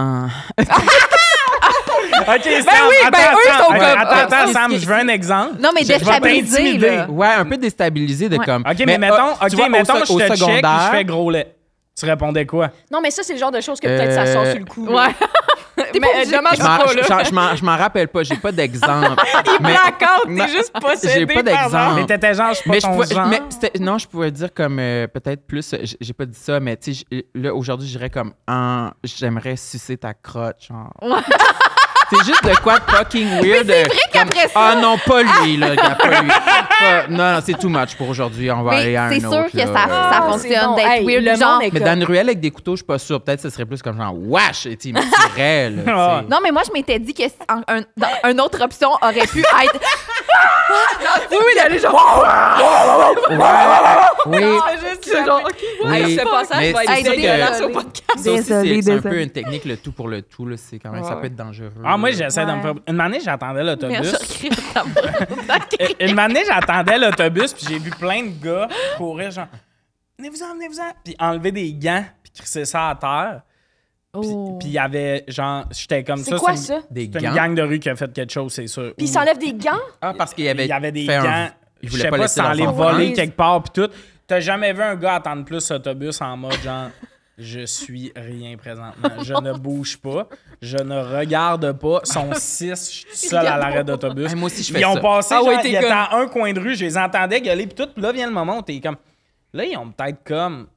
OK, Sam, oui, attends, ben, eux Sam, sont comme- attends, Ah, Sam, c'est- je veux un exemple. Non, mais Je vais déstabiliser, t'intimider. là. ouais, un peu déstabilisé de Ouais. comme. OK, mais mettons, tu vois, mettons au je te check et je secondaire, fais gros lait. Tu répondais quoi? Non, mais ça, c'est le genre de choses que peut-être ça sort sur le coup. là. Ouais. Mais dommage, je m'en- pas, là. je m'en rappelle pas, j'ai pas d'exemple. Mais- Blackout, Non, t'es juste possédé. j'ai pas par d'exemple. Mais t'étais genre, je suis pas Mais je ton pouvais, genre. mais non, je pouvais dire comme peut-être plus. J'ai pas dit ça, mais tu sais, là aujourd'hui, je dirais comme j'aimerais sucer ta crotte, genre. C'est juste de quoi de fucking weird. c'est vrai qu'après ça- Ah non, pas lui, là, gars, pas lui. Non, c'est too much pour aujourd'hui. On va Mais aller à un c'est autre. sûr que là. ça Ah, fonctionne c'est bon. d'être Hey, weird. le genre... monde est Mais comme- dans une ruelle avec des couteaux, je suis pas sûr. Peut-être que ce serait plus comme genre wesh, et tu me tirais, là. Ah. tu sais. Non, mais moi, je m'étais dit que une autre option aurait pu être... Oui, d'aller genre. Oui. C'est juste ça, genre, OK. Oui. Hey, ce passage Mais va c'est être sûr dégueulasse que- au podcast. Ça aussi, Désolée, c'est un désolée. peu une technique, le tout pour le tout. Là. C'est quand même, ça peut être dangereux. Ah, moi, j'essaie de me Ouais. faire. Une année, j'attendais Mais l'autobus. je crie de l'amour. Une année, j'attendais l'autobus, puis j'ai vu plein de gars courir, genre, venez-vous-en. Puis enlever des gants, puis crisser ça à terre. Oh. Puis il y avait, genre, j'étais comme ça. C'est quoi une- ça? Des C'est une gants. gang de rue qui a fait quelque chose, c'est sûr. Puis ils Ou- s'enlèvent des gants? Ah, parce qu'il y il y avait des fait gants. Il Je voulait sais pas pas laisser si ça allait leur voler Ouais. quelque part, puis tout. T'as jamais vu un gars attendre plus l'autobus en mode, genre, je suis rien présentement. Je ne bouge pas. Je ne regarde pas. Ils sont 6, je suis tout seul à l'arrêt d'autobus. Hey, moi aussi, je fais Ils ont ça. passé, Ah ouais, genre, t'es ils étaient comme- à un coin de rue, je les entendais gueuler, puis tout. Puis là vient le moment où t'es comme... Là, ils ont peut-être comme...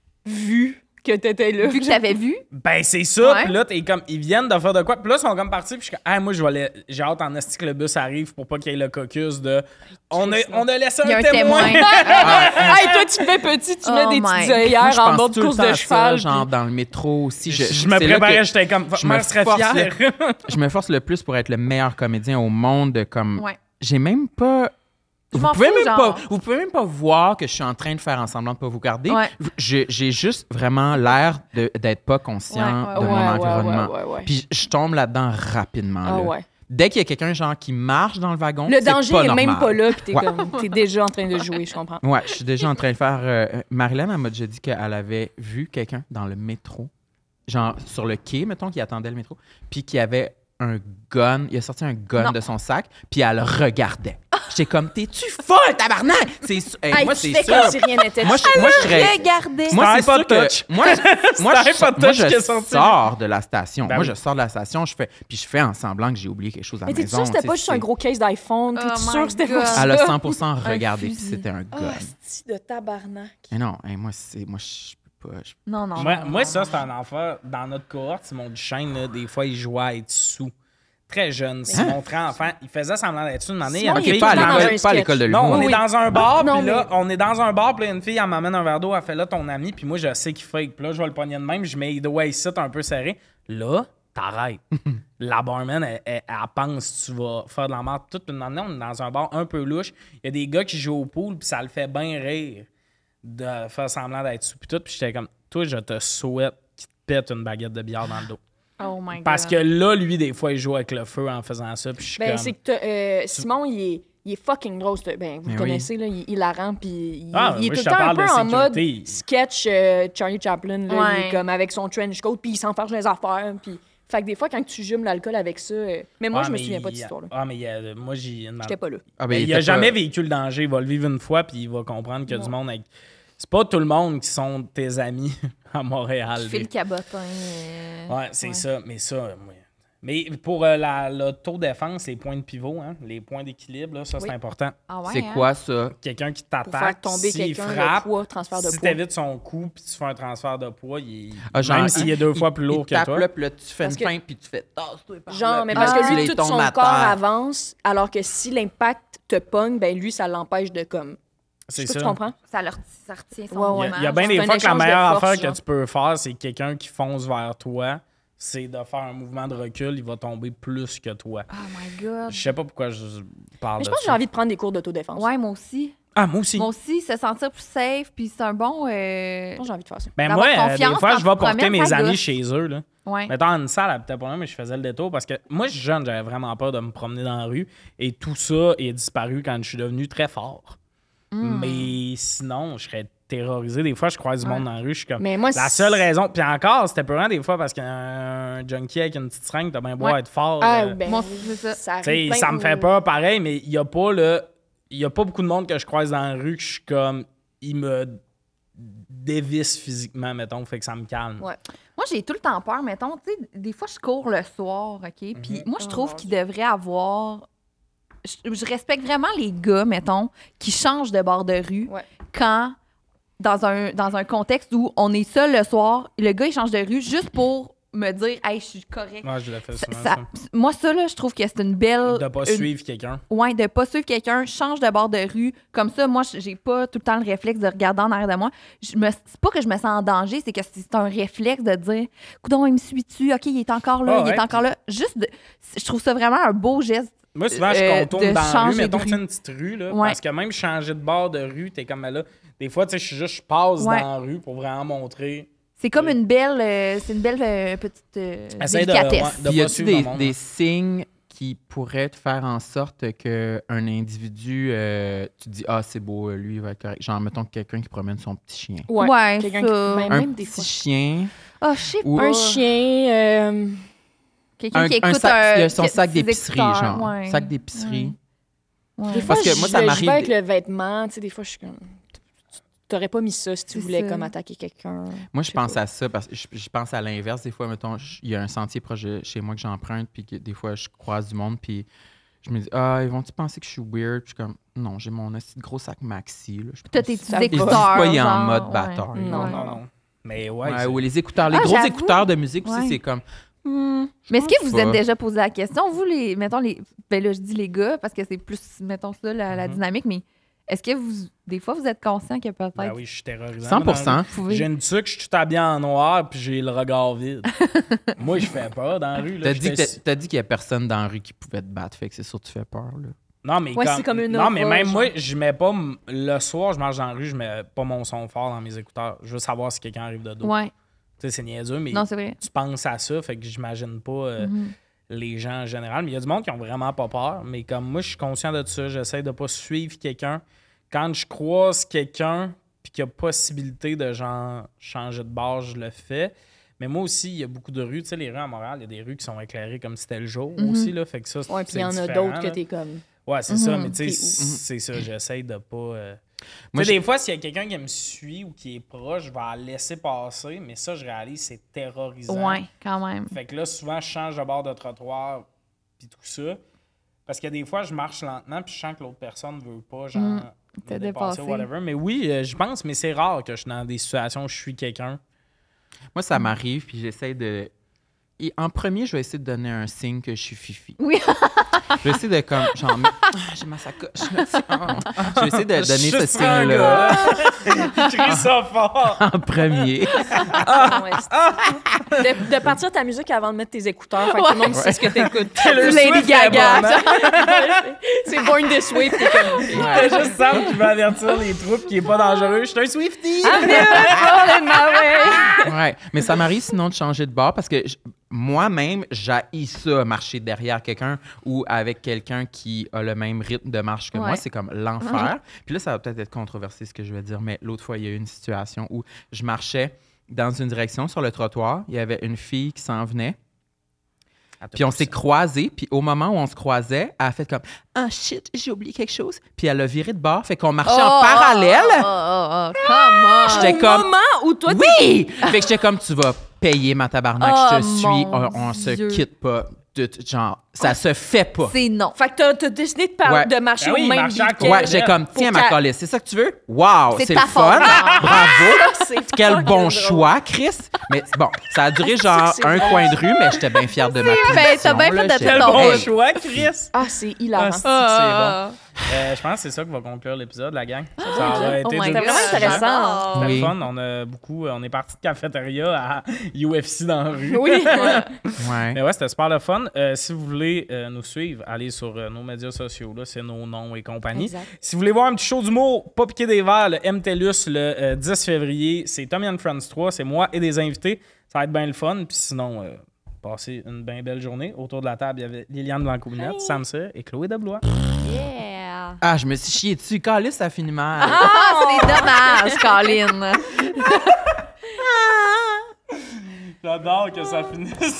Vu que t'étais là. Vu que t'avais vu, Ben, c'est ça. Ouais. Puis là, t'es comme... Ils viennent de faire de quoi. Puis là, ils sont comme partis. Puis je suis comme... Hey, moi, j'ai hâte en esti que le bus arrive pour pas qu'il y ait le caucus de... On a laissé il y a un un témoin. témoin. Hey, toi, tu fais petit, tu mets Oh des my. petites Moi, œillères je en pense mode tout le course temps de à cheval. ça, genre puis- dans le métro aussi. Je me c'est là préparais, que j'étais comme... je Ma me mère serait force, fière. je me force le plus pour être le meilleur comédien au monde. Comme Ouais. j'ai même pas. Je Vous m'en pouvez, fous, même genre. pas, vous pouvez même pas voir que je suis en train de faire en semblant de pas vous garder. Ouais. J'ai juste vraiment l'air d'être pas conscient Ouais, de ouais, mon ouais, environnement. ouais. Puis je tombe là-dedans rapidement. Ah là. ouais. Dès qu'il y a quelqu'un genre qui marche dans le wagon, Le c'est danger pas est même normal. pas là, puis Ouais. t'es déjà en train de jouer, je comprends. Ouais, je suis déjà en train de faire. Marilyn, elle m'a déjà dit qu'elle avait vu quelqu'un dans le métro, genre sur le quai, mettons, qui attendait le métro, puis qui avait un gun. Il a sorti un gun Non. de son sac, puis elle le regardait. J'étais comme, t'es-tu folle, tabarnak? C'est Hey, moi, tu c'est fais sûr. comme si rien n'était. Moi, je serais. regardez. Moi, c'est C'était sûr iPod que Touch. moi, C'était iPod Touch qui est sorti. sors de la station. Ben moi, oui. je sors de la station, je fais en semblant que j'ai oublié quelque chose à la Mais t'es maison. sûr que c'était tu pas sais, juste un c'est- gros case d'iPhone? T'es Oh sûr my que c'était God. pas ça? Elle a 100% regardé, puis fusil. c'était un Oh, gun. asti de tabarnak. Mais non, hey, moi, je peux pas. Non, non. Moi, ça, c'est un enfant. Dans notre cohorte, Simon Duchesne, là, des fois, il jouait à être sous. Très jeune. Simon très enfant. Il faisait semblant d'être sous. Une année, il y a Simon, une il est fille- pas à dans l'école. un- un Pas à l'école de sketch. Non, l'humour. on est Oui. dans un bar, Non, puis là, mais- on est dans un bar, puis là, une fille, elle m'amène un verre d'eau, elle fait là ton ami, puis moi, je sais qu'il fake. Puis là, je vais le pogner de même, je mets les doigts ici, un peu serré. Là, t'arrêtes. La barman, elle pense que tu vas faire de la merde. Tout le monde, on est dans un bar un peu louche. Il y a des gars qui jouent au pool, puis ça le fait bien rire de faire semblant d'être sous. Puis tout, puis j'étais comme, toi, je te souhaite qu'il te pète une baguette de bière dans le dos. Oh my God. Parce que là, lui, des fois, il joue avec le feu en faisant ça. Puis je suis Ben, comme... c'est que Simon, il est fucking drôle. Ben, vous le connaissez, là, il est hilarant, puis il est tout le temps un peu en mode sketch Charlie Chaplin. Là, il est comme avec son trench coat, puis il s'enfarge les affaires. Puis... Fait que des fois, quand tu jumes l'alcool avec ça... Mais moi, je me souviens pas de cette histoire-là. Ah, mais moi, J'étais pas là. Il a jamais vécu le danger. Il va le vivre une fois, puis il va comprendre qu'il y a du monde avec... C'est pas tout le monde qui sont tes amis à Montréal. Je fais le cabotin. Ouais, c'est ça. Mais ça... Mais pour l'autodéfense, les points de pivot, hein, les points d'équilibre, là, ça, c'est important. Ah ouais, c'est quoi ça? Quelqu'un qui Pour faire t'attaque, tomber s'il quelqu'un, frappe, le poids, transfert de si poids. t'évites son coup puis tu fais un transfert de poids, Genre, s'il est 2 fois plus lourd que toi. Là, puis là, tu fais Parce une que- feinte, puis tu fais tasse-toi par Genre, là, mais puis parce là, que tu lui, les tout tombes son à corps terre. avance, alors que si l'impact te pogne, ben lui, ça l'empêche de comme... C'est Je sais pas ça. si tu comprends? Ça retient son Ouais, ouais. Il y a bien C'est des un fois que la échange de meilleure force, affaire genre. que tu peux faire, c'est quelqu'un qui fonce vers toi, c'est de faire un mouvement de recul, il va tomber plus que toi. Oh my God. Je sais pas pourquoi je parle Mais de je pense que j'ai ça. envie de prendre des cours d'autodéfense. Ouais, moi aussi. Ah, moi aussi. Moi aussi, se sentir plus safe, puis c'est un bon... Je pense que j'ai envie de faire ça. Ben d'avoir moi, confiance des fois, quand je vais tu te porter promènes, mes ça amis gosse. chez eux. Là. Ouais. Mettons, une salle, elle peut-être pas loin, mais je faisais le détour parce que moi, je suis jeune, j'avais vraiment peur de me promener dans la rue. Et tout ça est disparu quand je suis devenu très fort. Mais sinon, je serais terrorisé. Des fois, je croise du monde dans la rue, je suis comme... Mais moi, La seule raison... Puis encore, c'était peurant des fois parce qu'un junkie avec une petite seringue, t'as bien beau être fort. Ah, ben, Moi, c'est ça. arrive T'sais, plein ça me de- fait peur pareil, mais il y a pas beaucoup de monde que je croise dans la rue que je suis comme... Il me dévisse physiquement, mettons, fait que ça me calme. Ouais. Moi, j'ai tout le temps peur, mettons. Tu sais, des fois, je cours le soir, OK? Puis moi, je trouve mon qu'il devrait avoir... Je respecte vraiment les gars, mettons, qui changent de bord de rue Ouais. quand, dans un contexte où on est seul le soir, le gars, il change de rue juste pour me dire « Hey, je suis correct. Moi, je le fais souvent, Ça- Moi, ça, là, je trouve que c'est une belle... De pas une- suivre quelqu'un. Ouais, de pas suivre quelqu'un, change de bord de rue. Comme ça, moi, j'ai pas tout le temps le réflexe de regarder en arrière de moi. C'est pas que je me sens en danger, c'est que c'est un réflexe de dire coudonc, il me suit-tu? OK, il est encore là, Ah il est ouais, encore là. Je trouve ça vraiment un beau geste. Moi, souvent, je contourne de dans la rue, changer de mettons, rue. tu sais, une petite rue, là, Ouais. parce que même changer de bord de rue, t'es comme là. Des fois, tu sais, je passe Ouais. dans la rue pour vraiment montrer. C'est comme une belle, petite Essaye délicatesse. de Puis y pas a-tu suivre le monde. des signes qui pourraient te faire en sorte qu'un individu, tu dis, ah, c'est beau, lui, il va être correct. Genre, mettons quelqu'un qui promène son petit chien. Ouais, Quelqu'un ça. qui... Un Même des petit fois. chien. Ah, je sais Ou- pas. Un chien... Quelqu'un qui écoute sac, il a son ses sac d'épicerie, écouteurs, genre. ouais. Sac d'épicerie. Ouais. Des fois, Parce que moi, ça je m'arrive vais avec des- le vêtement. Tu sais, des fois, je suis comme... T'aurais pas mis ça si tu C'est voulais ça. comme attaquer quelqu'un. Moi, je sais pense pas. à ça parce que je pense à l'inverse. Des fois, mettons, il y a un sentier proche de chez moi que j'emprunte, puis que des fois, je croise du monde, puis je me dis, ah, ils vont-tu penser que je suis weird? Puis je suis comme, non, j'ai mon petit gros sac maxi. Là. Je T'as pense- tes Ça petits va. Ils disent écouteurs. pas, il est en genre, mode ouais. bâtard. Non, Ouais. Non. Mais ouais. Ouais, c'est- ou les écouteurs, les Ah, gros j'avoue. écouteurs de musique aussi, Ouais. c'est comme. Mais est-ce que vous pas. êtes déjà posé la question, vous, mettons, ben là, je dis les gars, parce que c'est plus, mettons ça, la dynamique, mais est-ce que des fois, vous êtes conscient que peut-être... Ben oui, je suis terrorisant. 100%. vous pouvez- J'ai une tuque, je suis tout habillé en noir, puis j'ai le regard vide. Moi, je fais peur dans la rue. Là, T'as dit qu'il y a personne dans la rue qui pouvait te battre, fait que c'est sûr que tu fais peur. Là. Non, mais Ouais, c'est comme une non, mais aura, même genre. moi, je mets pas le soir, je marche dans la rue, je mets pas mon son fort dans mes écouteurs. Je veux savoir si quelqu'un arrive de dos. Ouais, Tu sais, c'est niaiseux, mais non, c'est vrai. tu penses à ça, fait que j'imagine pas les gens en général. Mais il y a du monde qui ont vraiment pas peur. Mais comme moi, je suis conscient de ça, j'essaie de pas suivre quelqu'un. Quand je croise quelqu'un puis qu'il y a possibilité de genre changer de bord, je le fais. Mais moi aussi, il y a beaucoup de rues. Tu sais, les rues à Montréal, il y a des rues qui sont éclairées comme si c'était le jour aussi. Là, fait que ça, Ouais, puis il c'est y en a différent, d'autres que là. t'es comme... Ouais, c'est ça, mais tu T'es sais, où? c'est ça, j'essaie de pas... Moi, tu sais, des fois, s'il y a quelqu'un qui me suit ou qui est proche, je vais la laisser passer, mais ça, je réalise, c'est terrorisant. Ouais, quand même. Fait que là, souvent, je change de bord de trottoir puis tout ça. Parce que des fois, je marche lentement puis je sens que l'autre personne veut pas, genre, me te dépasser dépasser. ou whatever. Mais oui, je pense, mais c'est rare que je suis dans des situations où je suis quelqu'un. Moi, ça m'arrive, puis j'essaie de. Et en premier, je vais essayer de donner un signe que je suis fifi. Oui. Je vais essayer de comme genre j'ai ma sacoche. Je vais essayer de donner ce Juste signe-là Crie ça fort. en premier. De partir ta musique avant de mettre tes écouteurs, fait que tout le monde sait ce que t'écoutes. Taylor Lady Swift est Gaga. bonne, hein? C'est Born This Way, pis t'es comme... C'est juste Sam qui veut avertir les troupes qui est pas dangereux. Je suis un Swiftie! Ouais, mais ça m'arrive sinon de changer de bord parce que moi-même, j'haïs ça, marcher derrière quelqu'un ou avec quelqu'un qui a le même rythme de marche que moi. C'est comme l'enfer. Puis là, ça va peut-être être controversé ce que je vais dire, mais l'autre fois, il y a eu une situation où je marchais dans une direction sur le trottoir. Il y avait une fille qui s'en venait. Puis on s'est croisés, puis au moment où on se croisait, elle a fait comme « Ah, shit, j'ai oublié quelque chose. » Puis elle a viré de bord, fait qu'on marchait en parallèle. Comment? J'étais comme... moment où toi, Oui! Fait que j'étais comme, tu vas payer ma tabarnak, je te suis, mon on se Dieu. quitte pas. Genre, ça se fait pas. C'est non. Fait que t'as décidé de marcher Ben oui, au même marcher à beat côté. Ouais, j'ai comme, tiens ma colisse, c'est ça que tu veux? Wow, C'est c'est ta le fun. faute. Bravo. Quel fucking bon drôle. choix, Chris. Mais bon, ça a duré genre c'est un drôle. coin de rue, mais j'étais bien fière de ma Ben, t'as bien position, fait là. de J'étais- te Quel ton bon hey. choix, Chris! Ah, c'est hilarant. C'est bon. Je pense que c'est ça qui va conclure l'épisode, la gang. Ça aurait été Oh my des- God. vraiment intéressant. C'était Oui. le fun. On est parti de cafétéria à UFC dans la rue. Oui. Ouais. Mais ouais, c'était super le fun. Si vous voulez nous suivre, allez sur nos médias sociaux. Là, c'est nos noms et compagnie. Exact. Si vous voulez voir un petit show d'humour, pas piqué des verres, le MTLUS le 10 février, c'est Tommy and Friends 3. C'est moi et des invités. Ça va être bien le fun. Puis sinon, passez une bien belle journée. Autour de la table, il y avait Liliane Blanco-Binette, Sam Cyr et Chloé Deblois. Yeah. Ah, je me suis chié dessus. Calice, ça finit mal. Ah, c'est dommage, Colin. J'adore que ça finisse